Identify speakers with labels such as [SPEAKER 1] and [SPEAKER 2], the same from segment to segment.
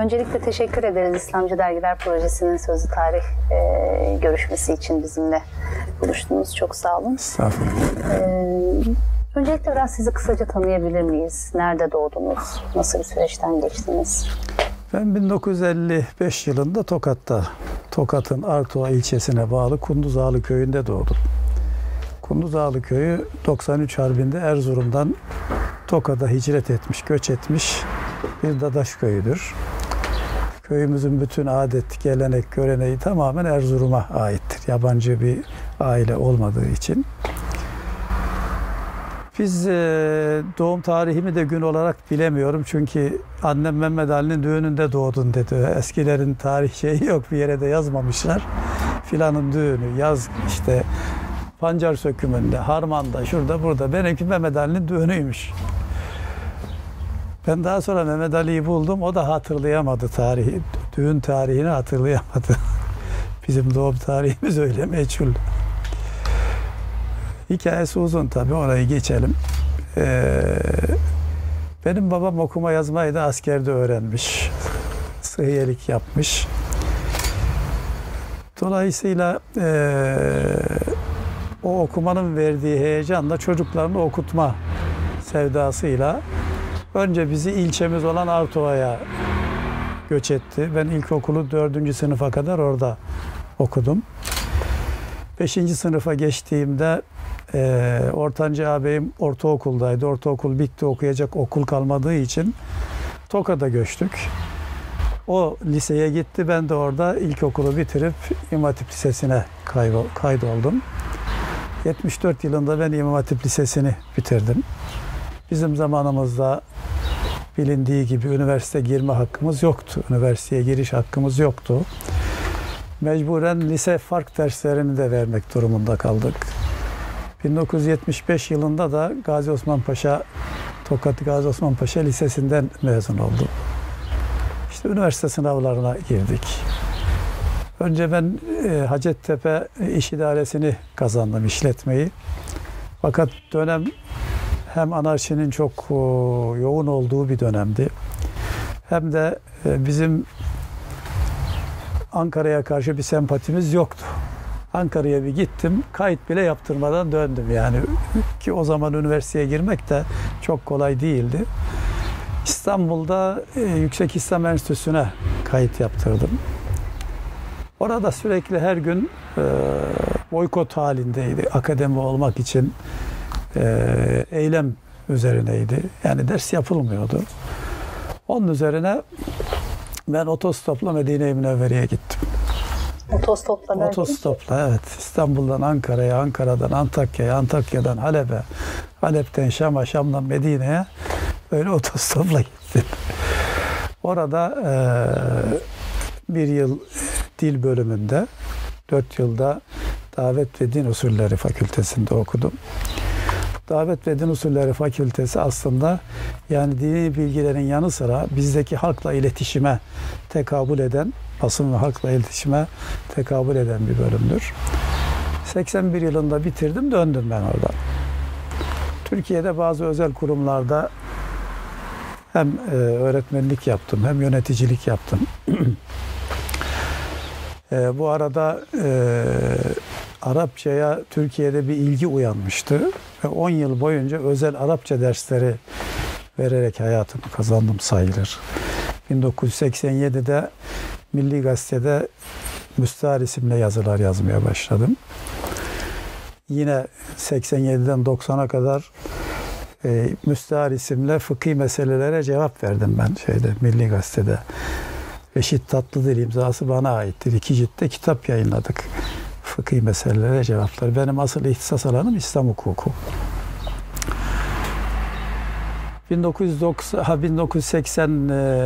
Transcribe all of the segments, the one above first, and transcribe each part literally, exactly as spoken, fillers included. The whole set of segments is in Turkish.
[SPEAKER 1] Öncelikle teşekkür ederiz İslamcı Dergiler Projesi'nin Sözlü Tarih e, görüşmesi için bizimle buluştunuz. Çok sağ olun.
[SPEAKER 2] Estağfurullah.
[SPEAKER 1] E, öncelikle biraz sizi kısaca tanıyabilir miyiz? Nerede doğdunuz? Nasıl bir süreçten geçtiniz?
[SPEAKER 2] Ben bin dokuz yüz elli beş yılında Tokat'ta, Tokat'ın Artuva ilçesine bağlı Kunduzağlı köyünde doğdum. Kunduzağlı köyü doksan üç Harbi'nde Erzurum'dan Tokat'a hicret etmiş, göç etmiş bir dadaş köyüdür. Köyümüzün bütün adet, gelenek, göreneği tamamen Erzurum'a aittir. Yabancı bir aile olmadığı için. Biz e, doğum tarihimi de gün olarak bilemiyorum. Çünkü annem Mehmet Ali'nin düğününde doğdun dedi. Eskilerin tarih şeyi yok, bir yere de yazmamışlar. Filanın düğünü, yaz işte pancar sökümünde, harmanda, şurada burada. Benimki Mehmet Ali'nin düğünüymüş. Ben daha sonra Mehmet Ali'yi buldum. O da hatırlayamadı tarihi. Düğün tarihini hatırlayamadı. Bizim doğum tarihimiz öyle meçhul. Hikayesi uzun tabii, orayı geçelim. Ee, benim babam okuma yazmayı da askerde öğrenmiş. Sıhhiyelik yapmış. Dolayısıyla e, o okumanın verdiği heyecanla çocuklarını okutma sevdasıyla önce bizi ilçemiz olan Artuva'ya göç etti. Ben ilkokulu dördüncü sınıfa kadar orada okudum. Beşinci sınıfa geçtiğimde e, ortanca ağabeyim ortaokuldaydı. Ortaokul bitti, okuyacak okul kalmadığı için Tokat'a göçtük. O liseye gitti. Ben de orada ilkokulu bitirip İmam Hatip Lisesi'ne kaydoldum. yetmiş dört yılında ben İmam Hatip Lisesi'ni bitirdim. Bizim zamanımızda bilindiği gibi üniversite girme hakkımız yoktu. Üniversiteye giriş hakkımız yoktu. Mecburen lise fark derslerini de vermek durumunda kaldık. bin dokuz yüz yetmiş beş yılında da Gazi Osman Paşa, Tokat Gazi Osman Paşa Lisesi'nden mezun oldum. İşte üniversite sınavlarına girdik. Önce ben e, Hacettepe İş İdaresi'ni kazandım, işletmeyi. Fakat dönem hem anarşinin çok o, yoğun olduğu bir dönemdi. Hem de e, bizim Ankara'ya karşı bir sempatimiz yoktu. Ankara'ya bir gittim, kayıt bile yaptırmadan döndüm yani. Ki o zaman üniversiteye girmek de çok kolay değildi. İstanbul'da e, Yüksek İslam Enstitüsü'ne kayıt yaptırdım. Orada sürekli her gün e, boykot halindeydi. Akademi olmak için e, eylem üzerineydi. Yani ders yapılmıyordu. Onun üzerine ben otostopla Medine-i Münevvere'ye gittim.
[SPEAKER 1] Otostopla derken?
[SPEAKER 2] Otostopla, evet. İstanbul'dan Ankara'ya, Ankara'dan Antakya'ya, Antakya'dan Halep'e, Halep'ten Şam'a, Şam'dan Medine'ye böyle otostopla gittim. Orada e, bir yıl dil bölümünde, dört yılda Davet ve Din Usulleri Fakültesinde okudum. Davet ve Din Usulleri Fakültesi aslında yani dini bilgilerin yanı sıra bizdeki halkla iletişime tekabül eden, basın ve halkla iletişime tekabül eden bir bölümdür. seksen bir yılında bitirdim, döndüm ben oradan. Türkiye'de bazı özel kurumlarda hem e, öğretmenlik yaptım, hem yöneticilik yaptım. e, bu arada e, Arapçaya Türkiye'de bir ilgi uyanmıştı. Ve on yıl boyunca özel Arapça dersleri vererek hayatımı kazandım sayılır. bin dokuz yüz seksen yedide Milli Gazete'de Müstahar isimle yazılar yazmaya başladım. Yine seksen yediden doksana kadar e, Müstahar isimle fıkhi meselelere cevap verdim ben şeyde Milli Gazete'de. Reşit Tatlıdil imzası bana aittir. İki ciltte kitap yayınladık. Fıkhi meselelere cevaplar. Benim asıl ihtisas alanım İslam hukuku. bin dokuz yüz doksan, ha, bin dokuz yüz seksen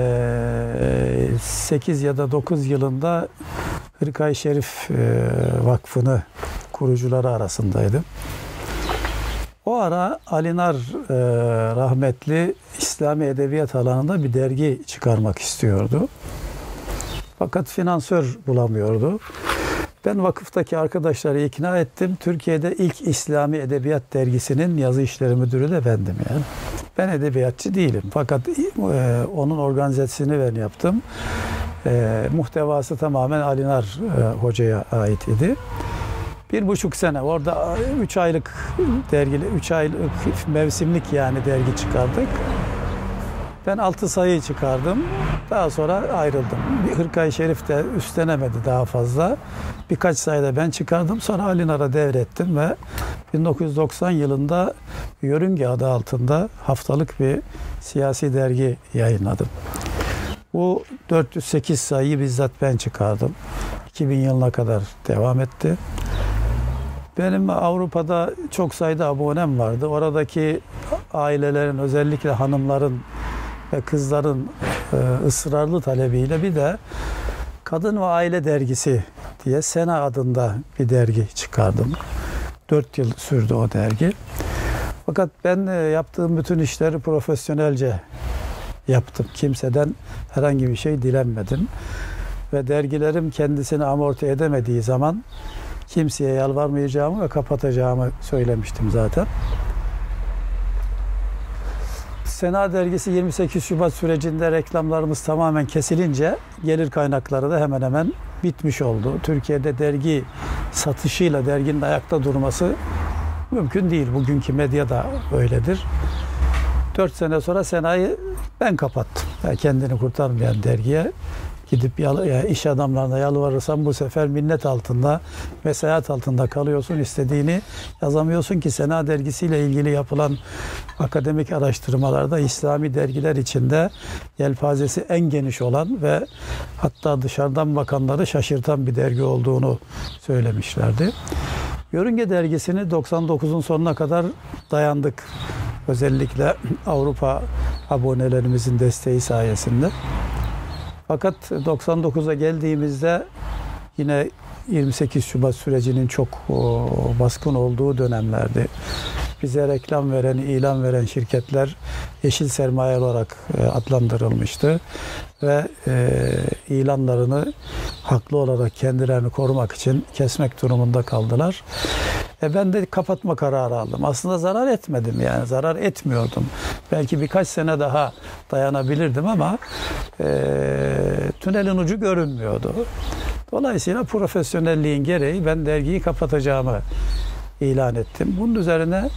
[SPEAKER 2] sekiz ya da dokuz yılında Hırkayı Şerif Vakfı'nı kurucuları arasındaydım. O ara Ali Nar rahmetli İslami edebiyat alanında bir dergi çıkarmak istiyordu. Fakat finansör bulamıyordu. Ben vakıftaki arkadaşları ikna ettim. Türkiye'de ilk İslami Edebiyat Dergisi'nin yazı işleri müdürü de bendim yani. Ben edebiyatçı değilim. Fakat e, onun organizasyonu ben yaptım. E, muhtevası tamamen Ali Nar e, Hoca'ya ait idi. Bir buçuk sene orada üç aylık dergili, üç aylık mevsimlik yani dergi çıkardık. Ben altı sayı çıkardım. Daha sonra ayrıldım. Bir Hırkayı Şerif de üstlenemedi daha fazla. Birkaç sayıda ben çıkardım. Sonra Ali Nar'a devrettim ve bin dokuz yüz doksan yılında Yörünge adı altında haftalık bir siyasi dergi yayınladım. Bu dört yüz sekiz sayıyı bizzat ben çıkardım. iki bin yılına kadar devam etti. Benim Avrupa'da çok sayıda abonem vardı. Oradaki ailelerin, özellikle hanımların ve kızların e, ısrarlı talebiyle bir de Kadın ve Aile Dergisi diye Sena adında bir dergi çıkardım. Dört yıl sürdü o dergi. Fakat ben e, yaptığım bütün işleri profesyonelce yaptım. Kimseden herhangi bir şey dilenmedim. Ve dergilerim kendisini amorti edemediği zaman kimseye yalvarmayacağımı ve kapatacağımı söylemiştim zaten. Sena dergisi yirmi sekiz Şubat sürecinde reklamlarımız tamamen kesilince gelir kaynakları da hemen hemen bitmiş oldu. Türkiye'de dergi satışıyla derginin ayakta durması mümkün değil. Bugünkü medya da öyledir. Dört sene sonra Sena'yı ben kapattım. Yani kendini kurtarmayan dergiye gidip yani iş adamlarına yalvarırsam bu sefer minnet altında, vesayet altında kalıyorsun. İstediğini yazamıyorsun ki Sena dergisiyle ilgili yapılan akademik araştırmalarda İslami dergiler içinde yelpazesi en geniş olan ve hatta dışarıdan bakanları şaşırtan bir dergi olduğunu söylemişlerdi. Yörünge dergisini doksan dokuzun sonuna kadar dayandık. Özellikle Avrupa abonelerimizin desteği sayesinde. Fakat doksan dokuza geldiğimizde yine yirmi sekiz Şubat sürecinin çok o, baskın olduğu dönemlerdi. Bize reklam veren, ilan veren şirketler yeşil sermaye olarak e, adlandırılmıştı. Ve e, ilanlarını haklı olarak kendilerini korumak için kesmek durumunda kaldılar. E ben de kapatma kararı aldım. Aslında zarar etmedim yani. Zarar etmiyordum. Belki birkaç sene daha dayanabilirdim ama e, tünelin ucu görünmüyordu. Dolayısıyla profesyonelliğin gereği ben dergiyi kapatacağımı ilan ettim. Bunun üzerine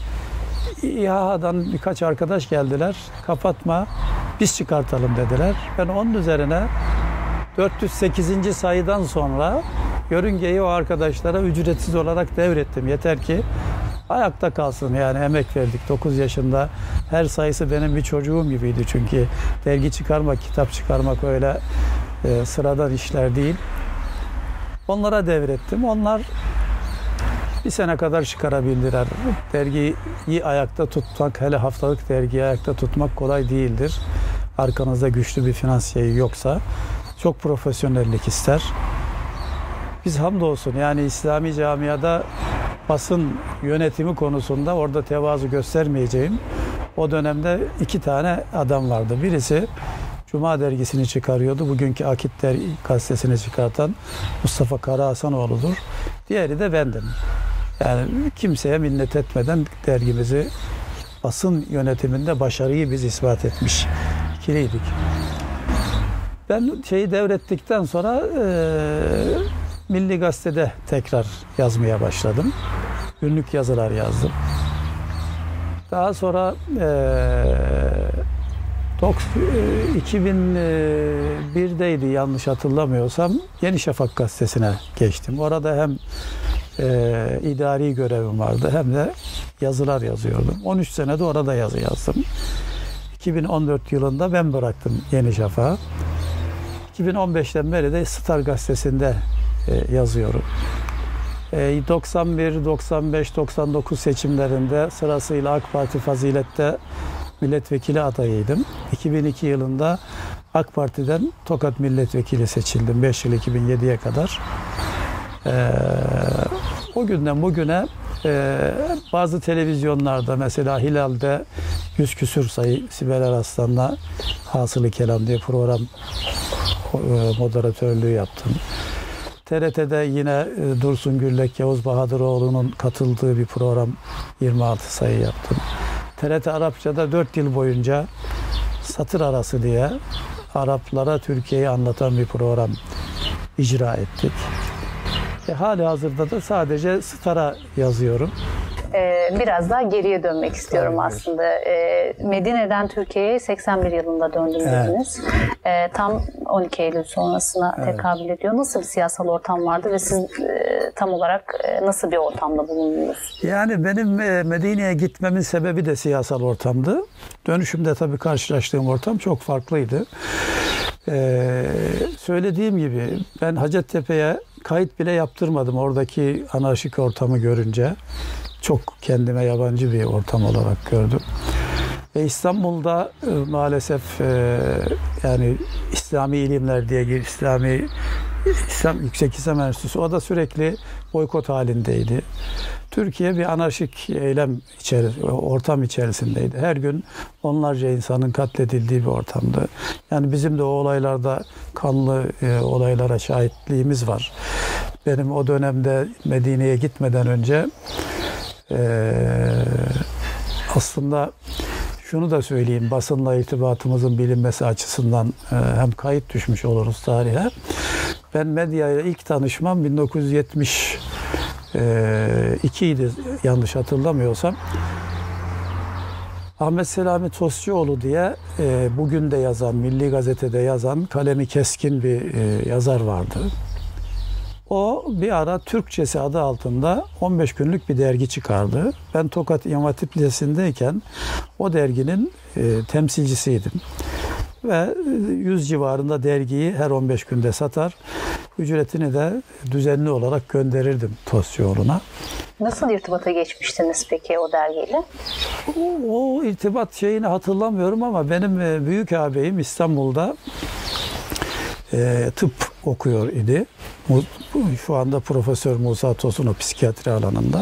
[SPEAKER 2] İHA'dan birkaç arkadaş geldiler. Kapatma, biz çıkartalım dediler. Ben onun üzerine dört yüz sekizinci sayıdan sonra Yörünge'yi o arkadaşlara ücretsiz olarak devrettim. Yeter ki ayakta kalsın, yani emek verdik. dokuz yaşında her sayısı benim bir çocuğum gibiydi çünkü dergi çıkarmak, kitap çıkarmak öyle e, sıradan işler değil. Onlara devrettim. Onlar bir sene kadar çıkarabildiler. Dergiyi ayakta tutmak, hele haftalık dergiyi ayakta tutmak kolay değildir. Arkanızda güçlü bir finansiyeri yoksa çok profesyonellik ister. Biz hamdolsun yani İslami camiada basın yönetimi konusunda orada tevazu göstermeyeceğim. O dönemde iki tane adam vardı. Birisi Cuma dergisini çıkarıyordu. Bugünkü Akit gazetesini çıkartan Mustafa Karahasanoğlu'dur. Diğeri de bendim. Yani kimseye minnet etmeden dergimizi basın yönetiminde başarıyı biz ispat etmiş ikiliydik. Ben şeyi devrettikten sonra e, Milli Gazete'de tekrar yazmaya başladım. Günlük yazılar yazdım. Daha sonra e, iki bin birdeydi yanlış hatırlamıyorsam Yeni Şafak gazetesine geçtim. Orada hem e, idari görevim vardı hem de yazılar yazıyordum. on üç sene de orada yazı yazdım. iki bin on dört yılında ben bıraktım Yeni Şafak'ı. iki bin on beşten beri de Star gazetesinde e, yazıyorum. E, doksan bir, doksan beş, doksan dokuz seçimlerinde sırasıyla AK Parti Fazilet'te milletvekili adayıydım. iki bin iki yılında AK Parti'den Tokat milletvekili seçildim. beş yıl iki bin yediye kadar. E, o günden bugüne e, bazı televizyonlarda mesela Hilal'de yüz küsür sayı Sibel Araslan'la Hasılı Kelam diye program moderatörlüğü yaptım. T R T'de yine Dursun Güllek, Yavuz Bahadıroğlu'nun katıldığı bir program yirmi altı sayı yaptım. T R T Arapça'da dört yıl boyunca satır arası diye Araplara Türkiye'yi anlatan bir program icra ettik. E, hali hazırda da sadece Star'a yazıyorum.
[SPEAKER 1] Ee, biraz daha geriye dönmek istiyorum
[SPEAKER 2] Tabii.
[SPEAKER 1] aslında. Ee, Medine'den Türkiye'ye seksen bir yılında döndünüz. Evet. Ee, tam on iki Eylül sonrasına evet. tekabül ediyor. Nasıl bir siyasal ortam vardı ve siz e, tam olarak e, nasıl bir ortamda bulundunuz?
[SPEAKER 2] Yani benim e, Medine'ye gitmemin sebebi de siyasal ortamdı. Dönüşümde tabii karşılaştığım ortam çok farklıydı. Ee, söylediğim gibi ben Hacettepe'ye kayıt bile yaptırmadım oradaki anarşik ortamı görünce. Çok kendime yabancı bir ortam olarak gördüm. Ve İstanbul'da e, maalesef e, yani İslami ilimler diye bir İslami İslam Yüksek İslam Enstitüsü o da sürekli boykot halindeydi. Türkiye bir anarşik eylem içeris ortam içerisindeydi. Her gün onlarca insanın katledildiği bir ortamdı. Yani bizim de o olaylarda kanlı e, olaylara şahitliğimiz var. Benim o dönemde Medine'ye gitmeden önce Ee, aslında şunu da söyleyeyim, basınla irtibatımızın bilinmesi açısından e, hem kayıt düşmüş oluruz tarihe. Ben medyayla ilk tanışmam bin dokuz yüz yetmiş iki idi yanlış hatırlamıyorsam. Ahmet Selami Tosçuoğlu diye e, bugün de yazan, Milli Gazete'de yazan kalemi keskin bir e, yazar vardı. O bir ara Türkçesi adı altında on beş günlük bir dergi çıkardı. Ben Tokat İmam Hatip Lisesi'ndeyken o derginin e, temsilcisiydim. Ve yüz civarında dergiyi her on beş günde satar. Ücretini de düzenli olarak gönderirdim Tosçuoğlu'na.
[SPEAKER 1] Nasıl irtibata geçmiştiniz peki o dergiyle?
[SPEAKER 2] O, o irtibat şeyini hatırlamıyorum ama benim büyük ağabeyim İstanbul'da e, tıp okuyor idi. Şu anda Profesör Musa Tosun o psikiyatri alanında.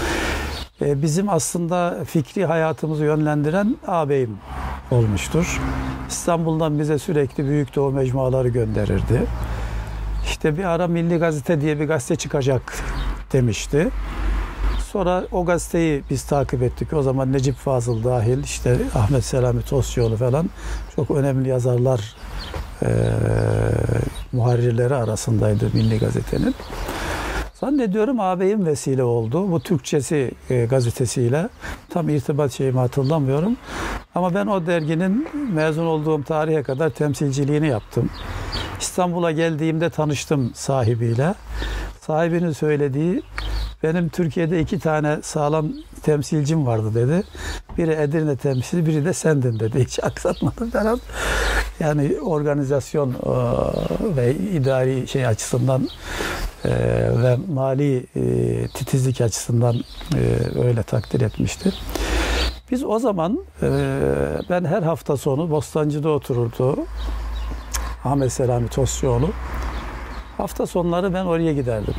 [SPEAKER 2] E, bizim aslında fikri hayatımızı yönlendiren ağabeyim olmuştur. İstanbul'dan bize sürekli Büyük Doğu mecmuaları gönderirdi. İşte bir ara Milli Gazete diye bir gazete çıkacak demişti. Sonra o gazeteyi biz takip ettik. O zaman Necip Fazıl dahil, işte Ahmet Selami Tosçuoğlu falan çok önemli yazarlar, e, muharrirleri arasındaydı Milli Gazete'nin. Zannediyorum ağabeyim vesile oldu. Bu Türkçesi e, gazetesiyle. Tam irtibat şeyimi hatırlamıyorum. Ama ben o derginin mezun olduğum tarihe kadar temsilciliğini yaptım. İstanbul'a geldiğimde tanıştım sahibiyle. Sahibinin söylediği, benim Türkiye'de iki tane sağlam temsilcim vardı dedi. Biri Edirne temsilcisi, biri de sendin dedi. Hiç aksatmadım falan. Yani organizasyon e, ve idari şey açısından e, ve mali e, titizlik açısından e, öyle takdir etmişti. Biz o zaman e, ben her hafta sonu Bostancı'da otururdu Ahmet Selami Tosçuoğlu. Hafta sonları ben oraya giderdim.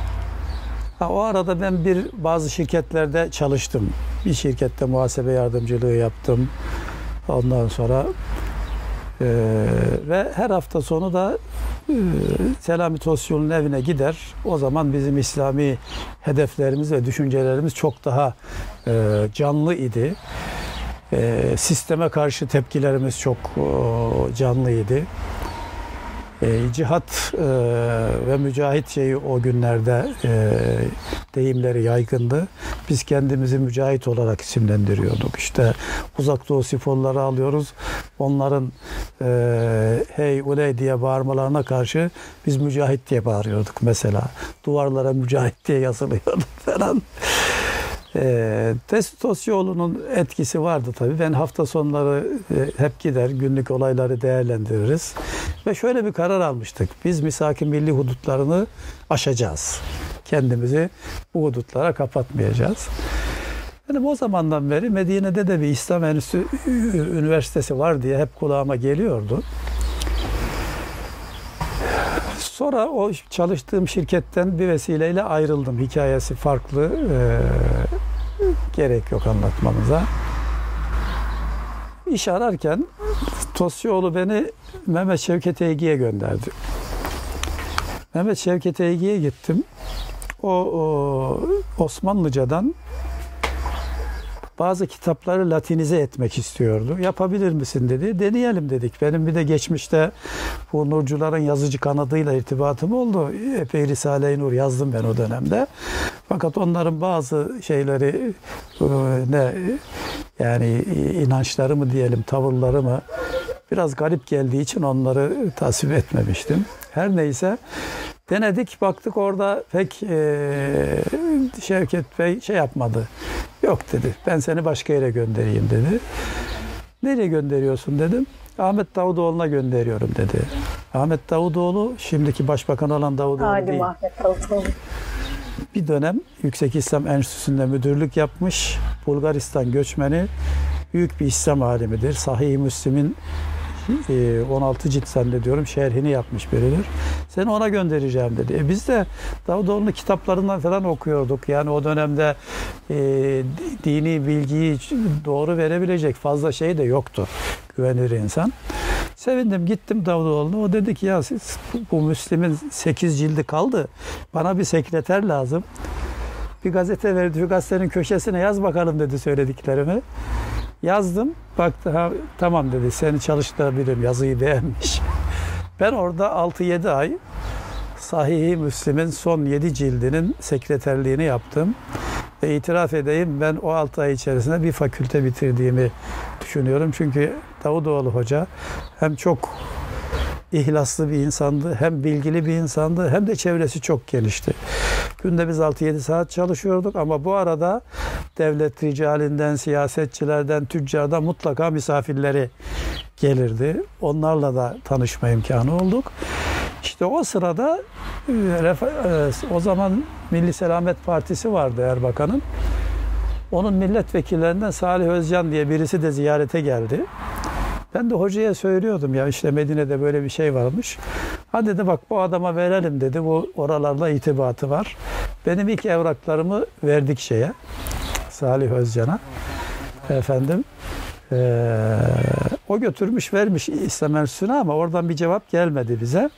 [SPEAKER 2] Ha, o arada ben bir bazı şirketlerde çalıştım. Bir şirkette muhasebe yardımcılığı yaptım. Ondan sonra e, ve her hafta sonu da e, Selami Tosçuoğlu'nun evine gider. O zaman bizim İslami hedeflerimiz ve düşüncelerimiz çok daha e, canlı idi. E, sisteme karşı tepkilerimiz çok e, canlıydı. E, cihat e, ve mücahit şeyi o günlerde e, deyimleri yaygındı. Biz kendimizi mücahit olarak isimlendiriyorduk. İşte Uzak Doğu sporları alıyoruz. Onların e, hey uley diye bağırmalarına karşı biz mücahit diye bağırıyorduk mesela. Duvarlara mücahit diye yazılıyordu falan. E, Tosçuoğlu'nun etkisi vardı tabii. Ben hafta sonları e, hep gider, günlük olayları değerlendiririz. Ve şöyle bir karar almıştık. Biz misak-ı milli hudutlarını aşacağız. Kendimizi bu hudutlara kapatmayacağız. Benim o zamandan beri Medine'de de bir İslam Enstitüsü Üniversitesi var diye hep kulağıma geliyordu. Sonra o çalıştığım şirketten bir vesileyle ayrıldım. Hikayesi farklı. Ee, gerek yok anlatmamıza. İş ararken Tosçuoğlu beni Mehmet Şevket Eygi'ye gönderdi. Mehmet Şevket Eygi'ye gittim. O, o Osmanlıcadan bazı kitapları Latinize etmek istiyordu. Yapabilir misin dedi. Deneyelim dedik. Benim bir de geçmişte bu Nurcuların yazıcı kanadıyla irtibatım oldu. Epey Risale-i Nur yazdım ben o dönemde. Fakat onların bazı şeyleri ne yani inançları mı diyelim, tavırları mı biraz garip geldiği için onları tasvip etmemiştim. Her neyse denedik, baktık orada pek e, Şevket Bey şey yapmadı. Yok dedi, ben seni başka yere göndereyim dedi. Nereye gönderiyorsun dedim. Ahmet Davutoğlu'na gönderiyorum dedi. Ahmet Davutoğlu şimdiki başbakan olan Davutoğlu
[SPEAKER 1] Halim
[SPEAKER 2] değil.
[SPEAKER 1] Ahmet Davutoğlu.
[SPEAKER 2] Bir dönem Yüksek İslam Enstitüsü'nde müdürlük yapmış. Bulgaristan göçmeni. Büyük bir İslam alimidir. Sahih-i Müslim'in on altı cilt zannediyorum şerhini yapmış biridir. Seni ona göndereceğim dedi. E biz de Davutoğlu'nun kitaplarından falan okuyorduk. Yani o dönemde e, dini bilgiyi doğru verebilecek fazla şey de yoktu. Güvenilir insan. Sevindim, gittim Davutoğlu'na. O dedi ki ya siz, bu Müslim'in sekiz cildi kaldı. Bana bir sekreter lazım. Bir gazete verdi. Şu gazetenin köşesine yaz bakalım dedi söylediklerimi. Yazdım. Baktı ha, tamam dedi. Seni çalıştırabilirim. Yazıyı beğenmiş. Ben orada altı yedi ay Sahih-i Müslim'in son yedi cildinin sekreterliğini yaptım. Ve itiraf edeyim, ben o altı ay içerisinde bir fakülte bitirdiğimi düşünüyorum. Çünkü Davutoğlu Hoca hem çok ihlaslı bir insandı, hem bilgili bir insandı, hem de çevresi çok genişti. Günde biz altı yedi saat çalışıyorduk ama bu arada devlet ricalinden, siyasetçilerden, tüccardan mutlaka misafirleri gelirdi. Onlarla da tanışma imkanı olduk. İşte o sırada o zaman Milli Selamet Partisi vardı Erbakan'ın. Onun milletvekillerinden Salih Özcan diye birisi de ziyarete geldi. Ben de hocaya söylüyordum ya işte Medine'de böyle bir şey varmış. Ha dedi bak bu adama verelim dedi. Bu oralarla itibatı var. Benim ilk evraklarımı verdik şeye. Salih Özcan'a. Efendim. Ee, o götürmüş vermiş İslam Enstitüsü'ne ama oradan bir cevap gelmedi bize.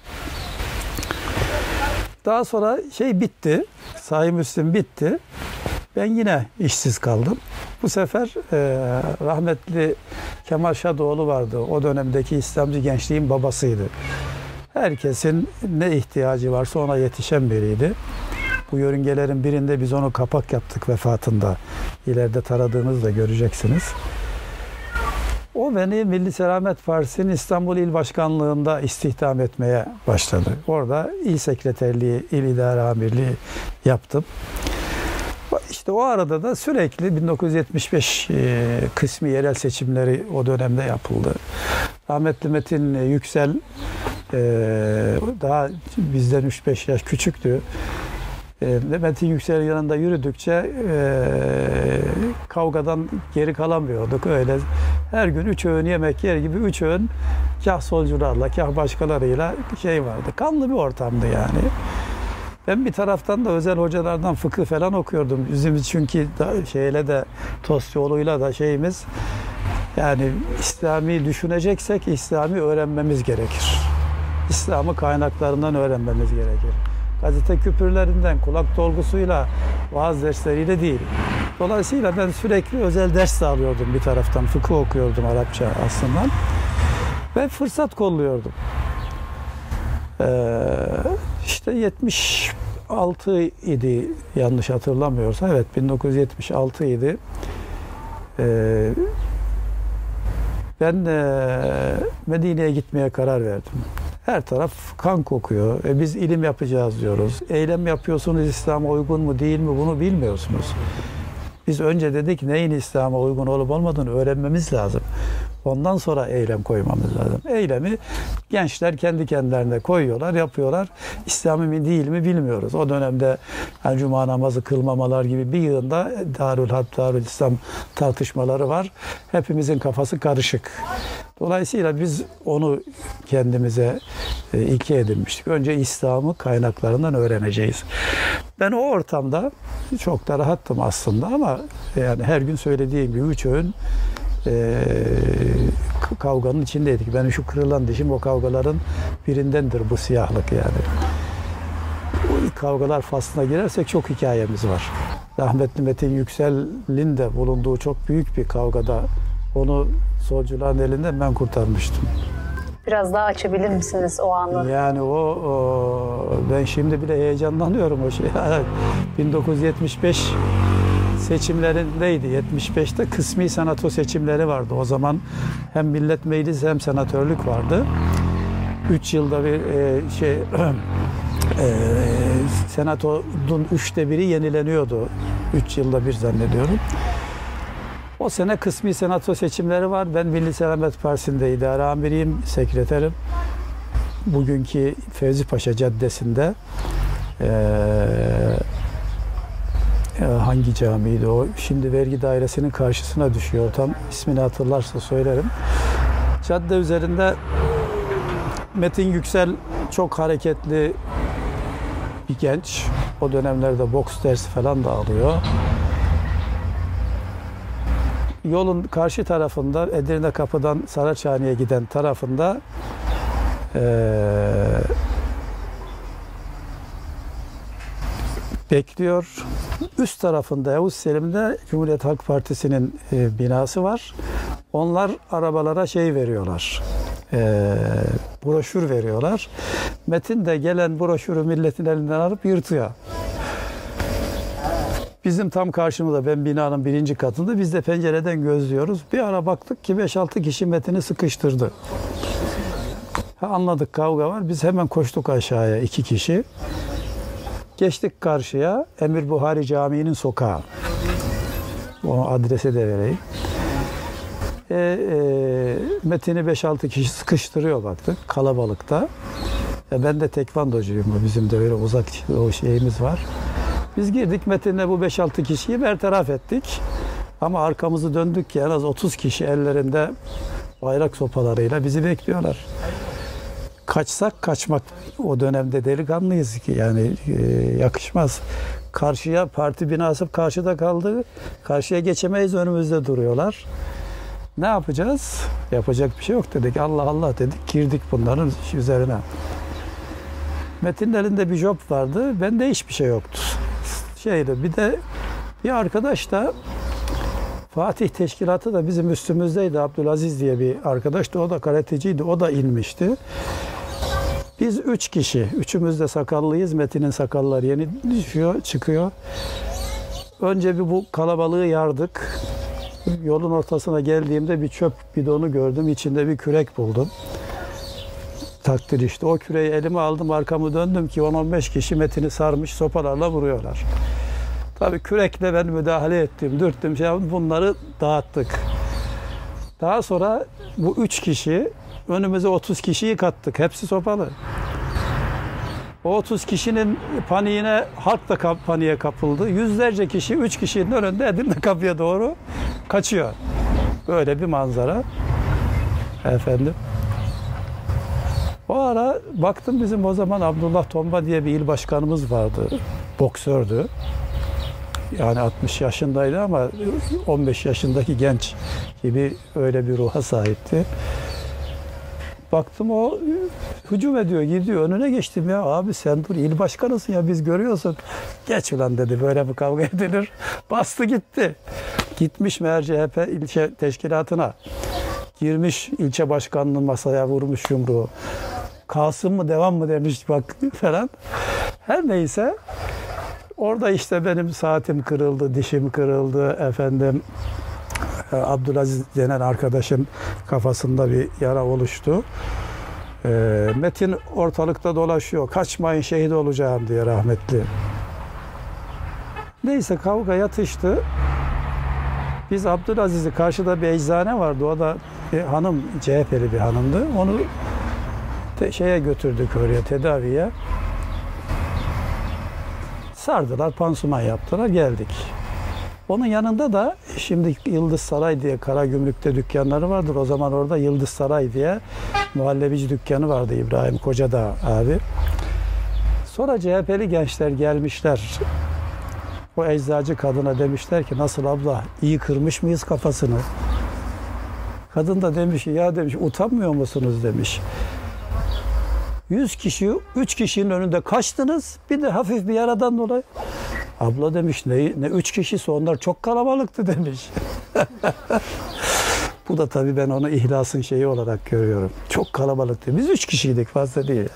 [SPEAKER 2] Daha sonra şey bitti. Sahih Müslim bitti. Ben yine işsiz kaldım. Bu sefer e, rahmetli Kemal Şadoğlu vardı. O dönemdeki İslamcı gençliğin babasıydı. Herkesin ne ihtiyacı varsa ona yetişen biriydi. Bu yörüngelerin birinde biz onu kapak yaptık vefatında. İleride taradığınızda göreceksiniz. O beni Milli Selamet Partisi'nin İstanbul İl Başkanlığı'nda istihdam etmeye başladı. Orada il sekreterliği, il idare amirliği yaptım. İşte o arada da sürekli bin dokuz yüz yetmiş beş e, kısmi yerel seçimleri o dönemde yapıldı. Rahmetli Metin Yüksel e, daha bizden üç beş yaş küçüktü. E, Metin Yüksel'in yanında yürüdükçe e, kavgadan geri kalamıyorduk. Öyle her gün üç öğün yemek yer gibi üç öğün kah solcularla kah başkalarıyla şey vardı. Kanlı bir ortamdı yani. Ben bir taraftan da özel hocalardan fıkıh falan okuyordum. Bizim çünkü da, şeyle de Tosyoğlu'yla da şeyimiz yani İslami düşüneceksek İslami öğrenmemiz gerekir. İslam'ı kaynaklarından öğrenmemiz gerekir. Gazete küpürlerinden, kulak dolgusuyla, vaaz dersleriyle değil. Dolayısıyla ben sürekli özel ders de alıyordum bir taraftan. Fıkıh okuyordum Arapça aslında. Ve fırsat kolluyordum. Ee, işte yetmiş altı idi yanlış hatırlamıyorsam. Evet bin dokuz yüz yetmiş altı idi. Ee, ben e, Medine'ye gitmeye karar verdim. Her taraf kan kokuyor. E biz ilim yapacağız diyoruz. Eylem yapıyorsunuz, İslam'a uygun mu değil mi bunu bilmiyorsunuz. Biz önce dedik neyin İslam'a uygun olup olmadığını öğrenmemiz lazım. Ondan sonra eylem koymamız lazım. Eylemi gençler kendi kendilerine koyuyorlar, yapıyorlar. İslami mi değil mi bilmiyoruz. O dönemde yani cuma namazı kılmamalar gibi bir yığında Darül Harp, Darül İslam tartışmaları var. Hepimizin kafası karışık. Dolayısıyla biz onu kendimize e, ilke edinmiştik. Önce İslam'ı kaynaklarından öğreneceğiz. Ben o ortamda çok da rahattım aslında ama yani her gün söylediğim gibi üç öğün e, kavganın içindeydik. Benim şu kırılan dişim o kavgaların birindendir bu siyahlık yani. O kavgalar faslına girersek çok hikayemiz var. rahmetli Metin Yüksel'in de bulunduğu çok büyük bir kavgada onu solcuların elinden ben kurtarmıştım.
[SPEAKER 1] Biraz daha açabilir misiniz o anı?
[SPEAKER 2] Yani o, o ben şimdi bile heyecanlanıyorum o şey. bin dokuz yüz yetmiş beş seçimlerindeydi. yetmiş beşte kısmi senato seçimleri vardı. O zaman hem millet meclisi hem senatörlük vardı. Üç yılda bir e, şey e, senatonun üçte biri yenileniyordu. Üç yılda bir zannediyorum. O sene kısmi senato seçimleri var. Ben Milli Selamet Partisi'nde idare amiriyim, sekreterim. Bugünkü Fevzi Paşa Caddesi'nde ee, hangi camiydi o? Şimdi vergi dairesinin karşısına düşüyor. Tam ismini hatırlarsa söylerim. Cadde üzerinde Metin Yüksel çok hareketli bir genç. O dönemlerde boks dersi falan da alıyor. Yolun karşı tarafında, Edirne Kapı'dan Saraçhane'ye giden tarafında ee, bekliyor. Üst tarafında Yavuz Selim'de Cumhuriyet Halk Partisi'nin e, binası var. Onlar arabalara şey veriyorlar. E, broşür veriyorlar. Metin de gelen broşürü milletin elinden alıp yırtıyor. Bizim tam karşımızda, ben binanın birinci katında, biz de pencereden gözlüyoruz. Bir ara baktık ki beş altı kişi Metin'i sıkıştırdı. Ha, anladık kavga var. Biz hemen koştuk aşağıya, iki kişi. Geçtik karşıya, Emir Buhari Camii'nin sokağı. O adrese de vereyim. E, e, Metin'i beş altı kişi sıkıştırıyor baktık, kalabalıkta. E, ben de tekvandocuyum, bizim de öyle uzak o şeyimiz var. Biz girdik, Metin'le bu beş altı kişiyi bertaraf ettik. Ama arkamızı döndük ki en az otuz kişi ellerinde bayrak sopalarıyla bizi bekliyorlar. Kaçsak kaçmak, o dönemde delikanlıyız ki yani e, yakışmaz. Karşıya, parti binası karşıda kaldı. Karşıya geçemeyiz, önümüzde duruyorlar. Ne yapacağız? Yapacak bir şey yok dedik. Allah Allah dedik. Girdik bunların üzerine. Metin'in elinde bir job vardı. Bende hiçbir şey yoktu. Şeydi, bir de bir arkadaş da Fatih Teşkilatı da bizim üstümüzdeydi. Abdülaziz diye bir arkadaştı. O da karateciydi. O da inmişti. Biz üç kişi. Üçümüz de sakallıyız. Metin'in sakalları yeni düşüyor, çıkıyor. Önce bir bu kalabalığı yardık. Yolun ortasına geldiğimde bir çöp bidonu gördüm. İçinde bir kürek buldum. Takdir işte. O küreği elime aldım, arkamı döndüm ki on on beş kişi Metin'i sarmış, sopalarla vuruyorlar. Tabii kürekle ben müdahale ettim, dürttüm, şey yaptım, bunları dağıttık. Daha sonra bu üç kişi, önümüze otuz kişiyi kattık. Hepsi sopalı. O otuz kişinin paniğine halk da paniğe kapıldı. Yüzlerce kişi üç kişinin önünde Edirne Kapı'ya doğru kaçıyor. Böyle bir manzara. Efendim. O ara baktım, bizim o zaman Abdullah Tomba diye bir il başkanımız vardı. Boksördü. Yani altmış yaşındaydı ama on beş yaşındaki genç gibi öyle bir ruha sahipti. Baktım o hücum ediyor, gidiyor. Önüne geçtim, ya abi sen dur, il başkanısın ya, biz görüyorsun. Geç ulan dedi, böyle bir kavga edilir. Bastı gitti. Gitmiş meğer C H P ilçe teşkilatına. Girmiş ilçe başkanının masaya, vurmuş yumruğu. Kalsın mı devam mı demiş bak falan. Her neyse orada işte benim saatim kırıldı, dişim kırıldı efendim. Abdülaziz denen arkadaşın kafasında bir yara oluştu. Metin ortalıkta dolaşıyor. Kaçmayın, şehit olacağım diye rahmetli. Neyse kavga yatıştı. Biz Abdülaziz'i, karşıda bir eczane vardı. O da bir hanım, C H P'li bir hanımdı. Onu te- şeye götürdük oraya, tedaviye. Sardılar, pansuman yaptılar, geldik. Onun yanında da şimdi Yıldız Saray diye Karagümrük'te dükkanları vardır. O zaman orada Yıldız Saray diye muhallebici dükkanı vardı, İbrahim Kocadağ abi. Sonra C H P'li gençler gelmişler. O eczacı kadına demişler ki, nasıl abla, iyi kırmış mıyız kafasını? Kadın da demiş ki, ya demiş, utanmıyor musunuz demiş. Yüz kişi, üç kişinin önünde kaçtınız, bir de hafif bir yaradan dolayı. Abla demiş ne, ne üç kişisi, onlar çok kalabalıktı demiş. Bu da tabii ben onu ihlasın şeyi olarak görüyorum. Çok kalabalıktı. Biz üç kişiydik, fazla değil.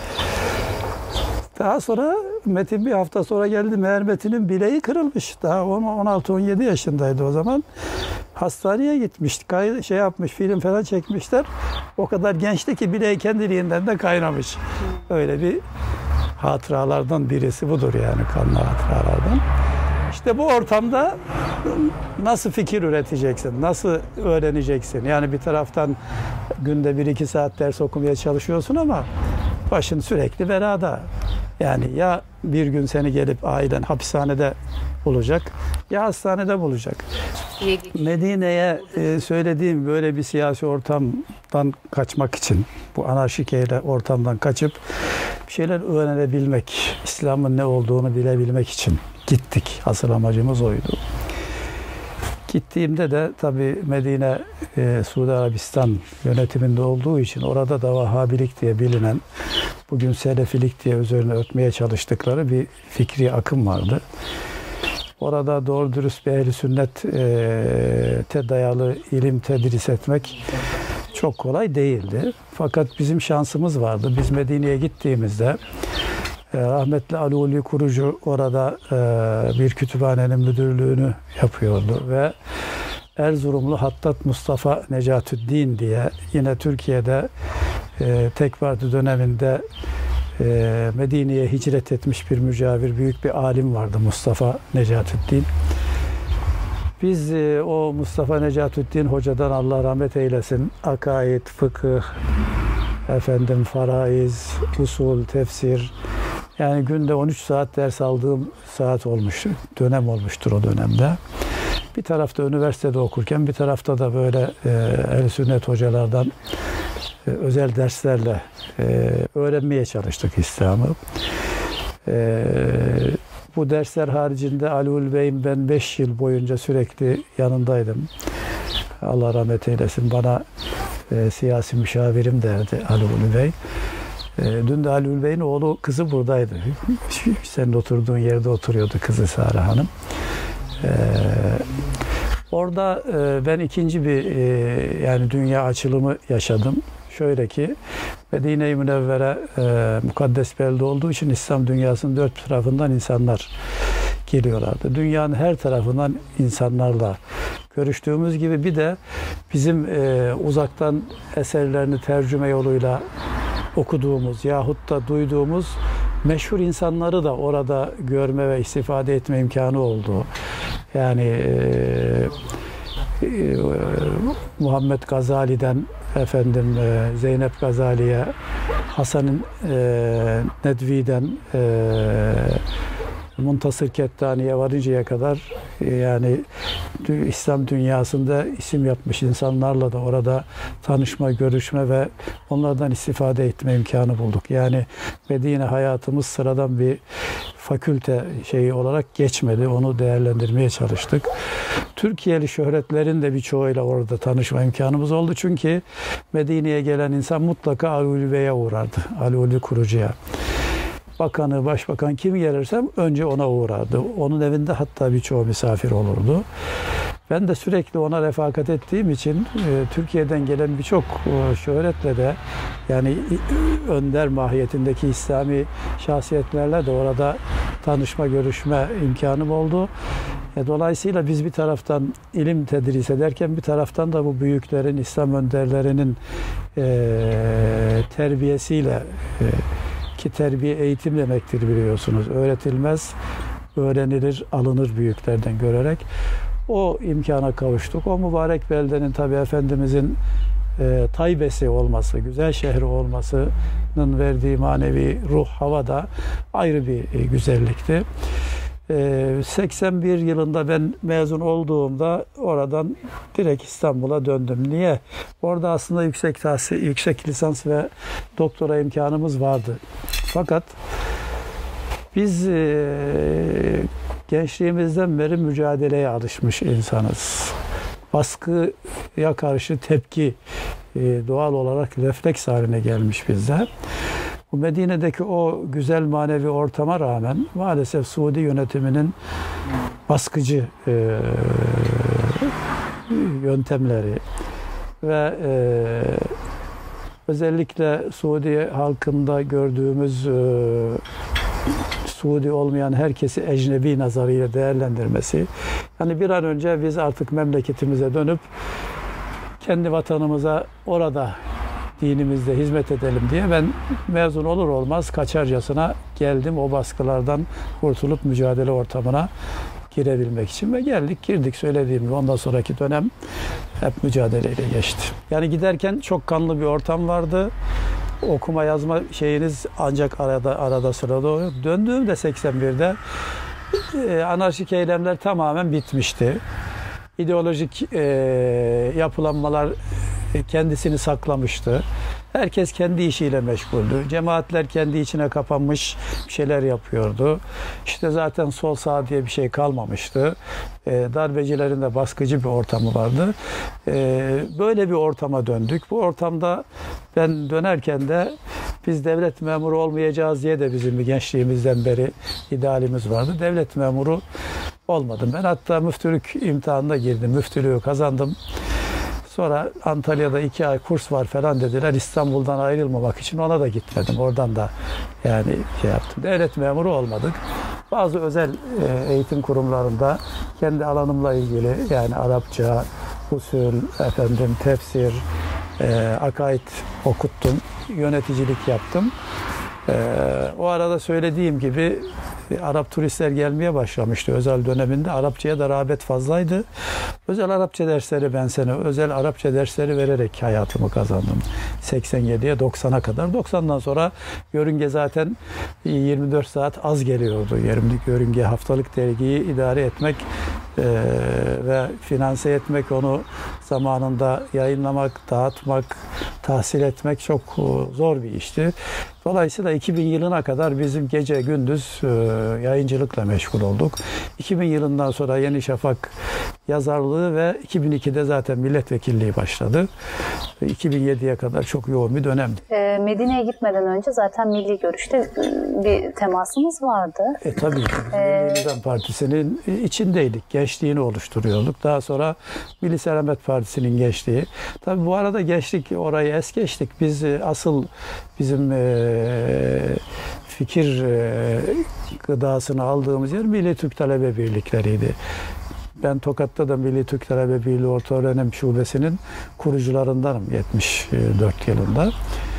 [SPEAKER 2] Daha sonra Metin bir hafta sonra geldi. Meğer Metin'in bileği kırılmış. Daha on altı on yedi yaşındaydı o zaman. Hastaneye gitmiş. Kay, şey yapmış, film falan çekmişler. O kadar gençti ki bileği kendiliğinden de kaynamış. Öyle bir hatıralardan birisi budur yani, kanlı hatıralardan. İşte bu ortamda nasıl fikir üreteceksin, nasıl öğreneceksin? Yani bir taraftan günde bir iki saat ders okumaya çalışıyorsun ama başın sürekli belada. Yani ya bir gün seni gelip ailen hapishanede bulacak ya hastanede bulacak. Medine'ye e, söylediğim böyle bir siyasi ortamdan kaçmak için, bu anarşik ortamdan kaçıp bir şeyler öğrenebilmek, İslam'ın ne olduğunu bilebilmek için gittik. Asıl amacımız oydu. Gittiğimde de tabii Medine e, Suudi Arabistan yönetiminde olduğu için orada da Vahhabilik diye bilinen, bugün Selefilik diye üzerine örtmeye çalıştıkları bir fikri akım vardı. Orada doğru dürüst bir ehl-i sünnete dayalı ilim tedris etmek çok kolay değildi. Fakat bizim şansımız vardı. Biz Medine'ye gittiğimizde rahmetli Ali Uli Kurucu orada bir kütüphanenin müdürlüğünü yapıyordu ve Erzurumlu Hattat Mustafa Necatüddin diye yine Türkiye'de tek parti döneminde Medine'ye hicret etmiş bir mücavir, büyük bir alim vardı Mustafa Necatüddin. Biz o Mustafa Necatüddin hocadan, Allah rahmet eylesin, akaid, fıkıh, efendim faraiz, usul, tefsir, yani günde on üç saat ders aldığım saat olmuş, dönem olmuştur o dönemde. Bir tarafta üniversitede okurken bir tarafta da böyle e, ehl-i sünnet hocalardan e, özel derslerle e, öğrenmeye çalıştık İslam'ı. E, bu dersler haricinde Ali Ul Bey'in ben beş yıl boyunca sürekli yanındaydım. Allah rahmet eylesin, bana e, siyasi müşavirim derdi Ali Ul Bey. E, dün de Ali Ul Bey'in oğlu, kızı buradaydı. Senin oturduğun yerde oturuyordu kızı Sara Hanım. E, orada e, ben ikinci bir e, yani dünya açılımı yaşadım. Şöyle ki Medine-i Münevvere e, mukaddes belde olduğu için İslam dünyasının dört tarafından insanlar geliyorlardı. Dünyanın her tarafından insanlarla görüştüğümüz gibi bir de bizim e, uzaktan eserlerini tercüme yoluyla okuduğumuz yahut da duyduğumuz meşhur insanları da orada görme ve istifade etme imkanı oldu. Yani e, e, Muhammed Gazali'den efendim e, Zeynep Gazali'ye, Hasan e, Nedvi'den e, Muntasır Kettani'ye varıncaya kadar e, yani İslam dünyasında isim yapmış insanlarla da orada tanışma, görüşme ve onlardan istifade etme imkanı bulduk. Yani Medine hayatımız sıradan bir fakülte şeyi olarak geçmedi. Onu değerlendirmeye çalıştık. Türkiye'li şöhretlerin de birçoğuyla orada tanışma imkanımız oldu. Çünkü Medine'ye gelen insan mutlaka Ali Uli Bey'e uğrardı. Ali Uli Kurucu'ya. Bakanı, başbakan kim gelirsem önce ona uğrardı. Onun evinde hatta birçoğu misafir olurdu. Ben de sürekli ona refakat ettiğim için e, Türkiye'den gelen birçok e, şöhretle de yani önder mahiyetindeki İslami şahsiyetlerle de orada tanışma, görüşme imkanım oldu. E, dolayısıyla biz bir taraftan ilim tedris ederken bir taraftan da bu büyüklerin, İslam önderlerinin e, terbiyesiyle e, ki terbiye eğitim demektir biliyorsunuz. Öğretilmez, öğrenilir, alınır büyüklerden görerek. O imkana kavuştuk. O mübarek beldenin tabi Efendimizin e, taybesi olması, güzel şehri olmasının verdiği manevi ruh, hava da ayrı bir e, güzellikti. E, seksen bir yılında ben mezun olduğumda oradan direkt İstanbul'a döndüm. Niye? Orada aslında yüksek tahsil, yüksek lisans ve doktora imkanımız vardı. Fakat biz e, gençliğimizden beri mücadeleye alışmış insanız. Baskıya karşı tepki e, doğal olarak refleks haline gelmiş bizde. Bu Medine'deki o güzel manevi ortama rağmen maalesef Suudi yönetiminin baskıcı e, yöntemleri ve e, özellikle Suudi halkında gördüğümüz e, Suudi olmayan herkesi ecnebi nazarıyla değerlendirmesi. Yani bir an önce biz artık memleketimize dönüp kendi vatanımıza orada dinimizde hizmet edelim diye ben mezun olur olmaz kaçarcasına geldim o baskılardan kurtulup mücadele ortamına girebilmek için ve geldik girdik söylediğim gibi ondan sonraki dönem hep mücadeleyle geçti. Yani giderken çok kanlı bir ortam vardı. Okuma yazma şeyiniz ancak arada arada sırada oluyor. Döndüğümde seksen birde e, anarşik eylemler tamamen bitmişti. İdeolojik e, yapılanmalar kendisini saklamıştı. Herkes kendi işiyle meşguldü. Cemaatler kendi içine kapanmış bir şeyler yapıyordu. İşte zaten sol sağ diye bir şey kalmamıştı. E, darbecilerin de baskıcı bir ortamı vardı. E, böyle bir ortama döndük. Bu ortamda ben dönerken de biz devlet memuru olmayacağız diye de bizim bir gençliğimizden beri idealimiz vardı. Devlet memuru olmadım. Ben hatta müftülük imtihanına girdim. Müftülüğü kazandım. Sonra Antalya'da iki ay kurs var falan dediler. İstanbul'dan ayrılmamak için ona da gitmedim. Oradan da yani şey yaptım. Devlet memuru olmadık. Bazı özel eğitim kurumlarında kendi alanımla ilgili yani Arapça, usul, efendim tefsir, e, akaid okuttum. Yöneticilik yaptım. E, o arada söylediğim gibi Arap turistler gelmeye başlamıştı özel döneminde. Arapçaya da rağbet fazlaydı. Özel Arapça dersleri ben sene özel Arapça dersleri vererek hayatımı kazandım. seksen yediye doksana kadar. doksandan sonra yörünge zaten yirmi dört saat az geliyordu. Yörünge haftalık dergiyi idare etmek e, ve finanse etmek, onu zamanında yayınlamak, dağıtmak, tahsil etmek çok zor bir işti. Dolayısıyla iki bin yılına kadar bizim gece gündüz e, yayıncılıkla meşgul olduk. iki bin yılından sonra Yeni Şafak yazarlığı ve iki bin ikide zaten milletvekilliği başladı. iki bin yediye kadar çok yoğun bir dönemdi.
[SPEAKER 1] E, Medine'ye gitmeden önce zaten Milli Görüş'te bir temasımız vardı.
[SPEAKER 2] E tabii. Ee, Milli Nizam Partisi'nin içindeydik. Gençliğini oluşturuyorduk. Daha sonra Milli Selamet Partisi'nin gençliği. Tabii bu arada gençlik orayı es geçtik. Biz asıl bizim e, fikir e, gıdasını aldığımız yer Milli Türk Talebe Birlikleriydi. Ben Tokat'ta da Milli Türk Talebe Birliği Orta Öğrenim Şubesi'nin kurucularındanım yetmiş dört yılında.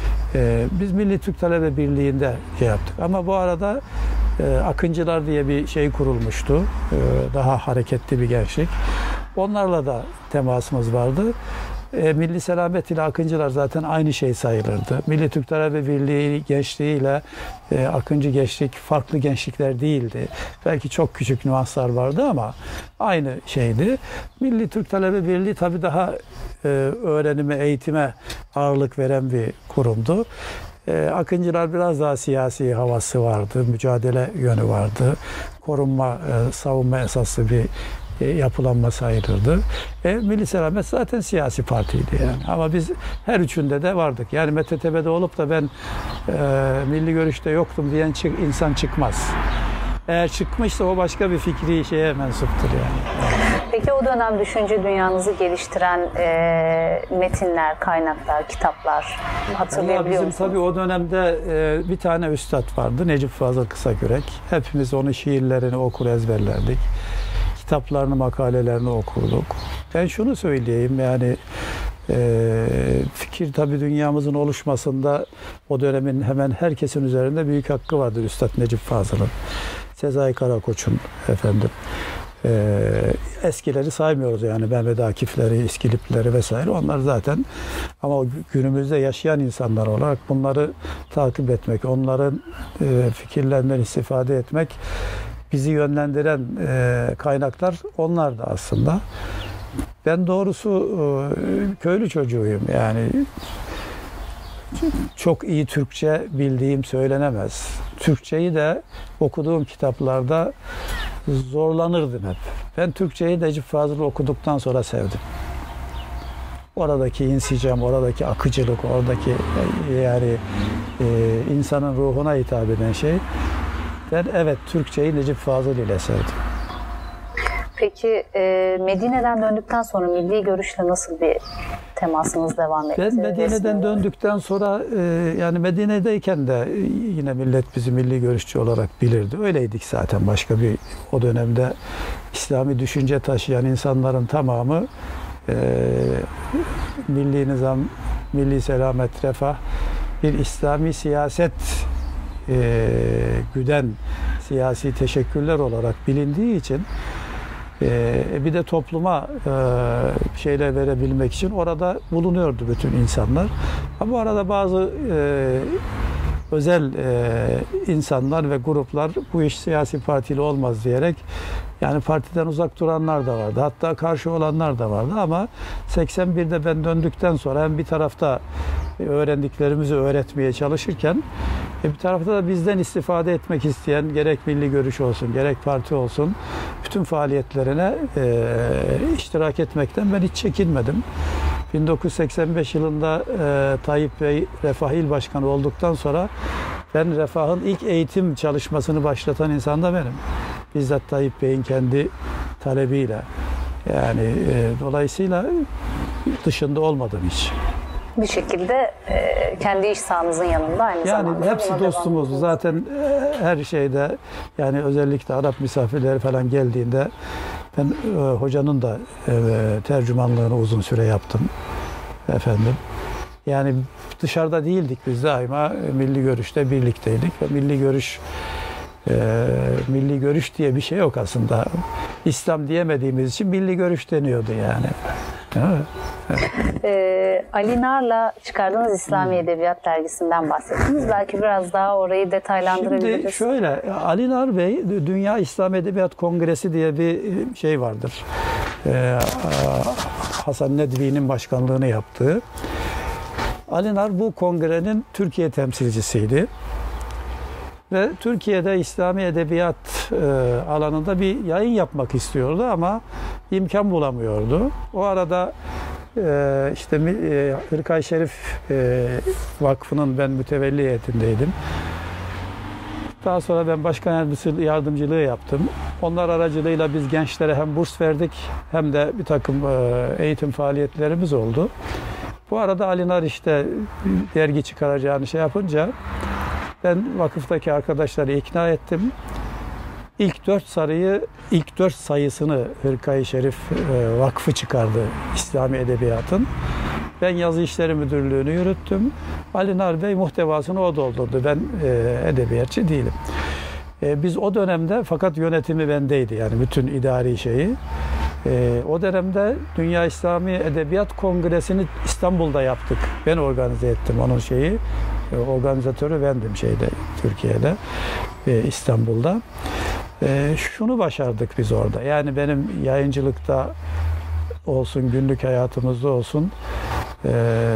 [SPEAKER 2] Ee, biz Milli Türk Talebe Birliği'nde şey yaptık. Ama bu arada e, Akıncılar diye bir şey kurulmuştu. E, daha hareketli bir gençlik. Onlarla da temasımız vardı. E, Milli Selamet ile Akıncılar zaten aynı şey sayılırdı. Milli Türk Talebe Birliği gençliği ile e, Akıncı gençlik farklı gençlikler değildi. Belki çok küçük nüanslar vardı ama aynı şeydi. Milli Türk Talebe Birliği tabii daha e, öğrenime, eğitime ağırlık veren bir kurumdu. E, Akıncılar biraz daha siyasi havası vardı, mücadele yönü vardı. Korunma, e, savunma esaslı bir yapılanma sayılırdı. E, Milli Selamet zaten siyasi partiydi yani. Ama biz her üçünde de vardık. Yani M T T B'de olup da ben e, Milli Görüş'te yoktum diyen çık, insan çıkmaz. Eğer çıkmışsa o başka bir fikri şeye mensuptur yani.
[SPEAKER 1] Peki o dönem düşünce dünyanızı geliştiren e, metinler, kaynaklar, kitaplar hatırlayabiliyor
[SPEAKER 2] bizim
[SPEAKER 1] musunuz?
[SPEAKER 2] Tabii o dönemde e, bir tane üstad vardı. Necip Fazıl Kısakürek. Hepimiz onun şiirlerini okur ezberlerdik. Kitaplarını, makalelerini okurduk. Ben şunu söyleyeyim yani e, fikir tabii dünyamızın oluşmasında o dönemin hemen herkesin üzerinde büyük hakkı vardır Üstad Necip Fazıl'ın. Sezai Karakoç'un efendim. E, eskileri saymıyoruz yani Mehmet Akif'leri, İskilip'leri vesaire. Onlar zaten ama günümüzde yaşayan insanlar olarak bunları takip etmek, onların e, fikirlerinden istifade etmek bizi yönlendiren e, kaynaklar onlar da aslında. Ben doğrusu e, köylü çocuğuyum yani. Çok iyi Türkçe bildiğim söylenemez. Türkçeyi de okuduğum kitaplarda zorlanırdım hep. Ben Türkçeyi Necip Fazıl'ı okuduktan sonra sevdim. oradaki insicam, oradaki akıcılık, oradaki yani e, insanın ruhuna hitap eden şey. Ben evet Türkçeyi Necip Fazıl ile sevdim.
[SPEAKER 1] Peki e, Medine'den döndükten sonra milli görüşle nasıl bir temasınız devam etti?
[SPEAKER 2] Ben Medine'den döndükten sonra e, yani Medine'deyken de e, yine millet bizi milli görüşçü olarak bilirdi. Öyleydik zaten. Başka bir o dönemde İslami düşünce taşıyan insanların tamamı e, milli nizam, milli selamet, refah, bir İslami siyaset e, güden siyasi teşekküller olarak bilindiği için Ee, bir de topluma e, şeyler verebilmek için orada bulunuyordu bütün insanlar. Ama bu arada bazı e, özel e, insanlar ve gruplar bu iş siyasi partili olmaz diyerek yani partiden uzak duranlar da vardı. Hatta karşı olanlar da vardı ama seksen birde ben döndükten sonra hem bir tarafta öğrendiklerimizi öğretmeye çalışırken bir tarafta da bizden istifade etmek isteyen gerek milli görüş olsun gerek parti olsun bütün faaliyetlerine e, iştirak etmekten ben hiç çekinmedim. bin dokuz yüz seksen beş yılında e, Tayyip Bey Refah İl Başkanı olduktan sonra ben Refah'ın ilk eğitim çalışmasını başlatan insan da benim. Bizzat Tayyip Bey'in kendi talebiyle. Yani e, dolayısıyla dışında olmadım hiç.
[SPEAKER 1] Bir şekilde e, kendi iş sahanızın yanında aynı
[SPEAKER 2] yani
[SPEAKER 1] zamanda.
[SPEAKER 2] Yani hepsi dostumuz. Zaten e, her şeyde yani özellikle Arap misafirleri falan geldiğinde ben e, hocanın da e, tercümanlığını uzun süre yaptım. Efendim. Yani dışarıda değildik biz daima e, milli görüşte birlikteydik ve milli görüş e, milli görüş diye bir şey yok aslında. İslam diyemediğimiz için milli görüş deniyordu yani. Evet.
[SPEAKER 1] Ee, Ali Nar'la çıkardığınız İslami Edebiyat dergisinden bahsettiniz. Belki biraz daha orayı detaylandırabiliriz.
[SPEAKER 2] Şimdi şöyle, Ali Nar Bey Dünya İslam Edebiyat Kongresi diye bir şey vardır. Ee, Hasan Nedvi'nin başkanlığını yaptığı. Ali Nar bu kongrenin Türkiye temsilcisiydi. Ve Türkiye'de İslami Edebiyat e, alanında bir yayın yapmak istiyordu ama imkan bulamıyordu. O arada e, işte e, Hırkay Şerif e, Vakfı'nın ben mütevelli heyetindeydim. Daha sonra ben başkan yardımcısı, yardımcılığı yaptım. Onlar aracılığıyla biz gençlere hem burs verdik hem de bir takım e, eğitim faaliyetlerimiz oldu. Bu arada Ali Nar işte dergi çıkaracağını şey yapınca ben vakıftaki arkadaşları ikna ettim. İlk dört sarıyı, ilk dört sayısını Hırkay Şerif e, Vakfı çıkardı İslami Edebiyat'ın. Ben yazı işleri müdürlüğünü yürüttüm. Ali Nar Bey muhtevasını o doldurdu. Ben e, edebiyatçı değilim. E, biz o dönemde fakat yönetimi bendeydi yani bütün idari şeyi. E, o dönemde Dünya İslami Edebiyat Kongresi'ni İstanbul'da yaptık. Ben organize ettim onun şeyi. Organizatörü bendim şeyde Türkiye'de e, İstanbul'da. E, şunu başardık biz orada. Yani benim yayıncılıkta olsun, günlük hayatımızda olsun e,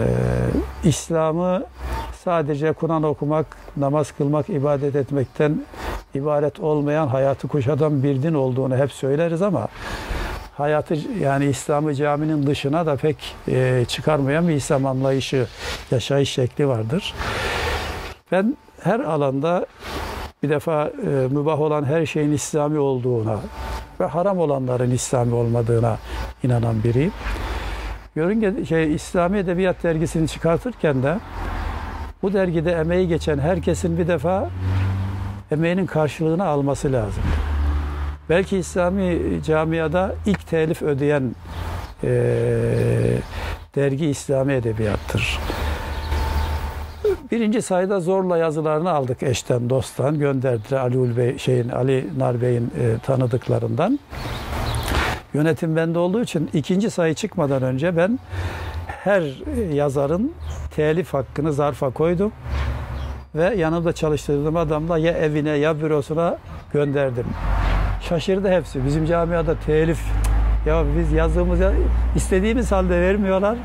[SPEAKER 2] İslam'ı sadece Kur'an okumak, namaz kılmak, ibadet etmekten ibaret olmayan, hayatı kuşatan bir din olduğunu hep söyleriz ama hayatı yani İslam'ı caminin dışına da pek e, çıkarmayan bir İslam anlayışı, yaşayış şekli vardır. Ben her alanda bir defa e, mübah olan her şeyin İslami olduğuna ve haram olanların İslami olmadığına inanan biriyim. Yörünge şey, İslami Edebiyat dergisini çıkartırken de bu dergide emeği geçen herkesin bir defa emeğinin karşılığını alması lazım. Belki İslami camiada ilk telif ödeyen e, dergi İslami Edebiyat'tır. Birinci sayıda zorla yazılarını aldık eşten, dosttan, gönderdiler Ali Bey, şeyin Ali Nar Bey'in e, tanıdıklarından. Yönetim bende olduğu için ikinci sayı çıkmadan önce ben her yazarın telif hakkını zarfa koydum ve yanımda çalıştırdığım adamla ya evine ya bürosuna gönderdim. Şaşırdı hepsi. Bizim camiada telif, ya biz yazdığımız istediğimiz halde vermiyorlar.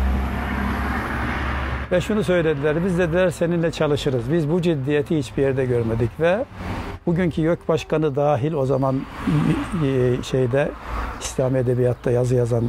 [SPEAKER 2] Ve şunu söylediler, biz dediler seninle çalışırız. Biz bu ciddiyeti hiçbir yerde görmedik ve bugünkü YÖK Başkanı dahil o zaman şeyde İslami edebiyatta yazı yazan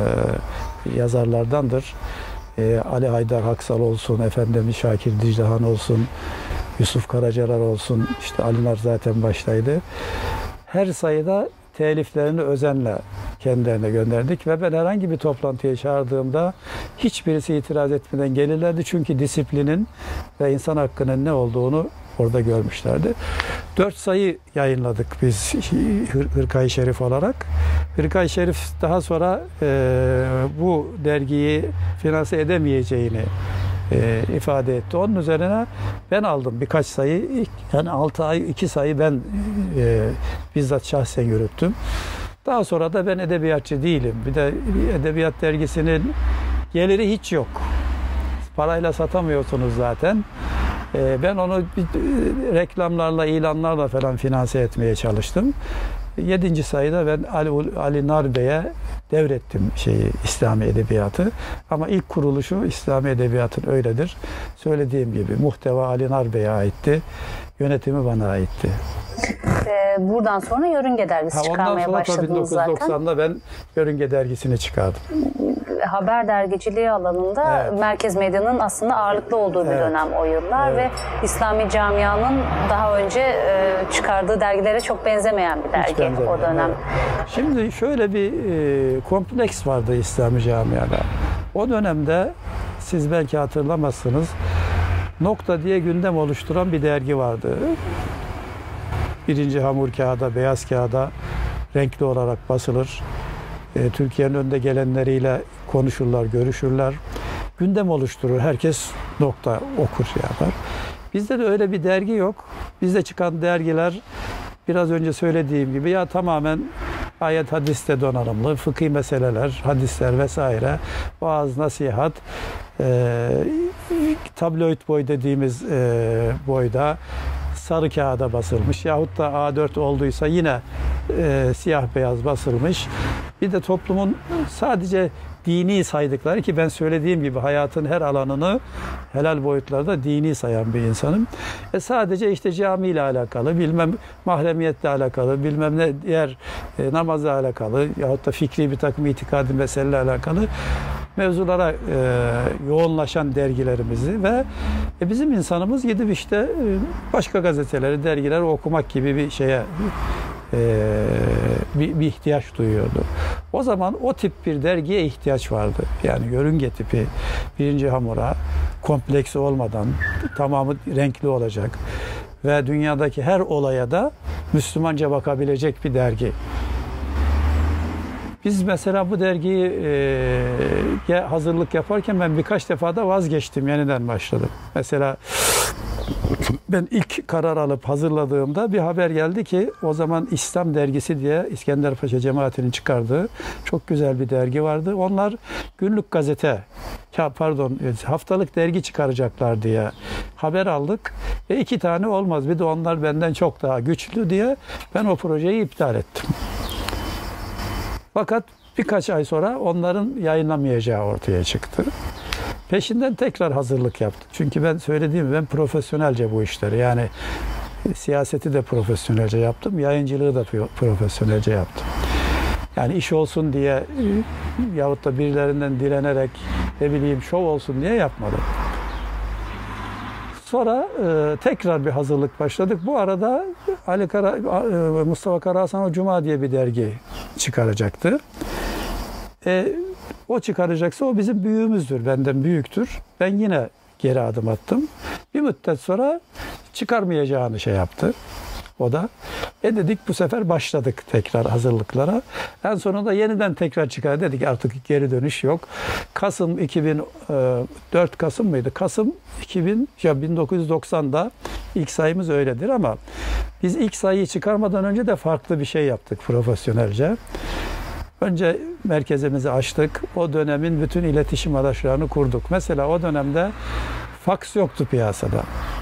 [SPEAKER 2] e, yazarlardandır. E, Ali Haydar Haksal olsun, Efendimiz Şakir Diclehan olsun, Yusuf Karacalar olsun, işte Ali Nar zaten baştaydı. Her sayıda teliflerini özenle kendilerine gönderdik ve ben herhangi bir toplantıya çağırdığımda hiçbirisi itiraz etmeden gelirlerdi. Çünkü disiplinin ve insan hakkının ne olduğunu orada görmüşlerdi. Dört sayı yayınladık biz Hırka-i Şerif olarak. Hırka-i Şerif daha sonra e, bu dergiyi finanse edemeyeceğini e, ifade etti. Onun üzerine ben aldım birkaç sayı. Yani altı ay iki sayı ben e, bizzat şahsen yürüttüm. Daha sonra da ben edebiyatçı değilim. Bir de edebiyat dergisinin geliri hiç yok. Parayla satamıyorsunuz zaten. Ben onu reklamlarla, ilanlarla falan finanse etmeye çalıştım. Yedinci sayıda ben Ali, Ali Nar Bey'e devrettim şeyi, İslami edebiyatı. Ama ilk kuruluşu İslami edebiyatın öyledir. Söylediğim gibi muhteva Ali Nar Bey'e aitti. Yönetimi bana aitti.
[SPEAKER 1] Buradan sonra Yörünge dergisi ha, çıkarmaya başladınız zaten. bin dokuz yüz doksanda
[SPEAKER 2] ben Yörünge dergisini çıkardım.
[SPEAKER 1] Haber dergiciliği alanında evet. Merkez Medya'nın aslında ağırlıklı olduğu bir evet. dönem o yıllar evet. ve İslami camianın daha önce çıkardığı dergilere çok benzemeyen bir dergi o dönem.
[SPEAKER 2] Evet. Şimdi şöyle bir e, kompleks vardı İslami camiada. O dönemde siz belki hatırlamazsınız, Nokta diye gündem oluşturan bir dergi vardı. Birinci hamur kağıda, beyaz kağıda renkli olarak basılır. E, Türkiye'nin önde gelenleriyle konuşurlar, görüşürler. Gündem oluşturur. Herkes Nokta okur yapar. Bizde de öyle bir dergi yok. Bizde çıkan dergiler biraz önce söylediğim gibi ya tamamen ayet hadiste donanımlı, fıkhi meseleler, hadisler vesaire, vaaz, nasihat, e, tabloid boy dediğimiz e, boyda sarı kağıda basılmış yahut da A dört olduysa yine e, siyah beyaz basılmış. Bir de toplumun sadece dini saydıkları, ki ben söylediğim gibi hayatın her alanını helal boyutlarda dini sayan bir insanım. E sadece işte camiyle alakalı, bilmem mahremiyetle alakalı, bilmem ne diğer e, namazla alakalı yahut da fikri bir takım itikadi meselelerle alakalı mevzulara e, yoğunlaşan dergilerimizi ve e, bizim insanımız gidip işte e, başka gazeteleri, dergileri okumak gibi bir şeye e, bir, bir ihtiyaç duyuyordu. O zaman o tip bir dergiye ihtiyaç vardı. Yani yörünge tipi birinci hamura kompleksi olmadan tamamı renkli olacak ve dünyadaki her olaya da Müslümanca bakabilecek bir dergi. Biz mesela bu dergiye e, hazırlık yaparken ben birkaç defa da vazgeçtim, yeniden başladım. Mesela ben ilk karar alıp hazırladığımda bir haber geldi ki o zaman İslam Dergisi diye İskenderpaşa cemaatinin çıkardığı çok güzel bir dergi vardı. Onlar günlük gazete, ya pardon haftalık dergi çıkaracaklar diye haber aldık. E iki tane olmaz, bir de onlar benden çok daha güçlü diye ben o projeyi iptal ettim. Fakat birkaç ay sonra onların yayınlamayacağı ortaya çıktı. Peşinden tekrar hazırlık yaptım. Çünkü ben söylediğim gibi ben profesyonelce bu işleri, yani siyaseti de profesyonelce yaptım, yayıncılığı da profesyonelce yaptım. Yani iş olsun diye yahut da birilerinden dilenerek ne bileyim şov olsun diye yapmadım. Sonra e, tekrar bir hazırlık başladık. Bu arada Ali Kara, e, Mustafa Karahasan o Cuma diye bir dergi çıkaracaktı. E, o çıkaracaksa o bizim büyüğümüzdür, benden büyüktür. Ben yine geri adım attım. Bir müddet sonra çıkarmayacağını şey yaptı o da. E dedik bu sefer başladık tekrar hazırlıklara. En sonunda yeniden tekrar çıkar dedik, artık geri dönüş yok. Kasım iki bin dört Kasım mıydı? Kasım iki bin, ya bin dokuz yüz doksanda ilk sayımız öyledir ama biz ilk sayıyı çıkarmadan önce de farklı bir şey yaptık profesyonelce. Önce merkezimizi açtık. O dönemin bütün iletişim araçlarını kurduk. Mesela o dönemde faks yoktu piyasada.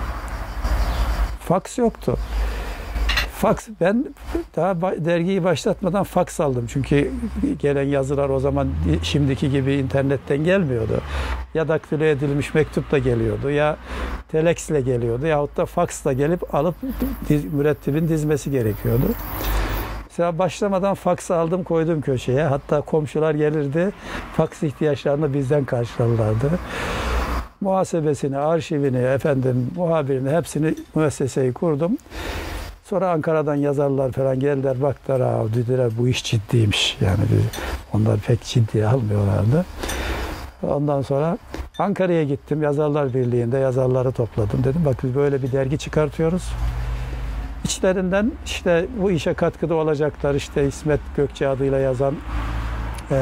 [SPEAKER 2] Faks yoktu. Faks, ben daha dergiyi başlatmadan faks aldım. Çünkü gelen yazılar o zaman şimdiki gibi internetten gelmiyordu. Ya daktilo edilmiş mektupla geliyordu, ya teleksle geliyordu, yahut da faksla gelip alıp diz, mürettibin dizmesi gerekiyordu. Mesela başlamadan faks aldım koydum köşeye. Hatta komşular gelirdi. Faks ihtiyaçlarını bizden karşılarlardı. Muhasebesini, arşivini, efendim muhabirini hepsini müesseseyi kurdum. Sonra Ankara'dan yazarlar falan geldiler, baktılar, aa, dediler bu iş ciddiymiş. Yani onlar pek ciddiye almıyorlardı. Ondan sonra Ankara'ya gittim. Yazarlar Birliği'nde yazarları topladım. Dedim bak biz böyle bir dergi çıkartıyoruz. İçlerinden işte bu işe katkıda olacaklar. İşte İsmet Gökçe adıyla yazan ee,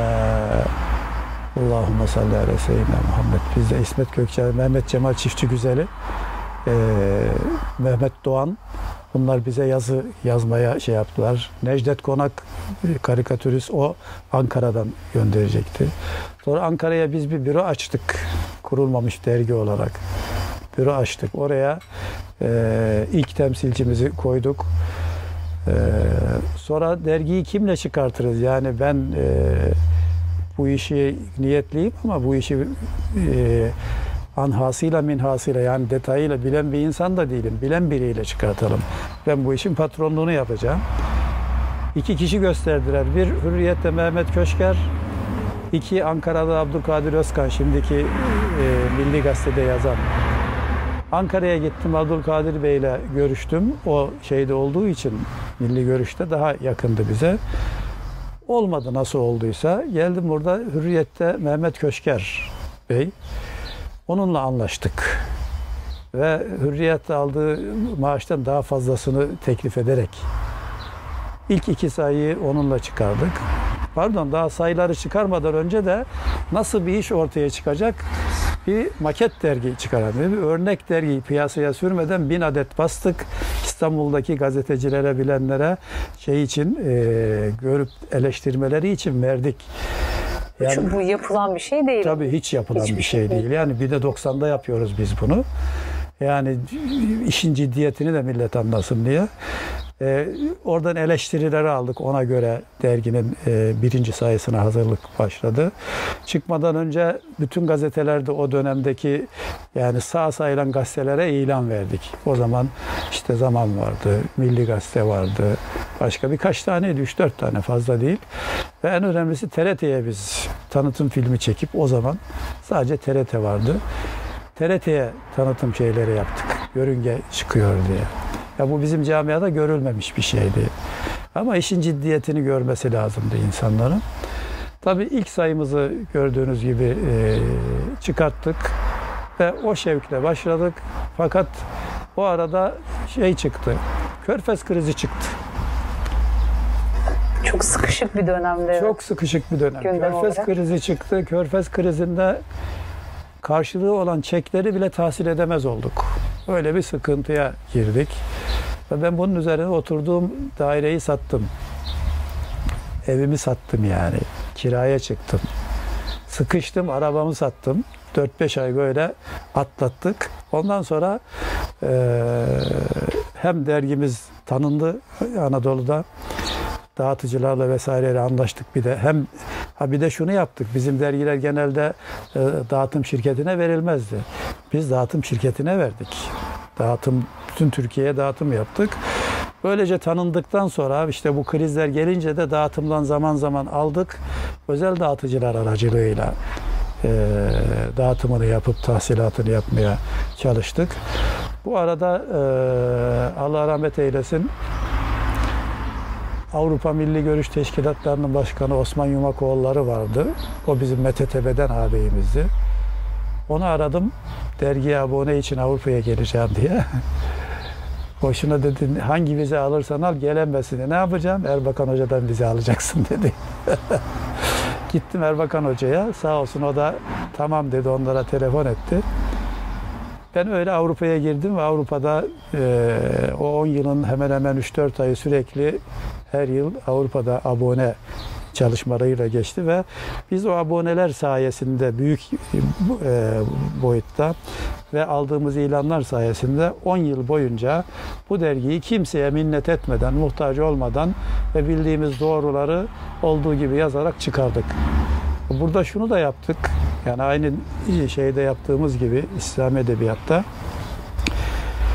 [SPEAKER 2] Allahümme salli ala seyyidina Muhammed. Bizde İsmet Gökçe, Mehmet Cemal Çiftçi Güzeli, ee, Mehmet Doğan. Bunlar bize yazı yazmaya şey yaptılar. Necdet Konak karikatürist, o Ankara'dan gönderecekti. Sonra Ankara'ya biz bir büro açtık. Kurulmamış dergi olarak. Büro açtık. Oraya e, ilk temsilcimizi koyduk. E, sonra dergiyi kimle çıkartırız? Yani ben e, bu işi niyetliyim ama bu işi e, anhasıyla minhasıyla yani detayıyla bilen bir insan da değilim. Bilen biriyle çıkartalım. Ben bu işin patronluğunu yapacağım. İki kişi gösterdiler. Bir Hürriyet'te Mehmet Köşker, iki Ankara'da Abdülkadir Özkan, şimdiki e, Milli Gazete'de yazan. Ankara'ya gittim, Abdülkadir Bey'le görüştüm. O şeyde olduğu için Milli Görüş'te daha yakındı bize. Olmadı nasıl olduysa. Geldim burada Hürriyet'te Mehmet Köşker Bey. Onunla anlaştık. Ve Hürriyet'te aldığı maaştan daha fazlasını teklif ederek ilk iki sayıyı onunla çıkardık. Pardon, daha sayıları çıkarmadan önce de nasıl bir iş ortaya çıkacak? Bir maket dergi çıkaralım. Bir örnek dergiyi piyasaya sürmeden bin adet bastık. İstanbul'daki gazetecilere, bilenlere şey için e, görüp eleştirmeleri için verdik.
[SPEAKER 1] Yani, çünkü bu yapılan bir şey değil.
[SPEAKER 2] Tabii hiç yapılan hiç bir şey, şey değil. değil. Yani bir de doksanda yapıyoruz biz bunu. Yani işin ciddiyetini de millet anlasın diye. Ee, oradan eleştirileri aldık. Ona göre derginin e, birinci sayısına hazırlık başladı. Çıkmadan önce bütün gazetelerde o dönemdeki yani sağ sayılan gazetelere ilan verdik. O zaman işte Zaman vardı, Milli Gazete vardı. Başka birkaç taneydi, üç dört tane, fazla değil. Ve en önemlisi T R T'ye biz tanıtım filmi çekip o zaman sadece T R T vardı. T R T'ye tanıtım şeyleri yaptık. Yörünge çıkıyor diye. Ya bu bizim camiada görülmemiş bir şeydi. Ama işin ciddiyetini görmesi lazımdı insanların. Tabii ilk sayımızı gördüğünüz gibi e, çıkarttık ve o şevkle başladık. Fakat o arada şey çıktı. Körfez krizi çıktı.
[SPEAKER 1] Çok sıkışık bir dönemde.
[SPEAKER 2] Çok sıkışık bir dönem.
[SPEAKER 1] Gündem
[SPEAKER 2] Körfez
[SPEAKER 1] olarak.
[SPEAKER 2] krizi çıktı. Körfez krizinde karşılığı olan çekleri bile tahsil edemez olduk. Öyle bir sıkıntıya girdik. Ve ben bunun üzerine oturduğum daireyi sattım. Evimi sattım yani. Kiraya çıktım. Sıkıştım, arabamı sattım. dört beş ay böyle atlattık. Ondan sonra e, hem dergimiz tanındı Anadolu'da. Dağıtıcılarla vesaireyle anlaştık bir de. Hem ha bir de şunu yaptık. Bizim dergiler genelde e, dağıtım şirketine verilmezdi. Biz dağıtım şirketine verdik. Dağıtım, bütün Türkiye'ye dağıtım yaptık. Böylece tanındıktan sonra işte bu krizler gelince de dağıtımdan zaman zaman aldık. Özel dağıtıcılar aracılığıyla e, dağıtımını yapıp tahsilatını yapmaya çalıştık. Bu arada e, Allah rahmet eylesin, Avrupa Milli Görüş Teşkilatlarının Başkanı Osman Yumakoğulları vardı. O bizim M T T B'den ağabeyimizdi. Onu aradım. Dergiye abone için Avrupa'ya geleceğim diye. Boşuna dedi, hangi vize alırsan al, gelemezsin. Ne yapacağım? Erbakan Hoca'dan vize alacaksın dedi. Gittim Erbakan Hoca'ya. Sağ olsun o da tamam dedi, onlara telefon etti. Ben öyle Avrupa'ya girdim ve Avrupa'da e, o on yılın hemen hemen üç dört ayı sürekli her yıl Avrupa'da abone çalışmalarıyla geçti ve biz o aboneler sayesinde büyük e, boyutta ve aldığımız ilanlar sayesinde on yıl boyunca bu dergiyi kimseye minnet etmeden, muhtaç olmadan ve bildiğimiz doğruları olduğu gibi yazarak çıkardık. Burada şunu da yaptık. Yani aynı şeyde yaptığımız gibi İslam Edebiyat'ta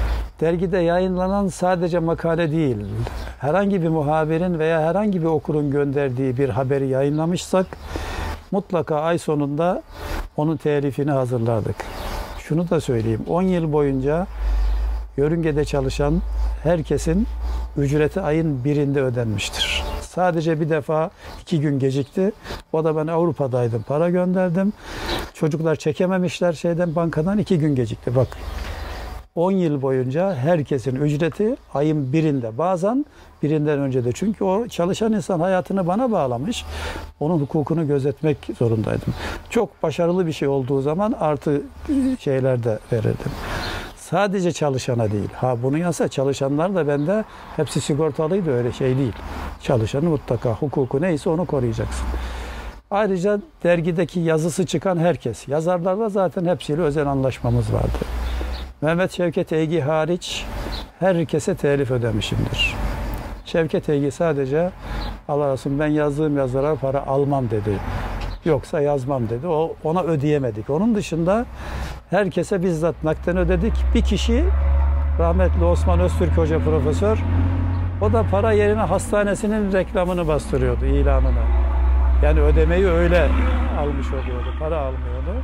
[SPEAKER 2] dergide yayınlanan sadece makale değil, herhangi bir muhabirin veya herhangi bir okurun gönderdiği bir haberi yayınlamışsak mutlaka ay sonunda onun telifini hazırlardık. Şunu da söyleyeyim, on yıl boyunca yörüngede çalışan herkesin ücreti ayın birinde ödenmiştir. Sadece bir defa iki gün gecikti. O da ben Avrupa'daydım, para gönderdim. Çocuklar çekememişler şeyden, bankadan, iki gün gecikti. Bak, on yıl boyunca herkesin ücreti ayın birinde, bazen birinden önce de. Çünkü o çalışan insan hayatını bana bağlamış. Onun hukukunu gözetmek zorundaydım. Çok başarılı bir şey olduğu zaman artı şeyler de verirdim. Sadece çalışana değil. Ha bunun yanında çalışanlar da bende hepsi sigortalıydı, öyle şey değil. Çalışanı mutlaka hukuku neyse onu koruyacaksın. Ayrıca dergideki yazısı çıkan herkes, yazarlarla zaten hepsiyle özel anlaşmamız vardı. Mehmet Şevket Eygi hariç herkese telif ödemişimdir. Şevket Eygi sadece Allah olsun ben yazdığım yazara para almam dedi. Yoksa yazmam dedi. O, ona ödeyemedik. Onun dışında herkese bizzat nakden ödedik. Bir kişi rahmetli Osman Öztürk Hoca profesör, o da para yerine hastanesinin reklamını bastırıyordu, ilanını. Yani ödemeyi öyle almış oluyordu. Para almıyordu.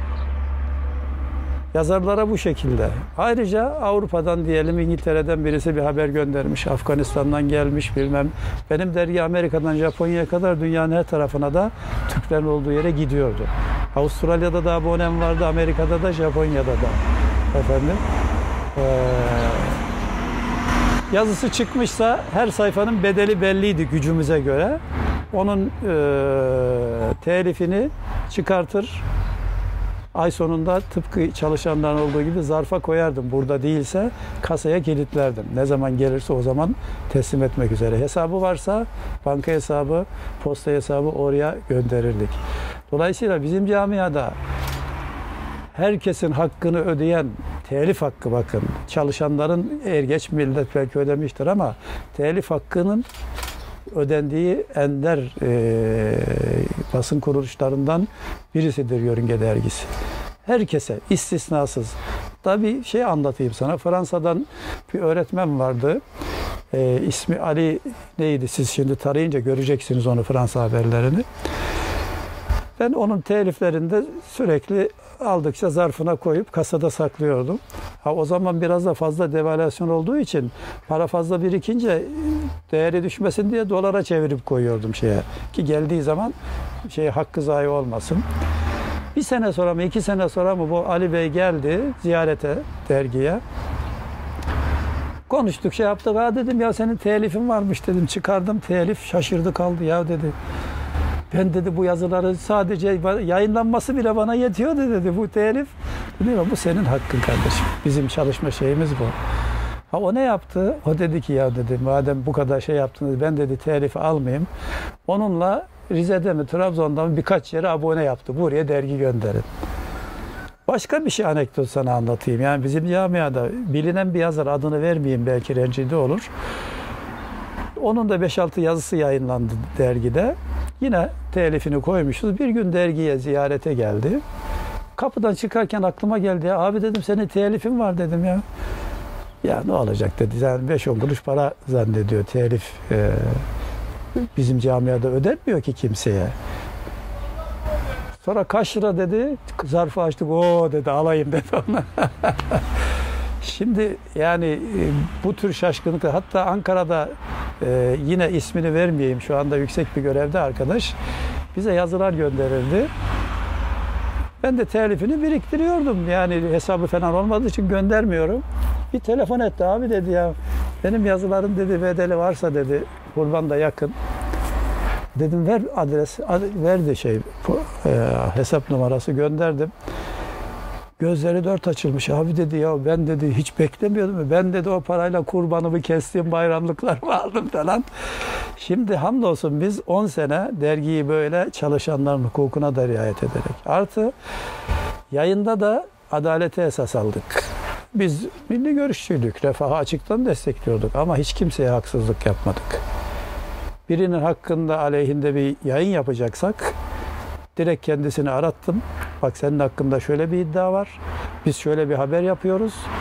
[SPEAKER 2] Yazarlara bu şekilde. Ayrıca Avrupa'dan diyelim, İngiltere'den birisi bir haber göndermiş. Afganistan'dan gelmiş bilmem. Benim dergi Amerika'dan Japonya'ya kadar dünyanın her tarafına da Türklerin olduğu yere gidiyordu. Avustralya'da da abonem vardı, Amerika'da da, Japonya'da da. Efendim. Ee, yazısı çıkmışsa her sayfanın bedeli belliydi gücümüze göre. Onun e, telifini çıkartır. Ay sonunda tıpkı çalışanların olduğu gibi zarfa koyardım. Burada değilse kasaya kilitlerdim. Ne zaman gelirse o zaman teslim etmek üzere. Hesabı varsa banka hesabı, posta hesabı oraya gönderirdik. Dolayısıyla bizim camiada herkesin hakkını ödeyen, telif hakkı bakın, çalışanların er geç millet belki ödemiştir ama telif hakkının ödendiği ender e, basın kuruluşlarından birisidir Yörünge Dergisi. Herkese, istisnasız. Da bir şey anlatayım sana. Fransa'dan bir öğretmen vardı. E, ismi Ali neydi? Siz şimdi tarayınca göreceksiniz onu, Fransa haberlerini. Ben onun teliflerinde sürekli aldıkça zarfına koyup kasada saklıyordum. Ha, o zaman biraz da fazla devalüasyon olduğu için para fazla birikince değeri düşmesin diye dolara çevirip koyuyordum şeye. Ki geldiği zaman şey hakkı zayi olmasın. Bir sene sonra mı, iki sene sonra mı bu Ali Bey geldi ziyarete dergiye. Konuştuk, şey yaptık. Ha dedim, ya senin telifin varmış dedim. Çıkardım telif, şaşırdı kaldı ya dedi. Ben dedi bu yazıları sadece yayınlanması bile bana yetiyor dedi bu telif. Dedim, bu senin hakkın kardeşim. Bizim çalışma şeyimiz bu. Ha, o ne yaptı? O dedi ki ya dedi, madem bu kadar şey yaptınız ben dedi telifi almayayım. Onunla Rize'de mi Trabzon'da mı birkaç yere abone yaptı. Buraya dergi gönderin. Başka bir şey anekdot sana anlatayım. Yani bizim camiada bilinen bir yazar, adını vermeyeyim belki rencide olur. Onun da beş altı yazısı yayınlandı dergide. Yine telifini koymuşuz. Bir gün dergiye ziyarete geldi. Kapıdan çıkarken aklıma geldi. Ya abi dedim, senin telifin var dedim ya. Ya ne olacak dedi. Yani beş on kuruş para zannediyor telif. Ee, bizim camiada ödenmiyor ki kimseye. Sonra kaç lira dedi. Zarfı açtık. Oo dedi, alayım dedi ona. Şimdi yani bu tür şaşkınlıklar, hatta Ankara'da e, yine ismini vermeyeyim, şu anda yüksek bir görevde arkadaş, bize yazılar gönderildi. Ben de telifini biriktiriyordum. Yani hesabı falan olmadığı için göndermiyorum. Bir telefon etti, abi dedi ya benim yazılarım dedi bedeli varsa dedi, kurban da yakın. Dedim ver adres, ad, verdi şey e, hesap numarası, gönderdim. Gözleri dört açılmış. Abi dedi ya ben dedi hiç beklemiyordum. Ben dedi o parayla kurbanımı kestim, bayramlıklarımı aldım falan. Şimdi hamdolsun biz on sene dergiyi böyle çalışanların hukukuna da riayet ederek. Artı yayında da adalete esas aldık. Biz milli görüşçüydük. Refahı açıktan destekliyorduk ama hiç kimseye haksızlık yapmadık. Birinin hakkında aleyhinde bir yayın yapacaksak direkt kendisini arattım. Bak senin hakkında şöyle bir iddia var. Biz şöyle bir haber yapıyoruz.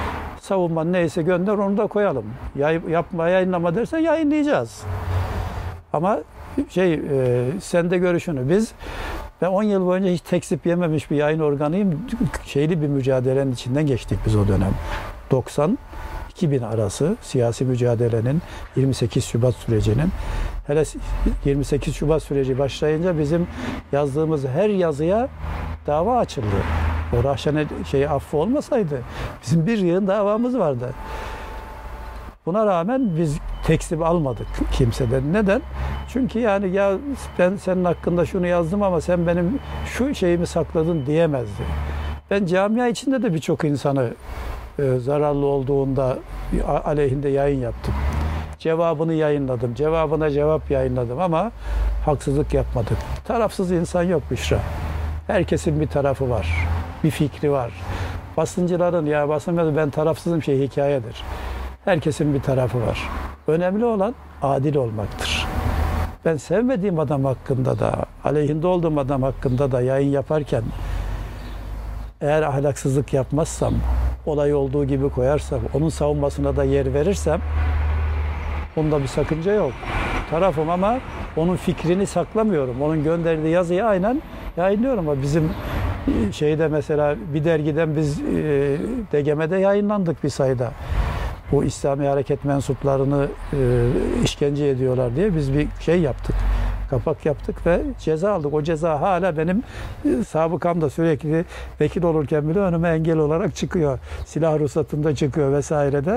[SPEAKER 2] Savunman neyse gönder, onu da koyalım. Yay, yapma, yayınlama dersen yayınlayacağız. Ama şey, e, sen de görüşünü. Biz, ben on yıl boyunca hiç tekzip yememiş bir yayın organıyım. Şeyli bir mücadelenin içinden geçtik biz o dönem. doksan iki bin arası siyasi mücadelenin, yirmi sekiz Şubat sürecinin, hele yirmi sekiz Şubat süreci başlayınca bizim yazdığımız her yazıya dava açıldı. O Rahşan şey affı olmasaydı bizim bir yığın davamız vardı. Buna rağmen biz tekzip almadık kimseden. Neden? Çünkü yani ya ben senin hakkında şunu yazdım ama sen benim şu şeyimi sakladın diyemezdi. Ben camia içinde de birçok insanı e, zararlı olduğunda aleyhinde yayın yaptım. Cevabını yayınladım. Cevabına cevap yayınladım ama haksızlık yapmadık. Tarafsız insan yok Büşra. Herkesin bir tarafı var. Bir fikri var. Basıncıların ya basın ben tarafsızım şey hikayedir. Herkesin bir tarafı var. Önemli olan adil olmaktır. Ben sevmediğim adam hakkında da, aleyhinde olduğum adam hakkında da yayın yaparken eğer ahlaksızlık yapmazsam, olay olduğu gibi koyarsam, onun savunmasına da yer verirsem bunda bir sakınca yok. Tarafım ama onun fikrini saklamıyorum. Onun gönderdiği yazıyı aynen yayınlıyorum. Ama bizim şeyde mesela bir dergiden biz e, D G M'de yayınlandık bir sayıda. Bu İslami hareket mensuplarını e, işkence ediyorlar diye biz bir şey yaptık. Kapak yaptık ve ceza aldık. O ceza hala benim e, sabıkamda sürekli vekil olurken bile önüme engel olarak çıkıyor. Silah ruhsatında çıkıyor vesairede.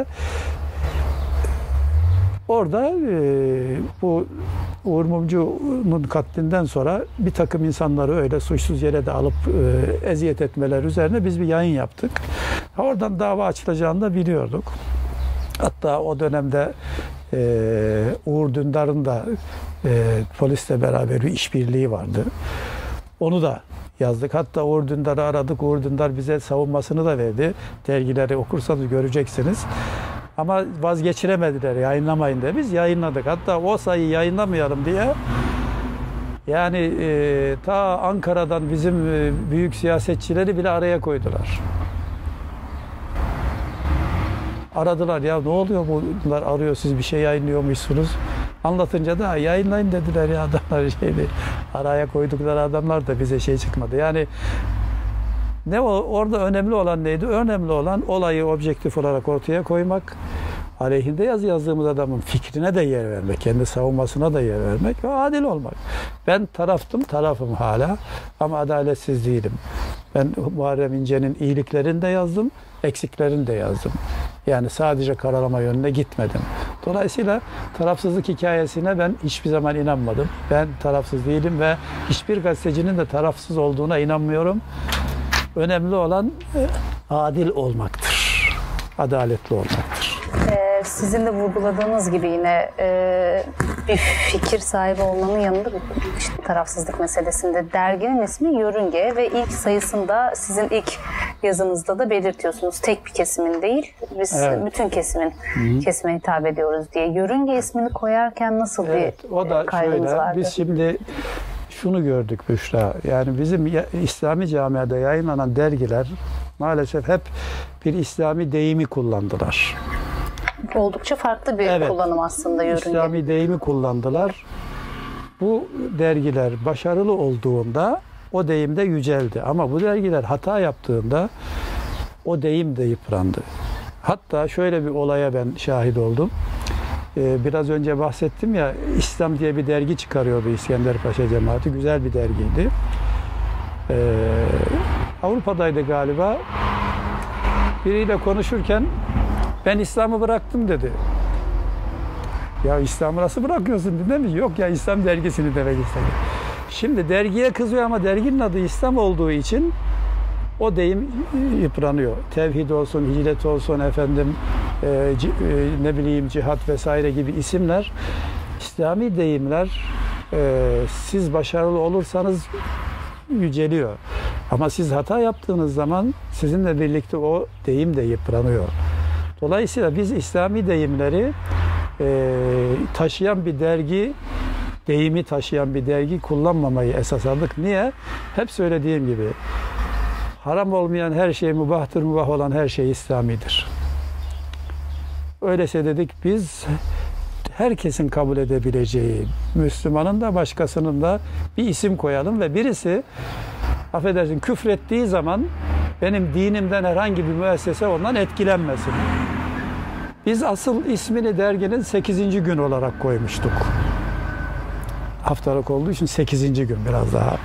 [SPEAKER 2] Orada e, bu Uğur Mumcu'nun katlinden sonra bir takım insanları öyle suçsuz yere de alıp e, eziyet etmeler üzerine biz bir yayın yaptık. Oradan dava açılacağını da biliyorduk. Hatta o dönemde e, Uğur Dündar'ın da e, polisle beraber bir işbirliği vardı. Onu da yazdık. Hatta Uğur Dündar'ı aradık. Uğur Dündar bize savunmasını da verdi. Dergileri okursanız göreceksiniz. Ama vazgeçiremediler, yayınlamayın diye. Biz yayınladık. Hatta o sayıyı yayınlamayalım diye yani e, ta Ankara'dan bizim e, büyük siyasetçileri bile araya koydular. Aradılar ya ne oluyor bunlar arıyor siz bir şey yayınlıyormuşsunuz. Anlatınca da yayınlayın dediler ya adamlar şeydi. Araya koydukları adamlar da bize şey çıkmadı. Yani ne o, orada önemli olan neydi? Önemli olan olayı objektif olarak ortaya koymak. Aleyhinde yazı yazdığımız adamın fikrine de yer vermek, kendi savunmasına da yer vermek ve adil olmak. Ben taraftım, tarafım hala ama adaletsiz değilim. Ben Muharrem İnce'nin iyiliklerini de yazdım, eksiklerini de yazdım. Yani sadece karalama yönüne gitmedim. Dolayısıyla tarafsızlık hikayesine ben hiçbir zaman inanmadım. Ben tarafsız değilim ve hiçbir gazetecinin de tarafsız olduğuna inanmıyorum. Önemli olan adil olmaktır. Adaletli olmaktır.
[SPEAKER 1] Ee, sizin de vurguladığınız gibi yine e, bir fikir sahibi olmanın yanında işte tarafsızlık meselesinde derginin ismi Yörünge ve ilk sayısında sizin ilk yazınızda da belirtiyorsunuz. Tek bir kesimin değil, biz evet. bütün kesimin Hı-hı. kesime hitap ediyoruz diye. Yörünge ismini koyarken nasıl evet, bir o da kaygınız şöyle, vardı?
[SPEAKER 2] Biz şimdi şunu gördük Büşra, yani bizim İslami camiada yayınlanan dergiler maalesef hep bir İslami deyimi kullandılar.
[SPEAKER 1] Oldukça farklı bir evet, kullanım aslında Yörünge.
[SPEAKER 2] İslami deyimi kullandılar. Bu dergiler başarılı olduğunda o deyim de yüceldi. Ama bu dergiler hata yaptığında o deyim de yıprandı. Hatta şöyle bir olaya ben şahit oldum. Biraz önce bahsettim ya, İslam diye bir dergi çıkarıyordu İskenderpaşa cemaati. Güzel bir dergiydi. Ee, Avrupa'daydı galiba. Biriyle konuşurken ben İslam'ı bıraktım dedi. Ya İslam'ı nasıl bırakıyorsun değil mi? Yok ya İslam dergisini demek istedi. Şimdi dergiye kızıyor ama derginin adı İslam olduğu için o deyim yıpranıyor. Tevhid olsun, hicret olsun, efendim e, c, e, ne bileyim cihat vesaire gibi isimler, İslami deyimler e, siz başarılı olursanız yüceliyor. Ama siz hata yaptığınız zaman sizinle birlikte o deyim de yıpranıyor. Dolayısıyla biz İslami deyimleri e, taşıyan bir dergi, deyimi taşıyan bir dergi kullanmamayı esas aldık. Niye? Hep söylediğim gibi haram olmayan her şey mübahtır, mübah olan her şey İslamidir. Öyleyse dedik biz herkesin kabul edebileceği, Müslümanın da başkasının da bir isim koyalım ve birisi affedersin küfrettiği zaman benim dinimden herhangi bir müessese ondan etkilenmesin. Biz asıl ismini derginin sekizinci gün olarak koymuştuk. Haftalık olduğu için sekizinci gün biraz daha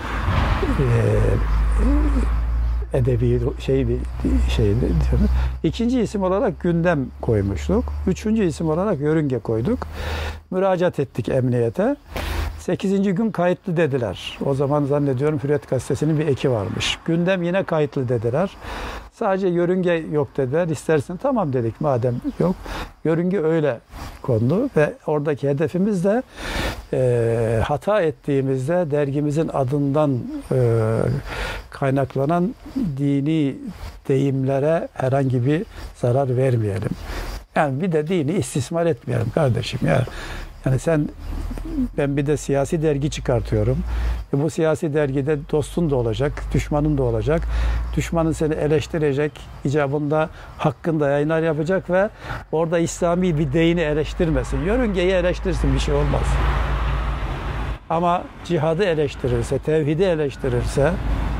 [SPEAKER 2] e, edebi şey bir şey. İkinci isim olarak gündem koymuştuk. Üçüncü isim olarak yörünge koyduk. Müracaat ettik emniyete. sekizinci gün kayıtlı dediler. O zaman zannediyorum Hürriyet Gazetesi'nin bir eki varmış. Gündem yine kayıtlı dediler. Sadece yörünge yok dediler. İstersin tamam dedik madem yok. Yörünge öyle kondu ve oradaki hedefimiz de e, hata ettiğimizde dergimizin adından e, kaynaklanan dini deyimlere herhangi bir zarar vermeyelim. Yani bir de dini istismar etmeyelim kardeşim ya. Yani sen, ben bir de siyasi dergi çıkartıyorum. E bu siyasi dergide dostun da olacak, düşmanın da olacak. Düşmanın seni eleştirecek, icabında hakkında yayınlar yapacak ve orada İslami bir deyini eleştirmesin. Yörüngeyi eleştirsin, bir şey olmaz. Ama cihadı eleştirirse, tevhidi eleştirirse,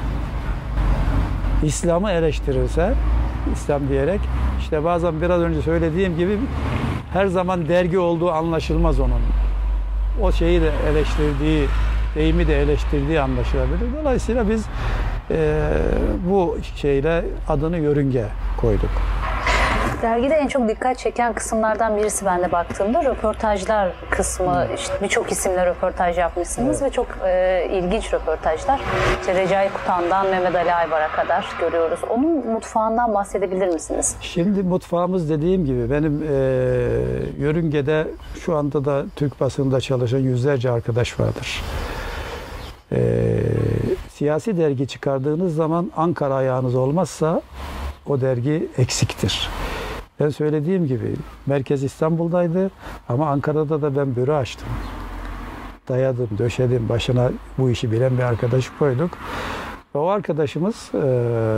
[SPEAKER 2] İslam'ı eleştirirse, İslam diyerek, işte bazen biraz önce söylediğim gibi her zaman dergi olduğu anlaşılmaz onun. O şeyi de eleştirdiği, deyimi de eleştirdiği anlaşılabilir. Dolayısıyla biz e, bu şeyle adını yörünge koyduk.
[SPEAKER 1] Dergide en çok dikkat çeken kısımlardan birisi ben de baktığımda röportajlar kısmı. İşte birçok isimle röportaj yapmışsınız, evet. Ve çok e, ilginç röportajlar. İşte Recai Kutan'dan Mehmet Ali Aybar'a kadar görüyoruz. Onun mutfağından bahsedebilir misiniz? Şimdi
[SPEAKER 2] mutfağımız dediğim gibi benim e, yörüngede şu anda da Türk basınında çalışan yüzlerce arkadaş vardır. E, siyasi dergi çıkardığınız zaman Ankara ayağınız olmazsa o dergi eksiktir. Ben söylediğim gibi merkez İstanbul'daydı ama Ankara'da da ben büro açtım. Dayadım, döşedim, başına bu işi bilen bir arkadaşı koyduk. Ve o arkadaşımız e,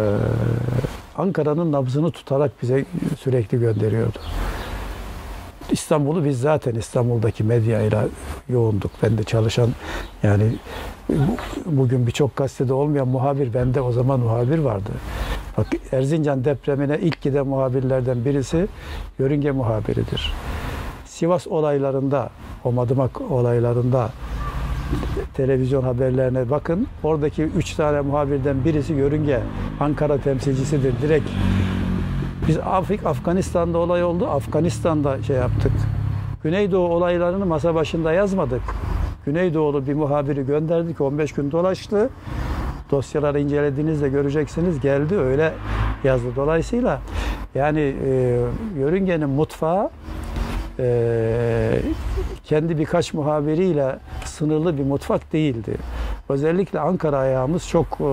[SPEAKER 2] Ankara'nın nabzını tutarak bize sürekli gönderiyordu. İstanbul'u biz zaten İstanbul'daki medyayla yoğunduk. Ben de çalışan, yani bugün birçok gazetede olmayan muhabir, bende o zaman muhabir vardı. Bak, Erzincan depremine ilk giden muhabirlerden birisi yörünge muhabiridir. Sivas olaylarında, o Madımak olaylarında televizyon haberlerine bakın. Oradaki üç tane muhabirden birisi yörünge, Ankara temsilcisidir direkt. Biz Afrik, Afganistan'da olay oldu. Afganistan'da şey yaptık. Güneydoğu olaylarını masa başında yazmadık. Güneydoğulu bir muhabiri gönderdik. on beş gün dolaştı. Dosyaları incelediğinizde göreceksiniz. Geldi öyle yazdı. Dolayısıyla yani e, yörüngenin mutfağı e, kendi birkaç muhabiriyle sınırlı bir mutfak değildi. Özellikle Ankara ayağımız çok e,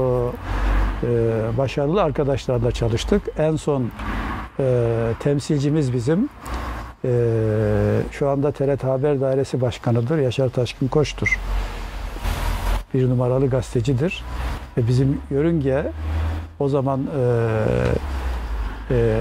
[SPEAKER 2] e, başarılı arkadaşlarla çalıştık. En son e, temsilcimiz bizim e, şu anda T R T Haber Dairesi Başkanı'dır. Yaşar Taşkın Koç'tur. Bir numaralı gazetecidir. Ve bizim yörünge o zaman e, e,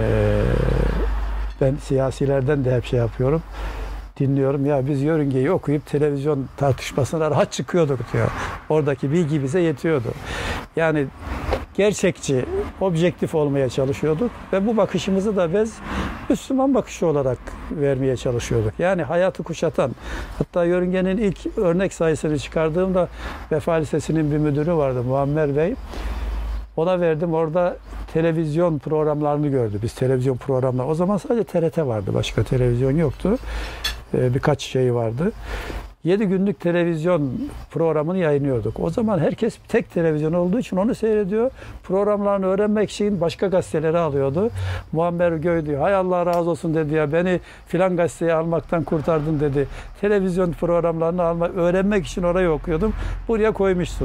[SPEAKER 2] ben siyasilerden de hep şey yapıyorum. Dinliyorum ya, biz yörüngeyi okuyup televizyon tartışmasına rahat çıkıyorduk diyor. Oradaki bilgi bize yetiyordu. Yani gerçekçi, objektif olmaya çalışıyorduk ve bu bakışımızı da biz Müslüman bakışı olarak vermeye çalışıyorduk. Yani hayatı kuşatan, hatta yörüngenin ilk örnek sayısını çıkardığımda Vefa Lisesi'nin bir müdürü vardı, Muammer Bey. Ona verdim, orada televizyon programlarını gördü. Biz televizyon programları, o zaman sadece T R T vardı, başka televizyon yoktu. Ee, birkaç şey vardı. yedi günlük televizyon programını yayınlıyorduk. O zaman herkes tek televizyon olduğu için onu seyrediyor. Programlarını öğrenmek için başka gazeteleri alıyordu. Muammer Göy diyor, hay Allah razı olsun dedi ya, beni filan gazeteye almaktan kurtardın dedi. Televizyon programlarını almak, öğrenmek için orayı okuyordum. Buraya koymuşsun.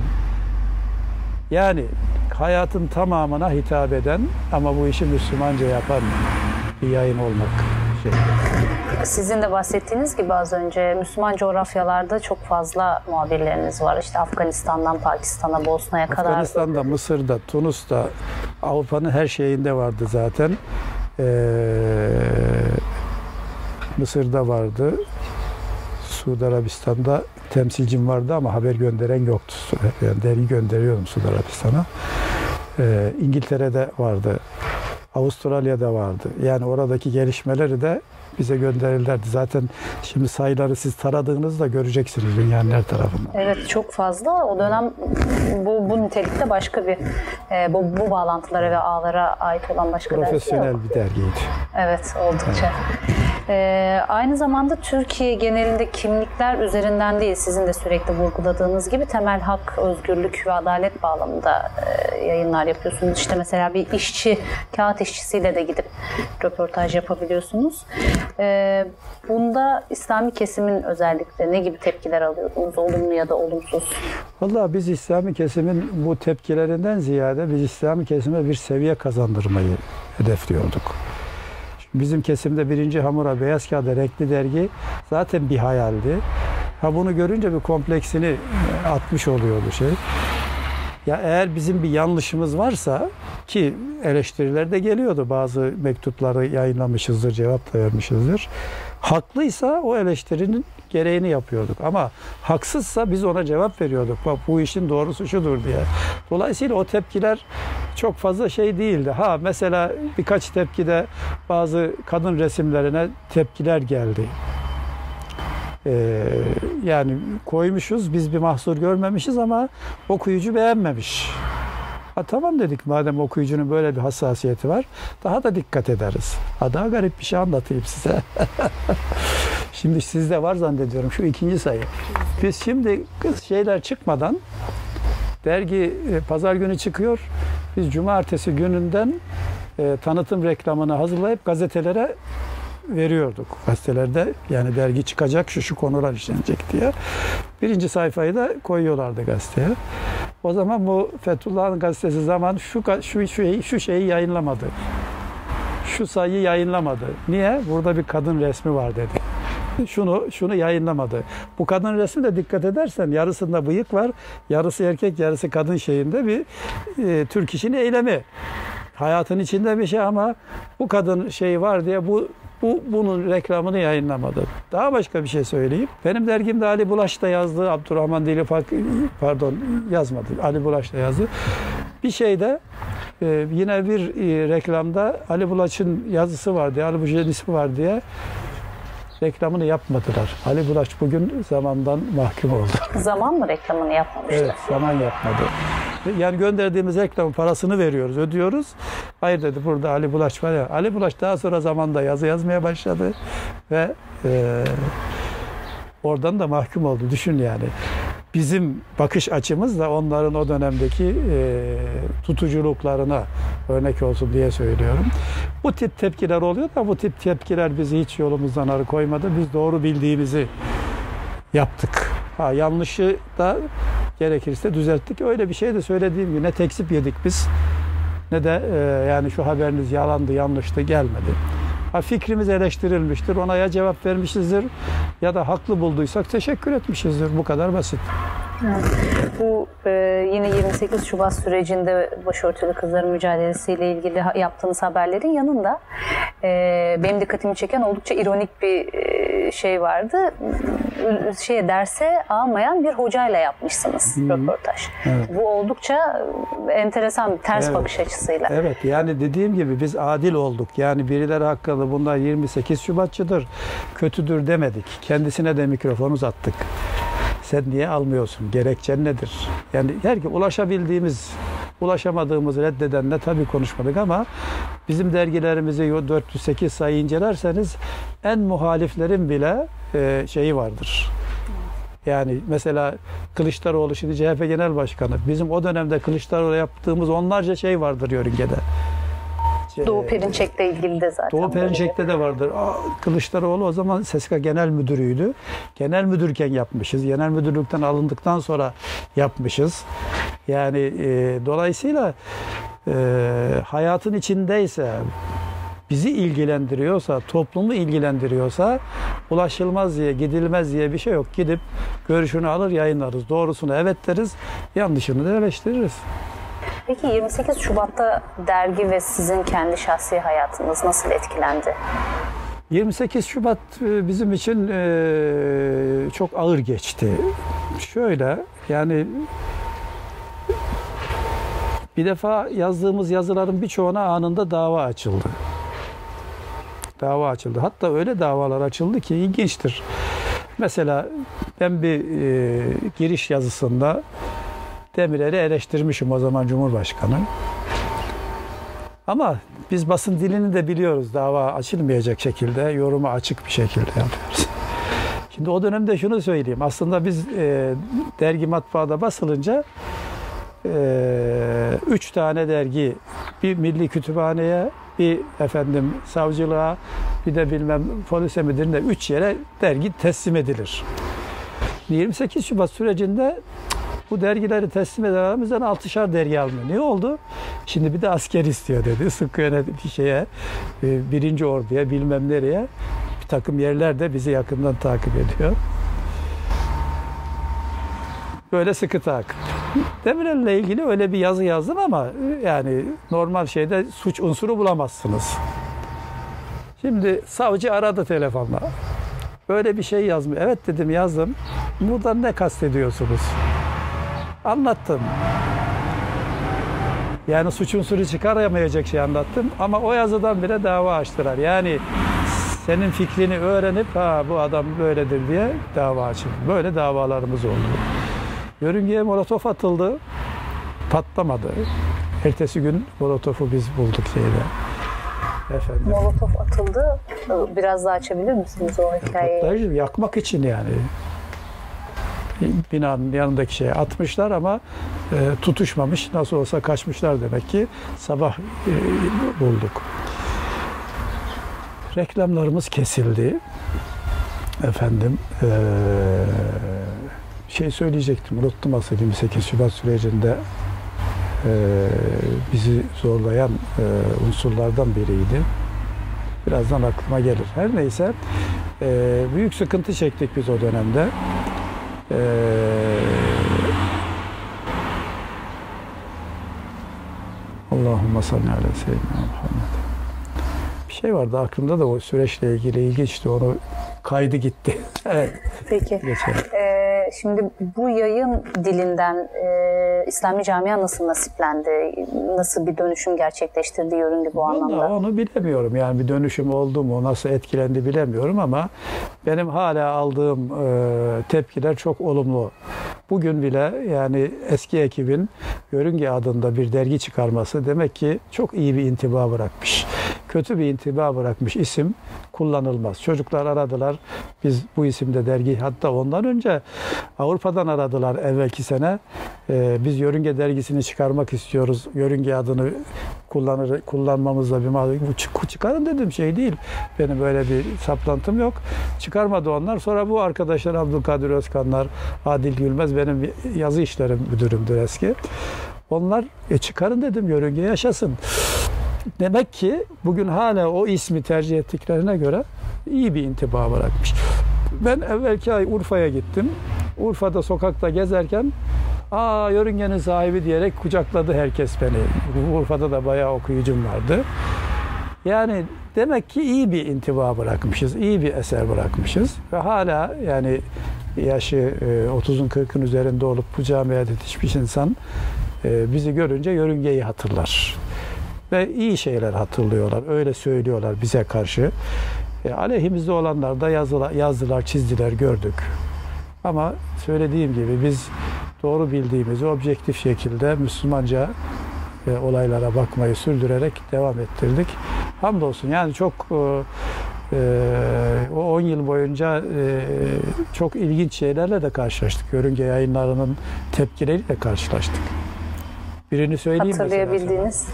[SPEAKER 2] Yani hayatın tamamına hitap eden ama bu işi Müslümanca yapan bir yayın olmak şey.
[SPEAKER 1] Sizin de bahsettiğiniz gibi az önce Müslüman coğrafyalarda çok fazla muhabirleriniz var. İşte Afganistan'dan Pakistan'a, Bosna'ya kadar.
[SPEAKER 2] Afganistan'da, Mısır'da, Tunus'ta, Avrupa'nın her şeyinde vardı zaten. Ee, Mısır'da vardı. Suudi Arabistan'da temsilcim vardı ama haber gönderen yoktu. Yani dergi gönderiyordum Suudi Arabistan'a. Ee, İngiltere'de vardı. Avustralya'da vardı. Yani oradaki gelişmeleri de bize gönderirlerdi. Zaten şimdi sayıları siz taradığınızda göreceksiniz dünyanın her tarafında.
[SPEAKER 1] Evet, çok fazla. O dönem bu, bu nitelikte başka bir e, bu, bu bağlantılara ve ağlara ait olan başka dergi yok.
[SPEAKER 2] Profesyonel bir dergiydi.
[SPEAKER 1] Evet, oldukça. Evet. Ee, aynı zamanda Türkiye genelinde kimlikler üzerinden değil, sizin de sürekli vurguladığınız gibi temel hak, özgürlük ve adalet bağlamında e, yayınlar yapıyorsunuz. İşte mesela bir işçi, kağıt işçisiyle de gidip röportaj yapabiliyorsunuz. Ee, bunda İslami kesimin özellikle ne gibi tepkiler alıyordunuz, olumlu ya da olumsuz?
[SPEAKER 2] Vallahi biz İslami kesimin bu tepkilerinden ziyade biz İslami kesime bir seviye kazandırmayı hedefliyorduk. Bizim kesimde birinci Hamura Beyaz Kağıda renkli dergi zaten bir hayaldi. Ha bunu görünce bir kompleksini atmış oluyordu şey. Ya eğer bizim bir yanlışımız varsa, ki eleştiriler de geliyordu, bazı mektupları yayınlamışızdır, cevap da vermişizdir. Haklıysa o eleştirinin gereğini yapıyorduk. Ama haksızsa biz ona cevap veriyorduk. Bak bu işin doğrusu şudur diye. Dolayısıyla o tepkiler çok fazla şey değildi. Ha mesela birkaç tepkide bazı kadın resimlerine tepkiler geldi. Ee, yani koymuşuz, biz bir mahsur görmemişiz ama okuyucu beğenmemiş. Ha, tamam dedik, madem okuyucunun böyle bir hassasiyeti var, daha da dikkat ederiz. Ha, daha garip bir şey anlatayım size. Şimdi sizde var zannediyorum şu ikinci sayı. Biz şimdi şeyler çıkmadan, dergi pazar günü çıkıyor. Biz cumartesi gününden e, tanıtım reklamını hazırlayıp gazetelere veriyorduk. Gazetelerde yani dergi çıkacak, şu şu konular işlenecek diye. Birinci sayfayı da koyuyorlardı gazeteye. O zaman bu Fethullah'ın gazetesi zaman şu şu şu, şu şeyi yayınlamadı. Şu sayıyı yayınlamadı. Niye? Burada bir kadın resmi var dedi. Şunu şunu yayınlamadı. Bu kadın resmi de dikkat edersen yarısında bıyık var, yarısı erkek, yarısı kadın şeyinde bir e, Türk işin eylemi. Hayatın içinde bir şey ama bu kadın şeyi var diye bu Bu, bunun reklamını yayınlamadı. Daha başka bir şey söyleyeyim. Benim dergimde Ali Bulaş da yazdı. Abdurrahman Dili pardon yazmadı. Ali Bulaş da yazdı. Bir şeyde e, yine bir e, reklamda Ali Bulaş'ın yazısı var diye, Ali Bulaş'ın ismi var diye reklamını yapmadılar. Ali Bulaş bugün zamandan mahkum oldu.
[SPEAKER 1] Zaman mı reklamını yapmamışlar?
[SPEAKER 2] Evet, zaman yapmadı. Yani gönderdiğimiz reklamın parasını veriyoruz, ödüyoruz. Hayır dedi, burada Ali Bulaş var ya. Ali Bulaş daha sonra zamanda yazı yazmaya başladı ve e, oradan da mahkum oldu. Düşün yani. Bizim bakış açımız da onların o dönemdeki e, tutuculuklarına örnek olsun diye söylüyorum. Bu tip tepkiler oluyor da bu tip tepkiler bizi hiç yolumuzdan arı koymadı. Biz doğru bildiğimizi yaptık. Ha, yanlışı da gerekirse düzelttik. Öyle bir şey de söylediğim gibi ne tekzip yedik biz ne de e, yani şu haberiniz yalandı, yanlıştı gelmedi. Ha, fikrimiz eleştirilmiştir. Ona ya cevap vermişizdir ya da haklı bulduysak teşekkür etmişizdir. Bu kadar basit.
[SPEAKER 1] Bu e, yine yirmi sekiz Şubat sürecinde başörtülü kızların mücadelesiyle ilgili yaptığınız haberlerin yanında e, benim dikkatimi çeken oldukça ironik bir e, şey vardı. Şeye derse almayan bir hocayla yapmışsınız hmm. röportaj. Evet. Bu oldukça enteresan bir ters evet. bakış açısıyla. Evet,
[SPEAKER 2] yani dediğim gibi biz adil olduk. Yani birileri hakkında bunlar yirmi sekiz Şubatçıdır, kötüdür demedik. Kendisine de mikrofon uzattık. Sen niye almıyorsun? Gerekçen nedir? Yani her ki ulaşabildiğimiz, ulaşamadığımız reddedenle tabii konuşmadık ama bizim dergilerimizi dört yüz sekiz sayı incelerseniz en muhaliflerin bile e, şeyi vardır. Yani mesela Kılıçdaroğlu şimdi C H P Genel Başkanı. Bizim o dönemde Kılıçdaroğlu yaptığımız onlarca şey vardır yörüngede.
[SPEAKER 1] Doğu Perinçek'le ilgili de zaten.
[SPEAKER 2] Doğu Perinçek'te de vardır. Aa, Kılıçdaroğlu o zaman S S K Genel Müdürü'ydü. Genel müdürken yapmışız. Genel müdürlükten alındıktan sonra yapmışız. Yani e, dolayısıyla e, hayatın içindeyse, bizi ilgilendiriyorsa, toplumu ilgilendiriyorsa ulaşılmaz diye, gidilmez diye bir şey yok. Gidip görüşünü alır, yayınlarız. Doğrusunu evet deriz, yanlışını da eleştiririz.
[SPEAKER 1] Peki yirmi sekiz Şubat'ta dergi ve sizin kendi şahsi hayatınız nasıl etkilendi?
[SPEAKER 2] yirmi sekiz Şubat bizim için çok ağır geçti. Şöyle, yani bir defa yazdığımız yazıların birçoğuna anında dava açıldı. Dava açıldı. Hatta öyle davalar açıldı ki ilginçtir. Mesela ben bir e, giriş yazısında Demirel'i eleştirmişim, o zaman Cumhurbaşkanı. Ama biz basın dilini de biliyoruz. Dava açılmayacak şekilde, yoruma açık bir şekilde yapıyoruz. Şimdi o dönemde şunu söyleyeyim. Aslında biz e, dergi matbaada basılınca e, üç tane dergi, bir Milli Kütüphane'ye, bir efendim savcılığa, bir de bilmem polise müdürlüğüne, üç yere dergi teslim edilir. yirmi sekiz Şubat sürecinde bu dergileri teslim edenlerimizden altışar dergi almıyor. Ne oldu? Şimdi bir de asker istiyor dedi. Sıkı yönetim şeye, birinci orduya, bilmem nereye. Bir takım yerlerde bizi yakından takip ediyor. Böyle sıkı takip. Demirel'le ilgili öyle bir yazı yazdım ama yani normal şeyde suç unsuru bulamazsınız. Şimdi savcı aradı telefonla. Böyle bir şey yazmış. Evet dedim, yazdım. Buradan ne kastediyorsunuz? Anlattım. Yani suç unsuru çıkaramayacak şey anlattım. Ama o yazıdan bile dava açtılar. Yani senin fikrini öğrenip ha bu adam böyledir diye dava açıldı. Böyle davalarımız oldu. Yörüngeye molotof atıldı. Patlamadı. Ertesi gün molotofu biz bulduk şeyde. Efendim.
[SPEAKER 1] Molotof atıldı. Biraz daha açabilir misiniz o hikayeyi?
[SPEAKER 2] Patlayıcı, yakmak için yani. Binanın yanındaki şeye atmışlar ama e, tutuşmamış. Nasıl olsa kaçmışlar demek ki. Sabah e, bulduk. Reklamlarımız kesildi. Efendim e, şey söyleyecektim. Unuttum aslında. yirmi sekiz Şubat sürecinde e, bizi zorlayan e, unsurlardan biriydi. Birazdan aklıma gelir. Her neyse e, büyük sıkıntı çektik biz o dönemde. Ee, Allahümme salli ala seyyidina Muhammed. Bir şey vardı aklımda da o süreçle ilgili, ilginçti, onu kaydı gitti. Evet.
[SPEAKER 1] Peki. Ee, şimdi bu yayın dilinden e, İslami camia nasıl nasiplendi? Nasıl bir dönüşüm gerçekleştirdi Yörünge bu anlamda?
[SPEAKER 2] Vallahi onu bilemiyorum. Yani bir dönüşüm oldu mu, nasıl etkilendi bilemiyorum ama benim hala aldığım e, tepkiler çok olumlu. Bugün bile yani eski ekibin Yörünge adında bir dergi çıkarması demek ki çok iyi bir intiba bırakmış. Kötü bir intiba bırakmış isim kullanılmaz. Çocuklar aradılar. Biz bu isimde dergi, hatta ondan önce Avrupa'dan aradılar evvelki sene. Ee, biz Yörünge dergisini çıkarmak istiyoruz. Yörünge adını kullanır, kullanmamızla bir mağdur. Bu çıkarın dedim, şey değil. Benim böyle bir saplantım yok. Çıkarmadı onlar. Sonra bu arkadaşlar Abdülkadir Özkanlar, Adil Gülmez, benim yazı işlerim müdürümdür eski. Onlar e, çıkarın dedim, Yörünge yaşasın. Demek ki bugün hala o ismi tercih ettiklerine göre iyi bir intiba bırakmış. Ben evvelki ay Urfa'ya gittim. Urfa'da sokakta gezerken aa Yörünge'nin sahibi diyerek kucakladı herkes beni. Urfa'da da bayağı okuyucum vardı. Yani demek ki iyi bir intiba bırakmışız, iyi bir eser bırakmışız. Ve hala yani yaşı otuzun kırkın üzerinde olup bu camiaya yetişmiş insan bizi görünce Yörünge'yi hatırlar. Ve iyi şeyler hatırlıyorlar, öyle söylüyorlar bize karşı. E, aleyhimizde olanlar da yazılar, yazdılar, çizdiler, gördük. Ama söylediğim gibi biz doğru bildiğimizi objektif şekilde Müslümanca e, olaylara bakmayı sürdürerek devam ettirdik. Hamdolsun yani çok e, e, o on yıl boyunca e, çok ilginç şeylerle de karşılaştık. Yörünge yayınlarının tepkileriyle karşılaştık. Birini söyleyeyim
[SPEAKER 1] hatırlayabildiğiniz.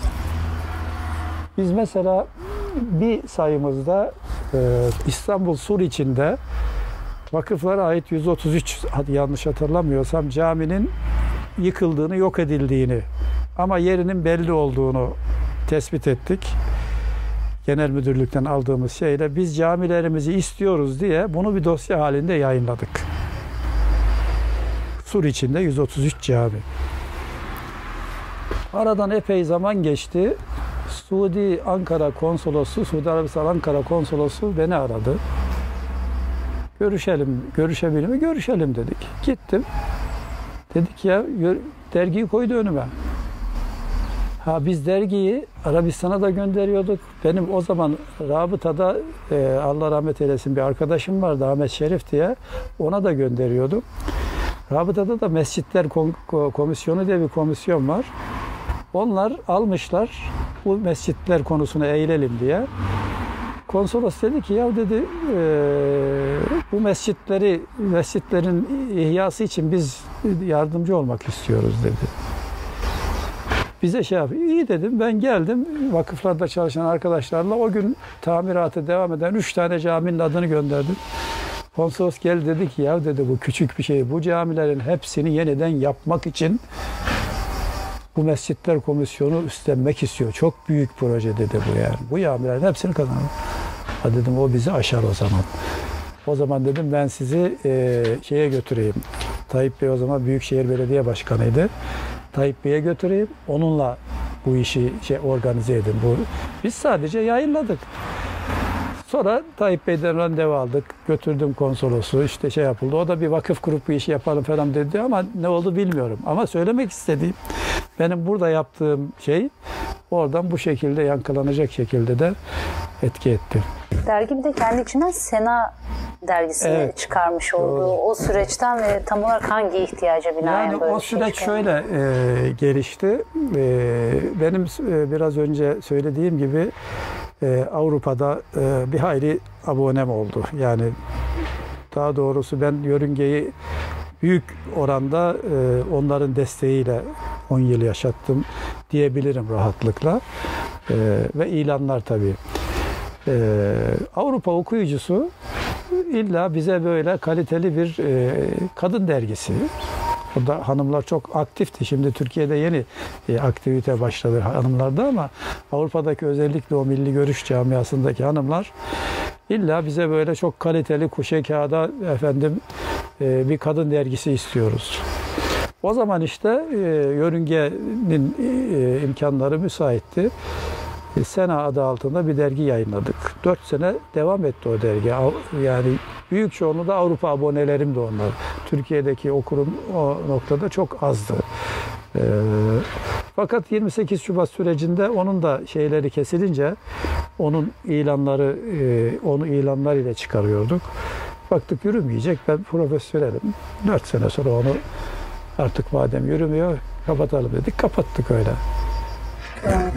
[SPEAKER 2] Biz mesela bir sayımızda e, İstanbul Suriçi'nde vakıflara ait yüz otuz üç, hadi yanlış hatırlamıyorsam, caminin yıkıldığını, yok edildiğini ama yerinin belli olduğunu tespit ettik. Genel müdürlükten aldığımız şeyle biz camilerimizi istiyoruz diye bunu bir dosya halinde yayınladık. Suriçi'nde yüz otuz üç cami. Aradan epey zaman geçti. Suudi Ankara Konsolosu, Suudi Arabistan Ankara Konsolosu beni aradı. Görüşelim, görüşebilir mi? Görüşelim dedik. Gittim. Dedik ya, dergiyi koydu önüme. Ha biz dergiyi Arabistan'a da gönderiyorduk. Benim o zaman rabıtada e, Allah rahmet eylesin bir arkadaşım vardı Ahmet Şerif diye. Ona da gönderiyordum. Rabıtada da Mescitler Komisyonu diye bir komisyon var. Onlar almışlar bu mescitler konusunu eğilelim diye. Konsolos dedi ki ya dedi e, bu mescitleri mescitlerin ihyası için biz yardımcı olmak istiyoruz dedi. Bize şey yapıyor. İyi dedim. Ben geldim. Vakıflarda çalışan arkadaşlarla o gün tamiratı devam eden üç tane caminin adını gönderdim. Konsolos geldi dedi ki ya dedi bu küçük bir şey. Bu camilerin hepsini yeniden yapmak için bu Mescitler Komisyonu üstlenmek istiyor. Çok büyük proje dedi bu yani. Bu camilerin hepsini kazanır. Ha dedim o bizi aşar o zaman. O zaman dedim ben sizi e, şeye götüreyim. Tayyip Bey o zaman Büyükşehir Belediye Başkanı'ydı. Tayyip Bey'e götüreyim. Onunla bu işi şey organize edin. Bu biz sadece yayınladık. Sonra Tayyip Bey'den randevu aldık. Götürdüm konsolosu. İşte şey yapıldı. O da bir vakıf kurup bir işi yapalım falan dedi ama ne oldu bilmiyorum. Ama söylemek istediğim benim burada yaptığım şey oradan bu şekilde yankılanacak şekilde de etki etti.
[SPEAKER 1] Dergi bir de kendi içinden Sena dergisini evet, çıkarmış olduğu doğru. O süreçten ve tam olarak hangi ihtiyaca binaen
[SPEAKER 2] yani
[SPEAKER 1] böyle
[SPEAKER 2] o
[SPEAKER 1] bir şey
[SPEAKER 2] süreç
[SPEAKER 1] çıkarmış?
[SPEAKER 2] şöyle e, gelişti. E, benim e, biraz önce söylediğim gibi e, Avrupa'da e, bir hayli abonem oldu. Yani daha doğrusu ben yörüngeyi büyük oranda e, onların desteğiyle on yıl yaşattım diyebilirim rahatlıkla. E, ve ilanlar tabii. Ee, Avrupa okuyucusu illa bize böyle kaliteli bir e, kadın dergisi. O da hanımlar çok aktifti. Şimdi Türkiye'de yeni e, aktivite başladı hanımlarda ama Avrupa'daki özellikle o milli görüş camiasındaki hanımlar illa bize böyle çok kaliteli kuşe kağıda efendim e, bir kadın dergisi istiyoruz. O zaman işte e, yörüngenin e, imkanları müsaitti. Sena adı altında bir dergi yayınladık. Dört sene devam etti o dergi. Yani büyük çoğunluğu da Avrupa abonelerim de onlar. Türkiye'deki okurum o noktada çok azdı. Ee, fakat yirmi sekiz Şubat sürecinde onun da şeyleri kesilince onun ilanları e, onu ilanlar ile çıkarıyorduk. Baktık yürümeyecek. Ben profesyonelim. Dört sene sonra onu artık madem yürümüyor kapatalım dedik. Kapattık öyle.
[SPEAKER 1] Evet.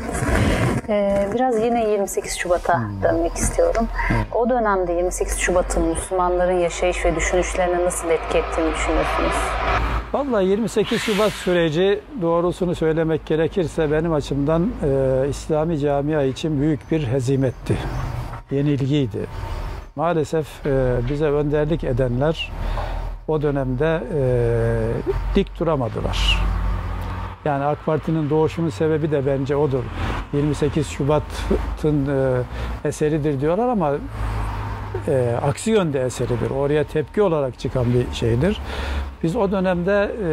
[SPEAKER 1] Ee, biraz yine yirmi sekiz Şubat'a hmm. dönmek istiyorum. Hmm. O dönemde yirmi sekiz Şubat'ın Müslümanların yaşayış ve düşünüşlerine nasıl etki ettiğini düşünüyorsunuz?
[SPEAKER 2] Vallahi yirmi sekiz Şubat süreci doğrusunu söylemek gerekirse benim açımdan e, İslami camia için büyük bir hezimetti. Yenilgiydi. Maalesef e, bize önderlik edenler o dönemde e, dik duramadılar. Yani AK Parti'nin doğuşunun sebebi de bence odur. yirmi sekiz Şubat'ın e, eseridir diyorlar ama e, aksi yönde eseridir. Oraya tepki olarak çıkan bir şeydir. Biz o dönemde e,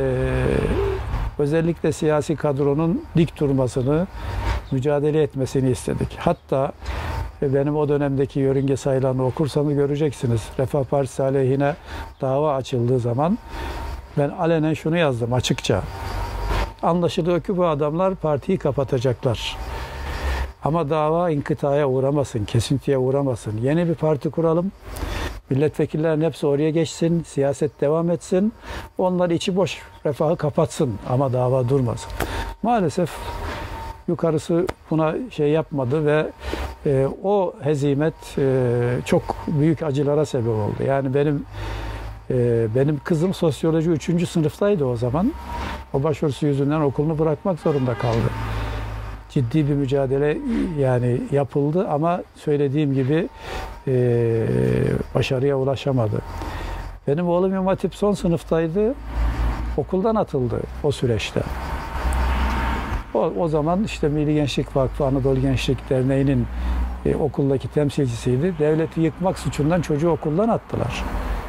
[SPEAKER 2] özellikle siyasi kadronun dik durmasını, mücadele etmesini istedik. Hatta e, benim o dönemdeki yörünge sayılarını okursanız göreceksiniz. Refah Partisi aleyhine dava açıldığı zaman ben alenen şunu yazdım açıkça. Anlaşılıyor ki bu adamlar partiyi kapatacaklar. Ama dava inkıtaya uğramasın, kesintiye uğramasın. Yeni bir parti kuralım. Milletvekillerinin hepsi oraya geçsin, siyaset devam etsin. Onlar içi boş refahı kapatsın ama dava durmasın. Maalesef yukarısı buna şey yapmadı ve e, o hezimet e, çok büyük acılara sebep oldu. Yani benim e, benim kızım sosyoloji üçüncü sınıftaydı o zaman. O başarısı yüzünden okulunu bırakmak zorunda kaldı. Ciddi bir mücadele yani yapıldı ama söylediğim gibi e, başarıya ulaşamadı. Benim oğlum İmam Hatip son sınıftaydı. Okuldan atıldı o süreçte. O, o zaman işte Milli Gençlik Vakfı Anadolu Gençlik Derneği'nin e, okuldaki temsilcisiydi. Devleti yıkmak suçundan çocuğu okuldan attılar.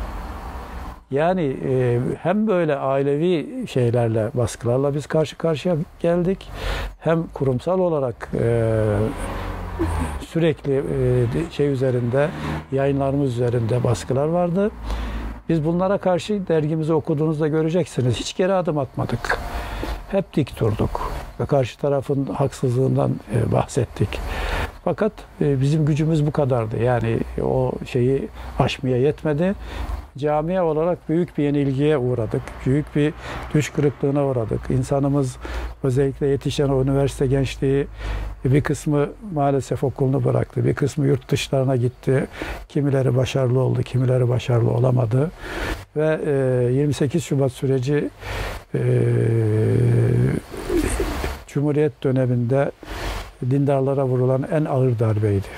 [SPEAKER 2] Yani e, hem böyle ailevi şeylerle, baskılarla biz karşı karşıya geldik. hem kurumsal olarak e, sürekli e, şey üzerinde, yayınlarımız üzerinde baskılar vardı. Biz bunlara karşı dergimizi okuduğunuzda göreceksiniz. Hiç geri adım atmadık. Hep dik durduk ve karşı tarafın haksızlığından e, bahsettik. Fakat e, bizim gücümüz bu kadardı. Yani o şeyi aşmaya yetmedi. Camia olarak büyük bir yenilgiye uğradık. Büyük bir düş kırıklığına uğradık. İnsanımız, özellikle yetişen o üniversite gençliği, bir kısmı maalesef okulunu bıraktı. Bir kısmı yurt dışlarına gitti. Kimileri başarılı oldu, kimileri başarılı olamadı. Ve e, yirmi sekiz Şubat süreci e, Cumhuriyet döneminde dindarlara vurulan en ağır darbeydi.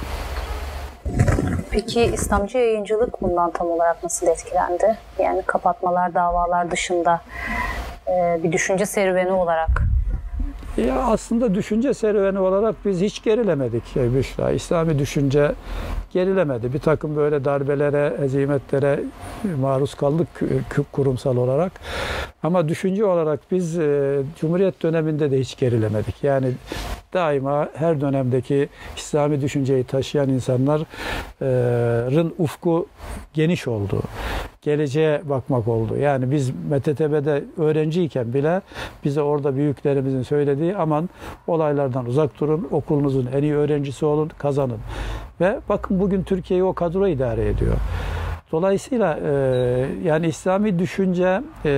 [SPEAKER 1] Peki İslamcı yayıncılık bundan tam olarak nasıl etkilendi? Yani kapatmalar, davalar dışında e, bir düşünce serüveni olarak.
[SPEAKER 2] Ya aslında düşünce serüveni olarak biz hiç gerilemedik Büşra. İslami düşünce gerilemedi. Bir takım böyle darbelere, hezimetlere maruz kaldık kurumsal olarak. Ama düşünce olarak biz e, Cumhuriyet döneminde de hiç gerilemedik. Yani daima her dönemdeki İslami düşünceyi taşıyan insanların ufku geniş oldu. Geleceğe bakmak oldu. Yani biz M T T B'de öğrenciyken bile bize orada büyüklerimizin söylediği aman olaylardan uzak durun, okulunuzun en iyi öğrencisi olun, kazanın. Ve bakın bugün Türkiye'yi o kadro idare ediyor. Dolayısıyla e, yani İslami düşünce e,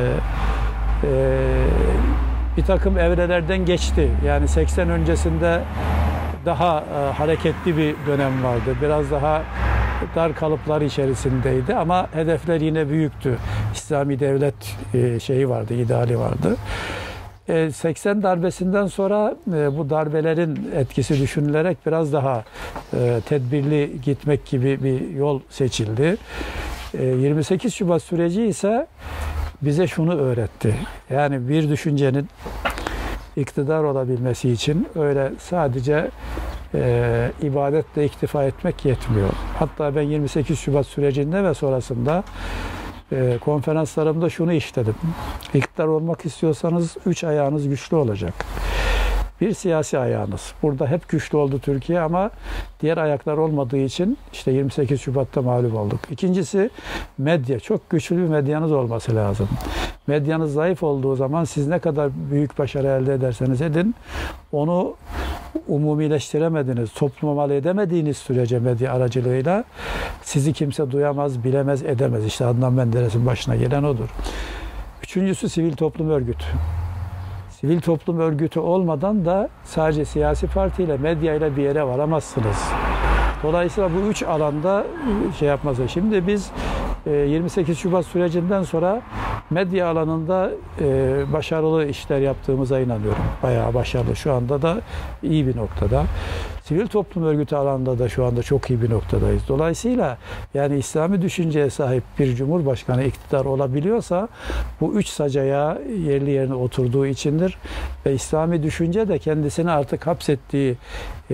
[SPEAKER 2] e, bir takım evrelerden geçti. Yani seksen öncesinde daha e, hareketli bir dönem vardı. Biraz daha dar kalıplar içerisindeydi ama hedefler yine büyüktü. İslami devlet e, şeyi vardı, ideali vardı. E, seksen darbesinden sonra e, bu darbelerin etkisi düşünülerek biraz daha e, tedbirli gitmek gibi bir yol seçildi. E, yirmi sekiz Şubat süreci ise bize şunu öğretti. Yani bir düşüncenin iktidar olabilmesi için öyle sadece e, ibadetle iktifa etmek yetmiyor. Hatta ben yirmi sekiz Şubat sürecinde ve sonrasında e, konferanslarımda şunu işledim. İktidar olmak istiyorsanız üç ayağınız güçlü olacak. Bir, siyasi ayağınız. Burada hep güçlü oldu Türkiye ama diğer ayaklar olmadığı için işte yirmi sekiz Şubat'ta mağlup olduk. İkincisi, medya. Çok güçlü bir medyanız olması lazım. Medyanız zayıf olduğu zaman siz ne kadar büyük başarı elde ederseniz edin, onu umumileştiremediniz, topluma mal edemediğiniz sürece medya aracılığıyla sizi kimse duyamaz, bilemez, edemez. İşte Adnan Menderes'in başına gelen odur. Üçüncüsü, sivil toplum örgütü. Sivil toplum örgütü olmadan da sadece siyasi partiyle, medyayla bir yere varamazsınız. Dolayısıyla bu üç alanda şey yapmazlar. Şimdi biz yirmi sekiz Şubat sürecinden sonra medya alanında başarılı işler yaptığımıza inanıyorum. Bayağı başarılı. Şu anda da iyi bir noktada. Sivil toplum örgütü alanında da şu anda çok iyi bir noktadayız. Dolayısıyla yani İslami düşünceye sahip bir cumhurbaşkanı iktidar olabiliyorsa bu üç sacaya yerli yerine oturduğu içindir. Ve İslami düşünce de kendisini artık hapsettiği e,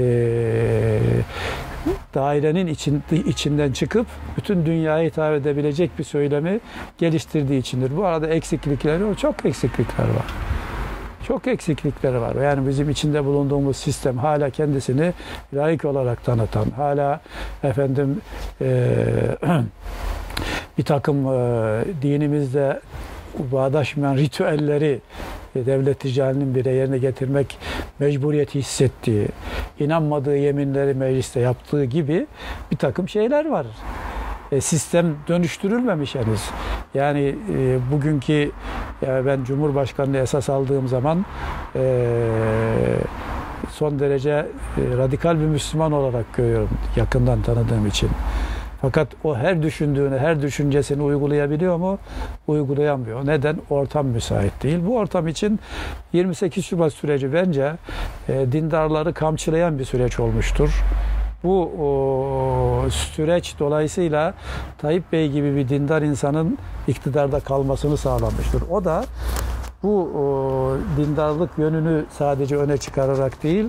[SPEAKER 2] dairenin için, içinden çıkıp bütün dünyaya hitap edebilecek bir söylemi geliştirdiği içindir. Bu arada eksiklikleri, çok eksiklikler var. Çok eksiklikleri var. Yani bizim içinde bulunduğumuz sistem hala kendisini laik olarak tanıtan, hala efendim e, bir takım e, dinimizde bağdaşmayan ritüelleri e, devlet ricalinin bile yerine getirmek mecburiyeti hissettiği, inanmadığı yeminleri mecliste yaptığı gibi bir takım şeyler var. E, sistem dönüştürülmemiş henüz. Yani e, bugünkü yani ben Cumhurbaşkanlığı esas aldığım zaman e, son derece e, radikal bir Müslüman olarak görüyorum yakından tanıdığım için. Fakat o her düşündüğünü, her düşüncesini uygulayabiliyor mu? Uygulayamıyor. Neden? Ortam müsait değil. Bu ortam için yirmi sekiz Şubat süreci bence e, dindarları kamçılayan bir süreç olmuştur. Bu o, süreç dolayısıyla Tayyip Bey gibi bir dindar insanın iktidarda kalmasını sağlamıştır. O da bu o, dindarlık yönünü sadece öne çıkararak değil,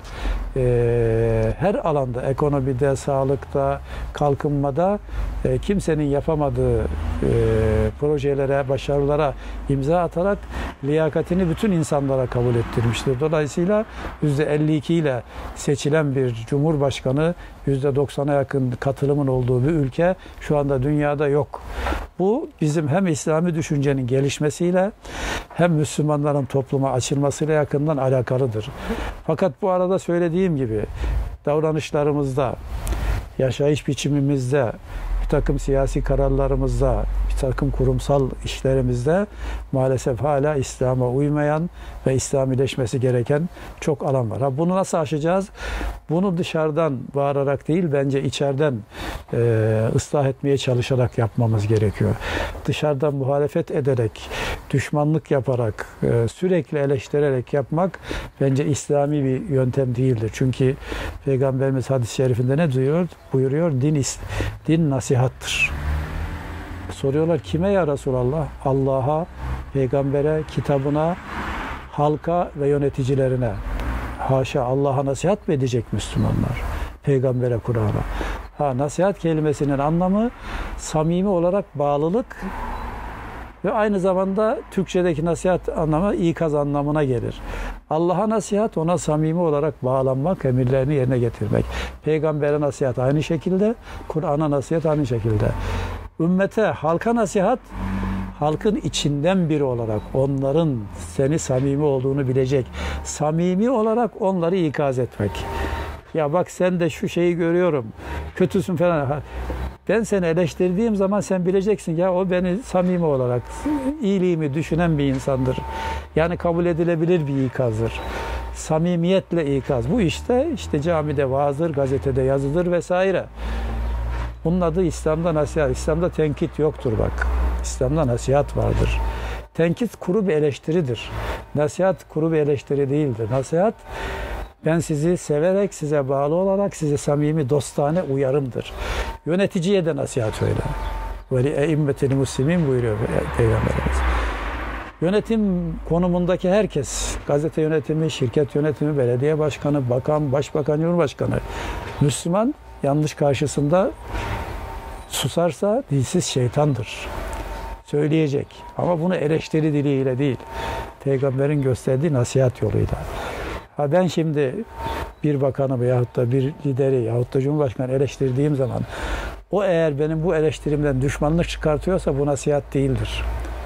[SPEAKER 2] e, her alanda, ekonomide, sağlıkta, kalkınmada e, kimsenin yapamadığı e, projelere, başarılara imza atarak liyakatini bütün insanlara kabul ettirmiştir. Dolayısıyla yüzde elli iki ile seçilen bir cumhurbaşkanı, yüzde doksana yakın katılımın olduğu bir ülke şu anda dünyada yok. Bu bizim hem İslami düşüncenin gelişmesiyle hem Müslümanların topluma açılmasıyla yakından alakalıdır. Fakat bu arada söylediğim gibi davranışlarımızda, yaşayış biçimimizde, bir takım siyasi kararlarımızda, bir takım kurumsal işlerimizde maalesef hala İslam'a uymayan ve İslamileşmesi gereken çok alan var. Ha, bunu nasıl aşacağız? Bunu dışarıdan bağırarak değil, bence içeriden e, ıslah etmeye çalışarak yapmamız gerekiyor. Dışarıdan muhalefet ederek, düşmanlık yaparak, e, sürekli eleştirerek yapmak bence İslami bir yöntem değildir. Çünkü Peygamberimiz hadis-i şerifinde ne diyor? Buyuruyor, din, din nasihattır. Soruyorlar, kime ya Resulallah? Allah'a, peygambere, kitabına, halka ve yöneticilerine. Haşa, Allah'a nasihat mı edecek Müslümanlar? Peygambere, Kur'an'a. Ha, nasihat kelimesinin anlamı samimi olarak bağlılık ve aynı zamanda Türkçedeki nasihat anlamı ikaz anlamına gelir. Allah'a nasihat, ona samimi olarak bağlanmak, emirlerini yerine getirmek. Peygambere nasihat aynı şekilde, Kur'an'a nasihat aynı şekilde. Ümmete, halka nasihat, halkın içinden biri olarak onların seni samimi olduğunu bilecek, samimi olarak onları ikaz etmek. Ya bak sen de şu şeyi görüyorum, kötüsün falan. Ben seni eleştirdiğim zaman sen bileceksin ya o beni samimi olarak, iyiliğimi düşünen bir insandır. Yani kabul edilebilir bir ikazdır. Samimiyetle ikaz. Bu işte işte camide vaazdır, gazetede yazıdır vesaire. Bunun adı İslam'da nasihat. İslam'da tenkit yoktur bak. İslam'da nasihat vardır. Tenkit kuru bir eleştiridir. Nasihat kuru bir eleştiri değildir. Nasihat, ben sizi severek, size bağlı olarak, size samimi, dostane uyarımdır. Yöneticiye de nasihat öyle. Veli eimmetil muslimin buyuruyor Peygamberimiz. Yönetim konumundaki herkes, gazete yönetimi, şirket yönetimi, belediye başkanı, bakan, başbakan, cumhurbaşkanı, Müslüman yanlış karşısında susarsa dilsiz şeytandır. Söyleyecek. Ama bunu eleştiri diliyle değil, Peygamberin gösterdiği nasihat yoluyla. Ha ben şimdi bir bakanı veyahut da bir lideri yahut da cumhurbaşkanı eleştirdiğim zaman o eğer benim bu eleştirimden düşmanlık çıkartıyorsa bu nasihat değildir.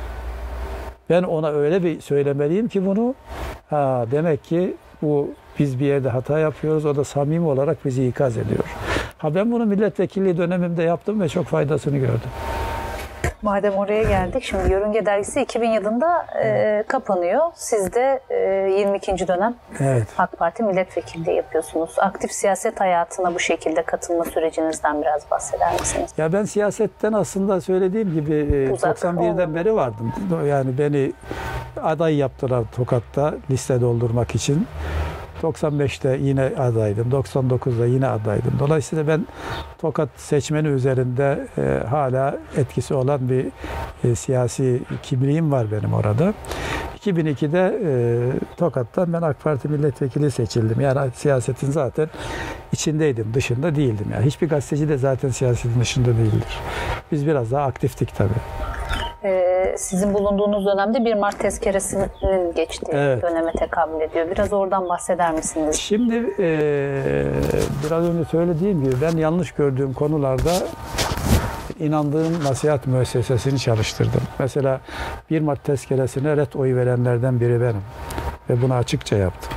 [SPEAKER 2] Ben ona öyle bir söylemeliyim ki bunu, ha demek ki bu biz bir yerde hata yapıyoruz, o da samimi olarak bizi ikaz ediyor. Ha ben bunu milletvekilliği dönemimde yaptım ve çok faydasını gördüm.
[SPEAKER 1] Madem oraya geldik, şimdi Yörünge Dergisi iki bin yılında e, kapanıyor. Siz de e, yirmi ikinci dönem
[SPEAKER 2] evet. AK
[SPEAKER 1] Parti milletvekilliği yapıyorsunuz. Aktif siyaset hayatına bu şekilde katılma sürecinizden biraz bahseder misiniz?
[SPEAKER 2] Ya ben siyasetten aslında söylediğim gibi
[SPEAKER 1] Uzak
[SPEAKER 2] doksan birden
[SPEAKER 1] oldu.
[SPEAKER 2] beri vardım. Yani beni aday yaptılar Tokat'ta liste doldurmak için. doksan beşte yine adaydım, doksan dokuzda yine adaydım. Dolayısıyla ben Tokat seçmeni üzerinde e, hala etkisi olan bir e, siyasi kimliğim var benim orada. iki bin ikide e, Tokat'tan ben AK Parti milletvekili seçildim. Yani siyasetin zaten içindeydim, dışında değildim. Yani hiçbir gazeteci de zaten siyasetin dışında değildir. Biz biraz daha aktiftik tabii.
[SPEAKER 1] Ee, sizin bulunduğunuz dönemde bir Mart tezkeresinin geçtiği
[SPEAKER 2] evet.
[SPEAKER 1] döneme tekabül ediyor. Biraz oradan bahseder misiniz?
[SPEAKER 2] Şimdi e, biraz önce söylediğim gibi ben yanlış gördüğüm konularda inandığım nasihat müessesesini çalıştırdım. Mesela bir Mart tezkeresine ret oyu verenlerden biri benim. Ve bunu açıkça yaptım.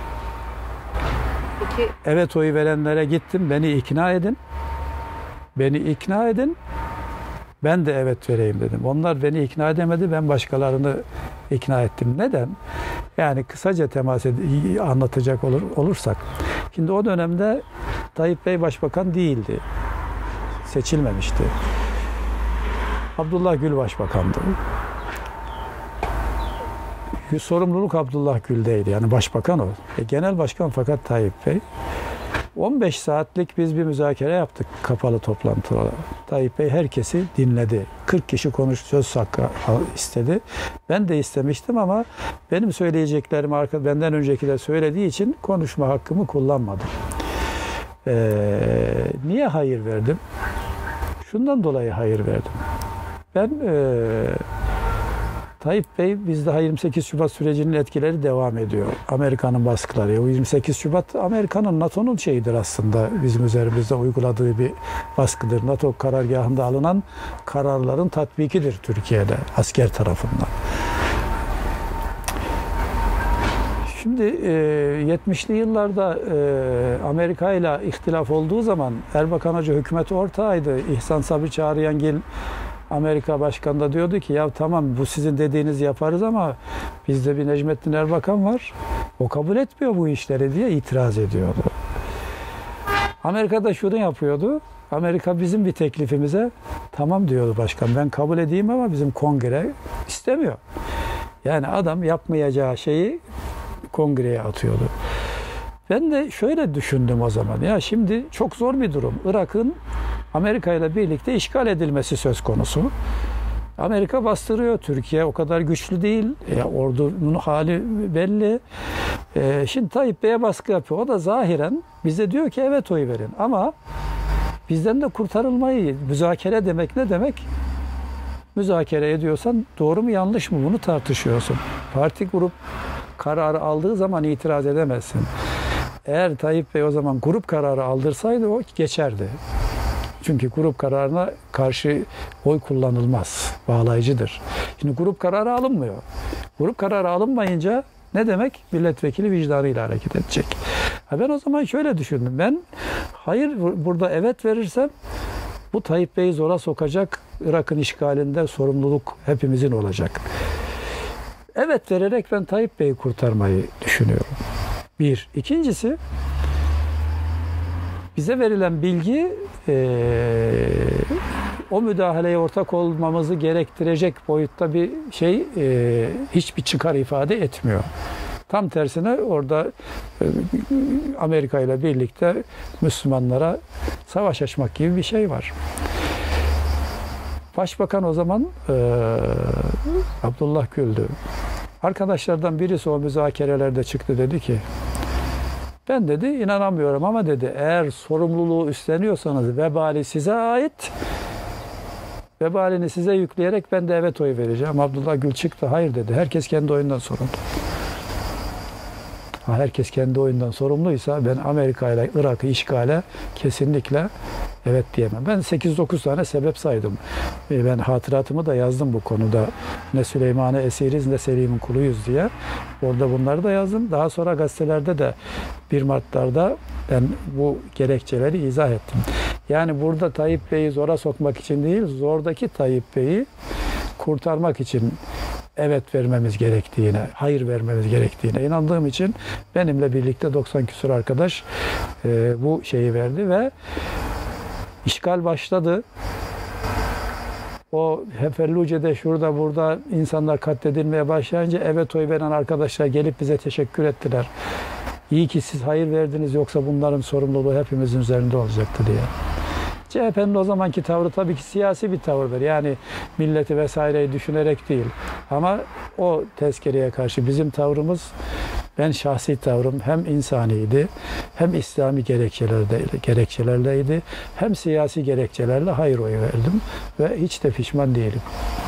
[SPEAKER 1] Peki.
[SPEAKER 2] Evet oyu verenlere gittim. Beni ikna edin. Beni ikna edin. Ben de evet vereyim dedim. Onlar beni ikna edemedi. Ben başkalarını ikna ettim. Neden? Yani kısaca temas ed- anlatacak olur, olursak. Şimdi o dönemde Tayyip Bey başbakan değildi. Seçilmemişti. Abdullah Gül başbakandı. Sorumluluk Abdullah Gül'deydi. Yani başbakan o. E, genel başkan fakat Tayyip Bey. on beş saatlik biz bir müzakere yaptık kapalı toplantıda. Tayyip Bey herkesi dinledi. kırk kişi konuş söz hakkı istedi. Ben de istemiştim ama benim söyleyeceklerimi benden öncekiler söylediği için konuşma hakkımı kullanmadım. Ee, niye hayır verdim? Şundan dolayı hayır verdim. Ben e, Tayyip Bey biz daha yirmi sekiz Şubat sürecinin etkileri devam ediyor. Amerika'nın baskıları. O yirmi sekiz Şubat Amerika'nın NATO'nun şeyidir aslında. Bizim üzerimizde uyguladığı bir baskıdır. NATO karargahında alınan kararların tatbikidir Türkiye'de asker tarafından. Şimdi yetmişli yıllarda Amerika ile ihtilaf olduğu zaman Erbakan Hoca hükümet ortağıydı. İhsan Sabri Çağrıyangil Amerika Başkanı da diyordu ki ya tamam bu sizin dediğinizi yaparız ama bizde bir Necmettin Erbakan var. O kabul etmiyor bu işleri diye itiraz ediyordu. Amerika da şunu yapıyordu. Amerika bizim bir teklifimize tamam diyordu başkan. Ben kabul edeyim ama bizim kongre istemiyor. Yani adam yapmayacağı şeyi kongreye atıyordu. Ben de şöyle düşündüm o zaman. Ya şimdi çok zor bir durum. Irak'ın Amerika ile birlikte işgal edilmesi söz konusu. Amerika bastırıyor. Türkiye o kadar güçlü değil. E, ordunun hali belli. E, şimdi Tayyip Bey'e baskı yapıyor. O da zahiren bize diyor ki evet oy verin. Ama bizden de kurtarılmayı, müzakere demek ne demek? Müzakere ediyorsan doğru mu yanlış mı bunu tartışıyorsun. Parti grup kararı aldığı zaman itiraz edemezsin. Eğer Tayyip Bey o zaman grup kararı aldırsaydı o geçerdi. Çünkü grup kararına karşı oy kullanılmaz. Bağlayıcıdır. Şimdi grup kararı alınmıyor. Grup kararı alınmayınca ne demek? Milletvekili vicdanıyla hareket edecek. Ha ben o zaman şöyle düşündüm. Ben hayır burada evet verirsem bu Tayyip Bey'i zora sokacak, Irak'ın işgalinde sorumluluk hepimizin olacak. Evet vererek ben Tayyip Bey'i kurtarmayı düşünüyorum. Bir. İkincisi bize verilen bilgi e, o müdahaleye ortak olmamızı gerektirecek boyutta bir şey e, hiçbir çıkar ifade etmiyor. Tam tersine orada e, Amerika ile birlikte Müslümanlara savaş açmak gibi bir şey var. Başbakan o zaman e, Abdullah Gül'dü. Arkadaşlardan birisi o müzakerelerde çıktı dedi ki ben dedi inanamıyorum ama dedi eğer sorumluluğu üstleniyorsanız vebali size ait. Vebalini size yükleyerek ben de evet oy vereceğim. Abdullah Gül çıktı hayır dedi. Herkes kendi oyundan sorumlu. Ha, herkes kendi oyundan sorumluysa ben Amerika ile Irak'ı işgale kesinlikle evet diyemem. Ben sekiz dokuz tane sebep saydım. Ben hatıratımı da yazdım bu konuda. Ne Süleyman'ı esiriz ne Selim'in kuluyuz diye. Orada bunları da yazdım. Daha sonra gazetelerde de bir Mart'larda ben bu gerekçeleri izah ettim. Yani burada Tayyip Bey'i zora sokmak için değil, zordaki Tayyip Bey'i kurtarmak için evet vermemiz gerektiğine, hayır vermemiz gerektiğine inandığım için benimle birlikte doksan küsur arkadaş e, bu şeyi verdi ve işgal başladı. O Hefelluce'de şurada burada insanlar katledilmeye başlayınca evet oy veren arkadaşlar gelip bize teşekkür ettiler. İyi ki siz hayır verdiniz yoksa bunların sorumluluğu hepimizin üzerinde olacaktı diye. C H P'nin o zamanki tavrı tabii ki siyasi bir tavırdır. Yani milleti vesaireyi düşünerek değil. Ama o tezkereye karşı bizim tavrımız, ben şahsi tavrım hem insaniydi, hem İslami gerekçelerdeydi, gerekçelerleydi, hem siyasi gerekçelerle hayır oyu verdim ve hiç de pişman değilim.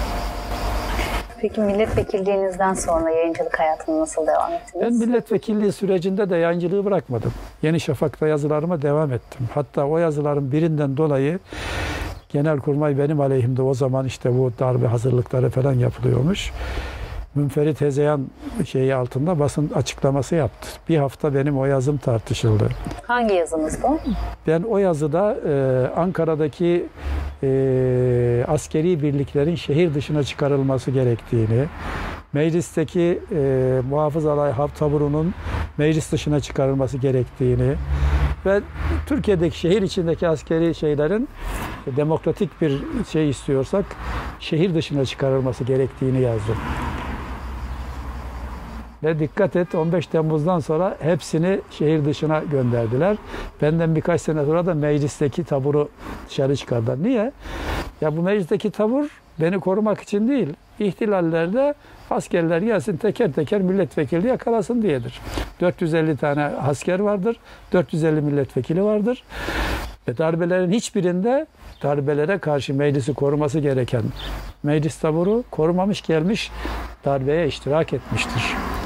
[SPEAKER 1] Peki milletvekilliğinizden sonra yayıncılık hayatına nasıl devam ettiniz?
[SPEAKER 2] Ben milletvekilliği sürecinde de yayıncılığı bırakmadım. Yeni Şafak'ta yazılarıma devam ettim. Hatta o yazıların birinden dolayı Genelkurmay benim aleyhimde o zaman işte bu darbe hazırlıkları falan yapılıyormuş. Münferit Hezeyan şeyi altında basın açıklaması yaptı. Bir hafta benim o yazım tartışıldı.
[SPEAKER 1] Hangi yazınız bu?
[SPEAKER 2] Ben o yazıda e, Ankara'daki e, askeri birliklerin şehir dışına çıkarılması gerektiğini, meclisteki e, muhafız alay harp taburunun meclis dışına çıkarılması gerektiğini ve Türkiye'deki şehir içindeki askeri şeylerin demokratik bir şey istiyorsak şehir dışına çıkarılması gerektiğini yazdım. Ve dikkat et, on beş Temmuz'dan sonra hepsini şehir dışına gönderdiler. Benden birkaç sene sonra da meclisteki taburu dışarı çıkardılar. Niye? Ya bu meclisteki tabur beni korumak için değil, ihtilallerde askerler gelsin teker teker milletvekili yakalasın diyedir. dört yüz elli tane asker vardır, dört yüz elli milletvekili vardır. Ve darbelerin hiçbirinde darbelere karşı meclisi koruması gereken meclis taburu korumamış gelmiş, darbeye iştirak etmiştir.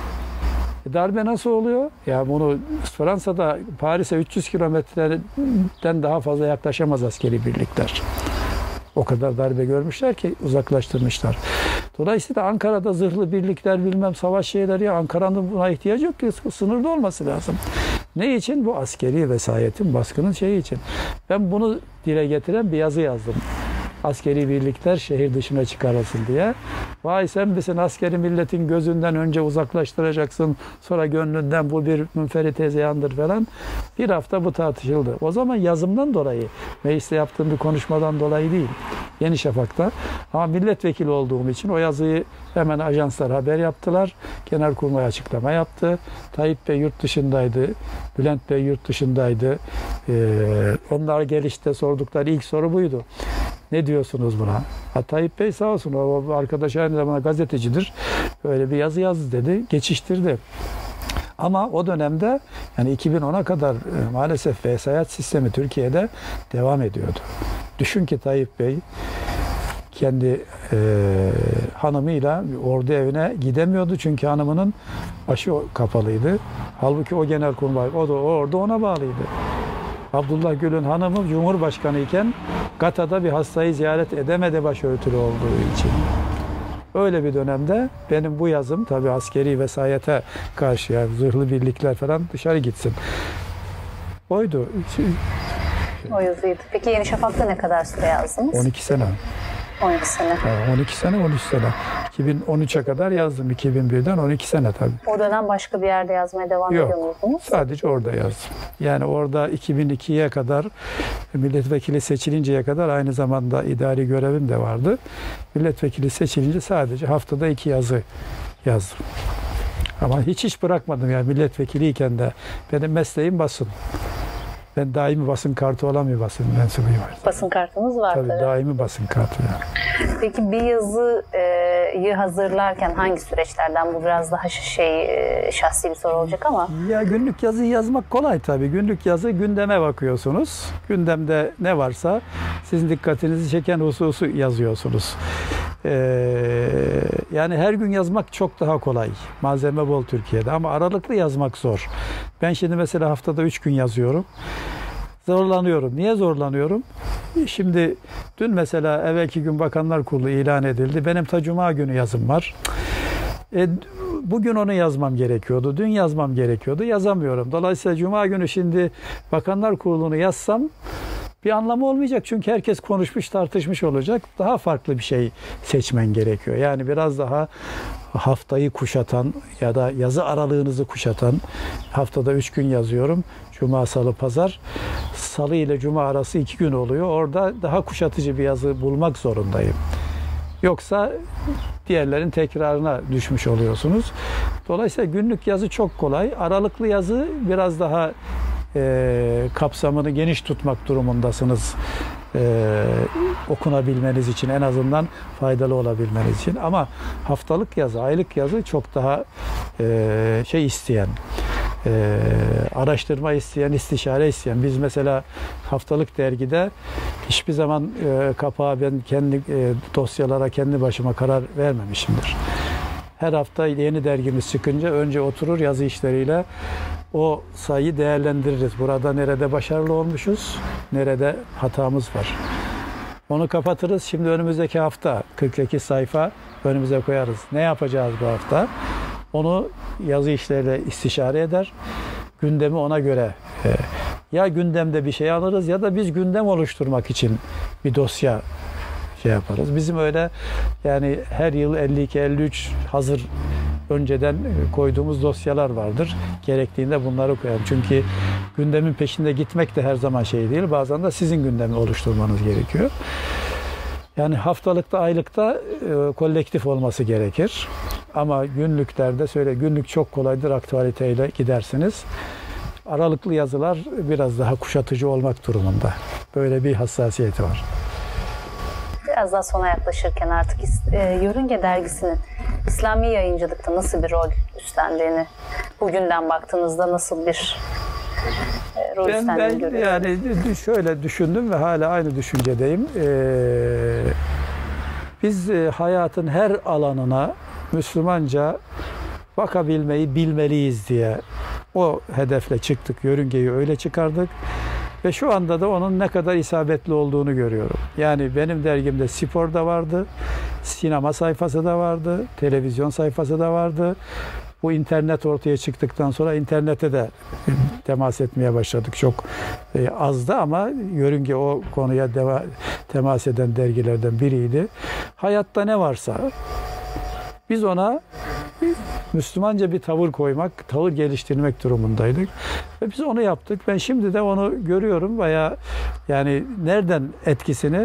[SPEAKER 2] E darbe nasıl oluyor? Ya bunu Fransa'da Paris'e üç yüz kilometreden daha fazla yaklaşamaz askeri birlikler. O kadar darbe görmüşler ki uzaklaştırmışlar. Dolayısıyla Ankara'da zırhlı birlikler, bilmem savaş şeyleri, ya Ankara'nın buna ihtiyacı yok ki, sınırda olması lazım. Ne için? Bu askeri vesayetin, baskının şeyi için. Ben bunu dile getiren bir yazı yazdım. Askeri birlikler şehir dışına çıkarılsın diye. Vay sen misin askeri milletin gözünden önce uzaklaştıracaksın, sonra gönlünden bu bir münferit hezeyandır falan. Bir hafta bu tartışıldı. O zaman yazımdan dolayı, mecliste yaptığım bir konuşmadan dolayı değil. Yeni Şafak'ta. Ama milletvekili olduğum için o yazıyı hemen ajanslar haber yaptılar. Genelkurmay açıklama yaptı. Tayyip Bey yurt dışındaydı. Bülent Bey yurt dışındaydı. Ee, onlar gelişte sordukları ilk soru buydu. Ne diyorsunuz buna? Ha, Tayyip Bey sağ olsun, o arkadaş aynı zamanda gazetecidir. Öyle bir yazı yazdı dedi, geçiştirdi. Ama o dönemde yani iki bin ona kadar e, maalesef vesayet sistemi Türkiye'de devam ediyordu. Düşün ki Tayyip Bey kendi e, hanımıyla ordu evine gidemiyordu çünkü hanımının başı kapalıydı. Halbuki o genelkurmay, o da o ordu ona bağlıydı. Abdullah Gül'ün hanımı Cumhurbaşkanı iken Gata'da bir hastayı ziyaret edemedi başörtülü olduğu için. Öyle bir dönemde benim bu yazım tabii askeri vesayete karşı, yani zırhlı birlikler falan dışarı gitsin. Oydu.
[SPEAKER 1] O yazıydı. Peki Yeni Şafak'ta ne kadar süre yazdınız?
[SPEAKER 2] on iki sene.
[SPEAKER 1] on iki sene.
[SPEAKER 2] on iki sene, on üç sene. iki bin on üçe kadar yazdım. iki bin birden on iki sene tabii.
[SPEAKER 1] O dönem başka bir yerde yazmaya devam
[SPEAKER 2] Yok,
[SPEAKER 1] ediyor muydunuz?
[SPEAKER 2] sadece orada yazdım. Yani orada iki bin ikiye kadar milletvekili seçilinceye kadar aynı zamanda idari görevim de vardı. Milletvekili seçilince sadece haftada iki yazı yazdım. Ama hiç hiç bırakmadım yani milletvekiliyken de. Benim mesleğim basın. Ben daimi basın kartı olan bir basın mensubuyum.
[SPEAKER 1] Basın kartınız var
[SPEAKER 2] tabii. Tabii daimi basın kartı yani.
[SPEAKER 1] Peki bir yazıyı hazırlarken hangi süreçlerden, bu biraz daha şey şahsi bir soru olacak ama. Ya
[SPEAKER 2] günlük yazıyı yazmak kolay tabii. Günlük yazı gündeme bakıyorsunuz. Gündemde ne varsa sizin dikkatinizi çeken hususu yazıyorsunuz. Ee, yani her gün yazmak çok daha kolay. Malzeme bol Türkiye'de ama aralıklı yazmak zor. Ben şimdi mesela haftada üç gün yazıyorum. Zorlanıyorum. Niye zorlanıyorum? Şimdi dün mesela evvelki gün Bakanlar Kurulu ilan edildi. Benim ta Cuma günü yazım var. E, bugün onu yazmam gerekiyordu. Dün yazmam gerekiyordu. Yazamıyorum. Dolayısıyla Cuma günü şimdi Bakanlar Kurulu'nu yazsam bir anlamı olmayacak. Çünkü herkes konuşmuş, tartışmış olacak. Daha farklı bir şey seçmen gerekiyor. Yani biraz daha haftayı kuşatan ya da yazı aralığınızı kuşatan, haftada üç gün yazıyorum. Cuma, Salı, Pazar. Salı ile Cuma arası iki gün oluyor. Orada daha kuşatıcı bir yazı bulmak zorundayım. Yoksa diğerlerin tekrarına düşmüş oluyorsunuz. Dolayısıyla günlük yazı çok kolay. Aralıklı yazı biraz daha e, kapsamını geniş tutmak durumundasınız. Ee, okunabilmeniz için, en azından faydalı olabilmeniz için. Ama haftalık yazı, aylık yazı çok daha e, şey isteyen, e, araştırma isteyen, istişare isteyen. Biz mesela haftalık dergide hiçbir zaman e, kapağa ben kendi e, dosyalara kendi başıma karar vermemişimdir. Her hafta yeni dergimiz çıkınca önce oturur yazı işleriyle o sayıyı değerlendiririz. Burada nerede başarılı olmuşuz, nerede hatamız var. Onu kapatırız. Şimdi önümüzdeki hafta kırk iki sayfa önümüze koyarız. Ne yapacağız bu hafta? Onu yazı işleriyle istişare eder. Gündemi ona göre e, ya gündemde bir şey alırız ya da biz gündem oluşturmak için bir dosya şey yaparız. Bizim öyle yani her yıl elli iki elli üç hazır önceden koyduğumuz dosyalar vardır. Gerektiğinde bunları koyalım. Çünkü gündemin peşinde gitmek de her zaman şey değil. Bazen de sizin gündemi oluşturmanız gerekiyor. Yani haftalıkta, aylıkta e, kolektif olması gerekir. Ama günlüklerde söyle günlük çok kolaydır, aktualiteyle gidersiniz. Aralıklı yazılar biraz daha kuşatıcı olmak durumunda. Böyle bir hassasiyeti var.
[SPEAKER 1] Biraz daha sona yaklaşırken artık e, Yörünge Dergisi'nin İslami yayıncılıkta nasıl bir rol üstlendiğini, bugünden baktığınızda nasıl bir e, rol
[SPEAKER 2] ben,
[SPEAKER 1] üstlendiğini
[SPEAKER 2] ben
[SPEAKER 1] görüyorum.
[SPEAKER 2] Yani şöyle düşündüm ve hala aynı düşüncedeyim. Ee, biz e, hayatın her alanına Müslümanca bakabilmeyi bilmeliyiz diye o hedefle çıktık. Yörüngeyi öyle çıkardık. Ve şu anda da onun ne kadar isabetli olduğunu görüyorum. Yani benim dergimde spor da vardı, sinema sayfası da vardı, televizyon sayfası da vardı. Bu internet ortaya çıktıktan sonra internete de temas etmeye başladık. Çok e, azdı ama Yörünge o konuya deva, temas eden dergilerden biriydi. Hayatta ne varsa biz ona Müslümanca bir tavır koymak, tavır geliştirmek durumundaydık. Ve biz onu yaptık. Ben şimdi de onu görüyorum veya yani nereden etkisini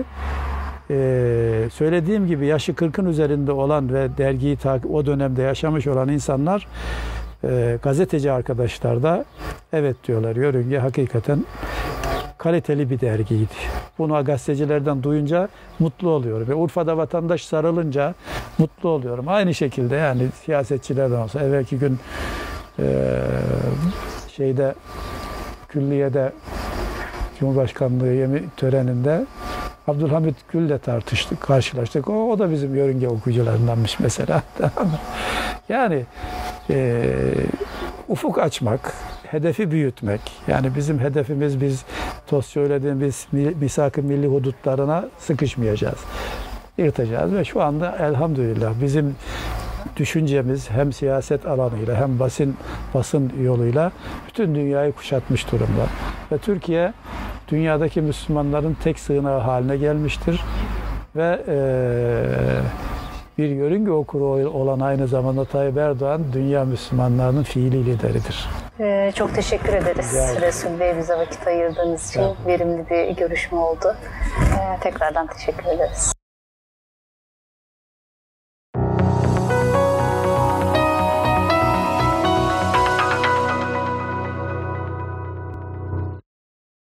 [SPEAKER 2] Ee, söylediğim gibi yaşı kırkın üzerinde olan ve dergiyi o dönemde yaşamış olan insanlar, e, gazeteci arkadaşlar da evet diyorlar, Yörünge hakikaten kaliteli bir dergiydi. Bunu gazetecilerden duyunca mutlu oluyorum. Ve Urfa'da vatandaş sarılınca mutlu oluyorum. Aynı şekilde yani siyasetçilerden olsa evvelki gün e, şeyde külliyede Cumhurbaşkanlığı yemin töreninde Abdülhamit Gül'le tartıştık, karşılaştık. O, o da bizim Yörünge okuyucularındanmış mesela. Yani e, ufuk açmak, hedefi büyütmek. Yani bizim hedefimiz, biz toz söylediğimiz misak-ı milli hudutlarına sıkışmayacağız. Yırtacağız ve şu anda elhamdülillah bizim düşüncemiz hem siyaset alanıyla hem basın basın yoluyla bütün dünyayı kuşatmış durumda. Ve Türkiye dünyadaki Müslümanların tek sığınağı haline gelmiştir. Ve e, bir Yörünge okuru olan aynı zamanda Tayyip Erdoğan dünya Müslümanlarının fiili lideridir.
[SPEAKER 1] Ee, çok teşekkür ederiz
[SPEAKER 2] Rica
[SPEAKER 1] Resul Bey, bize vakit ayırdığınız için. Verimli bir görüşme oldu. Ee, tekrardan teşekkür ederiz.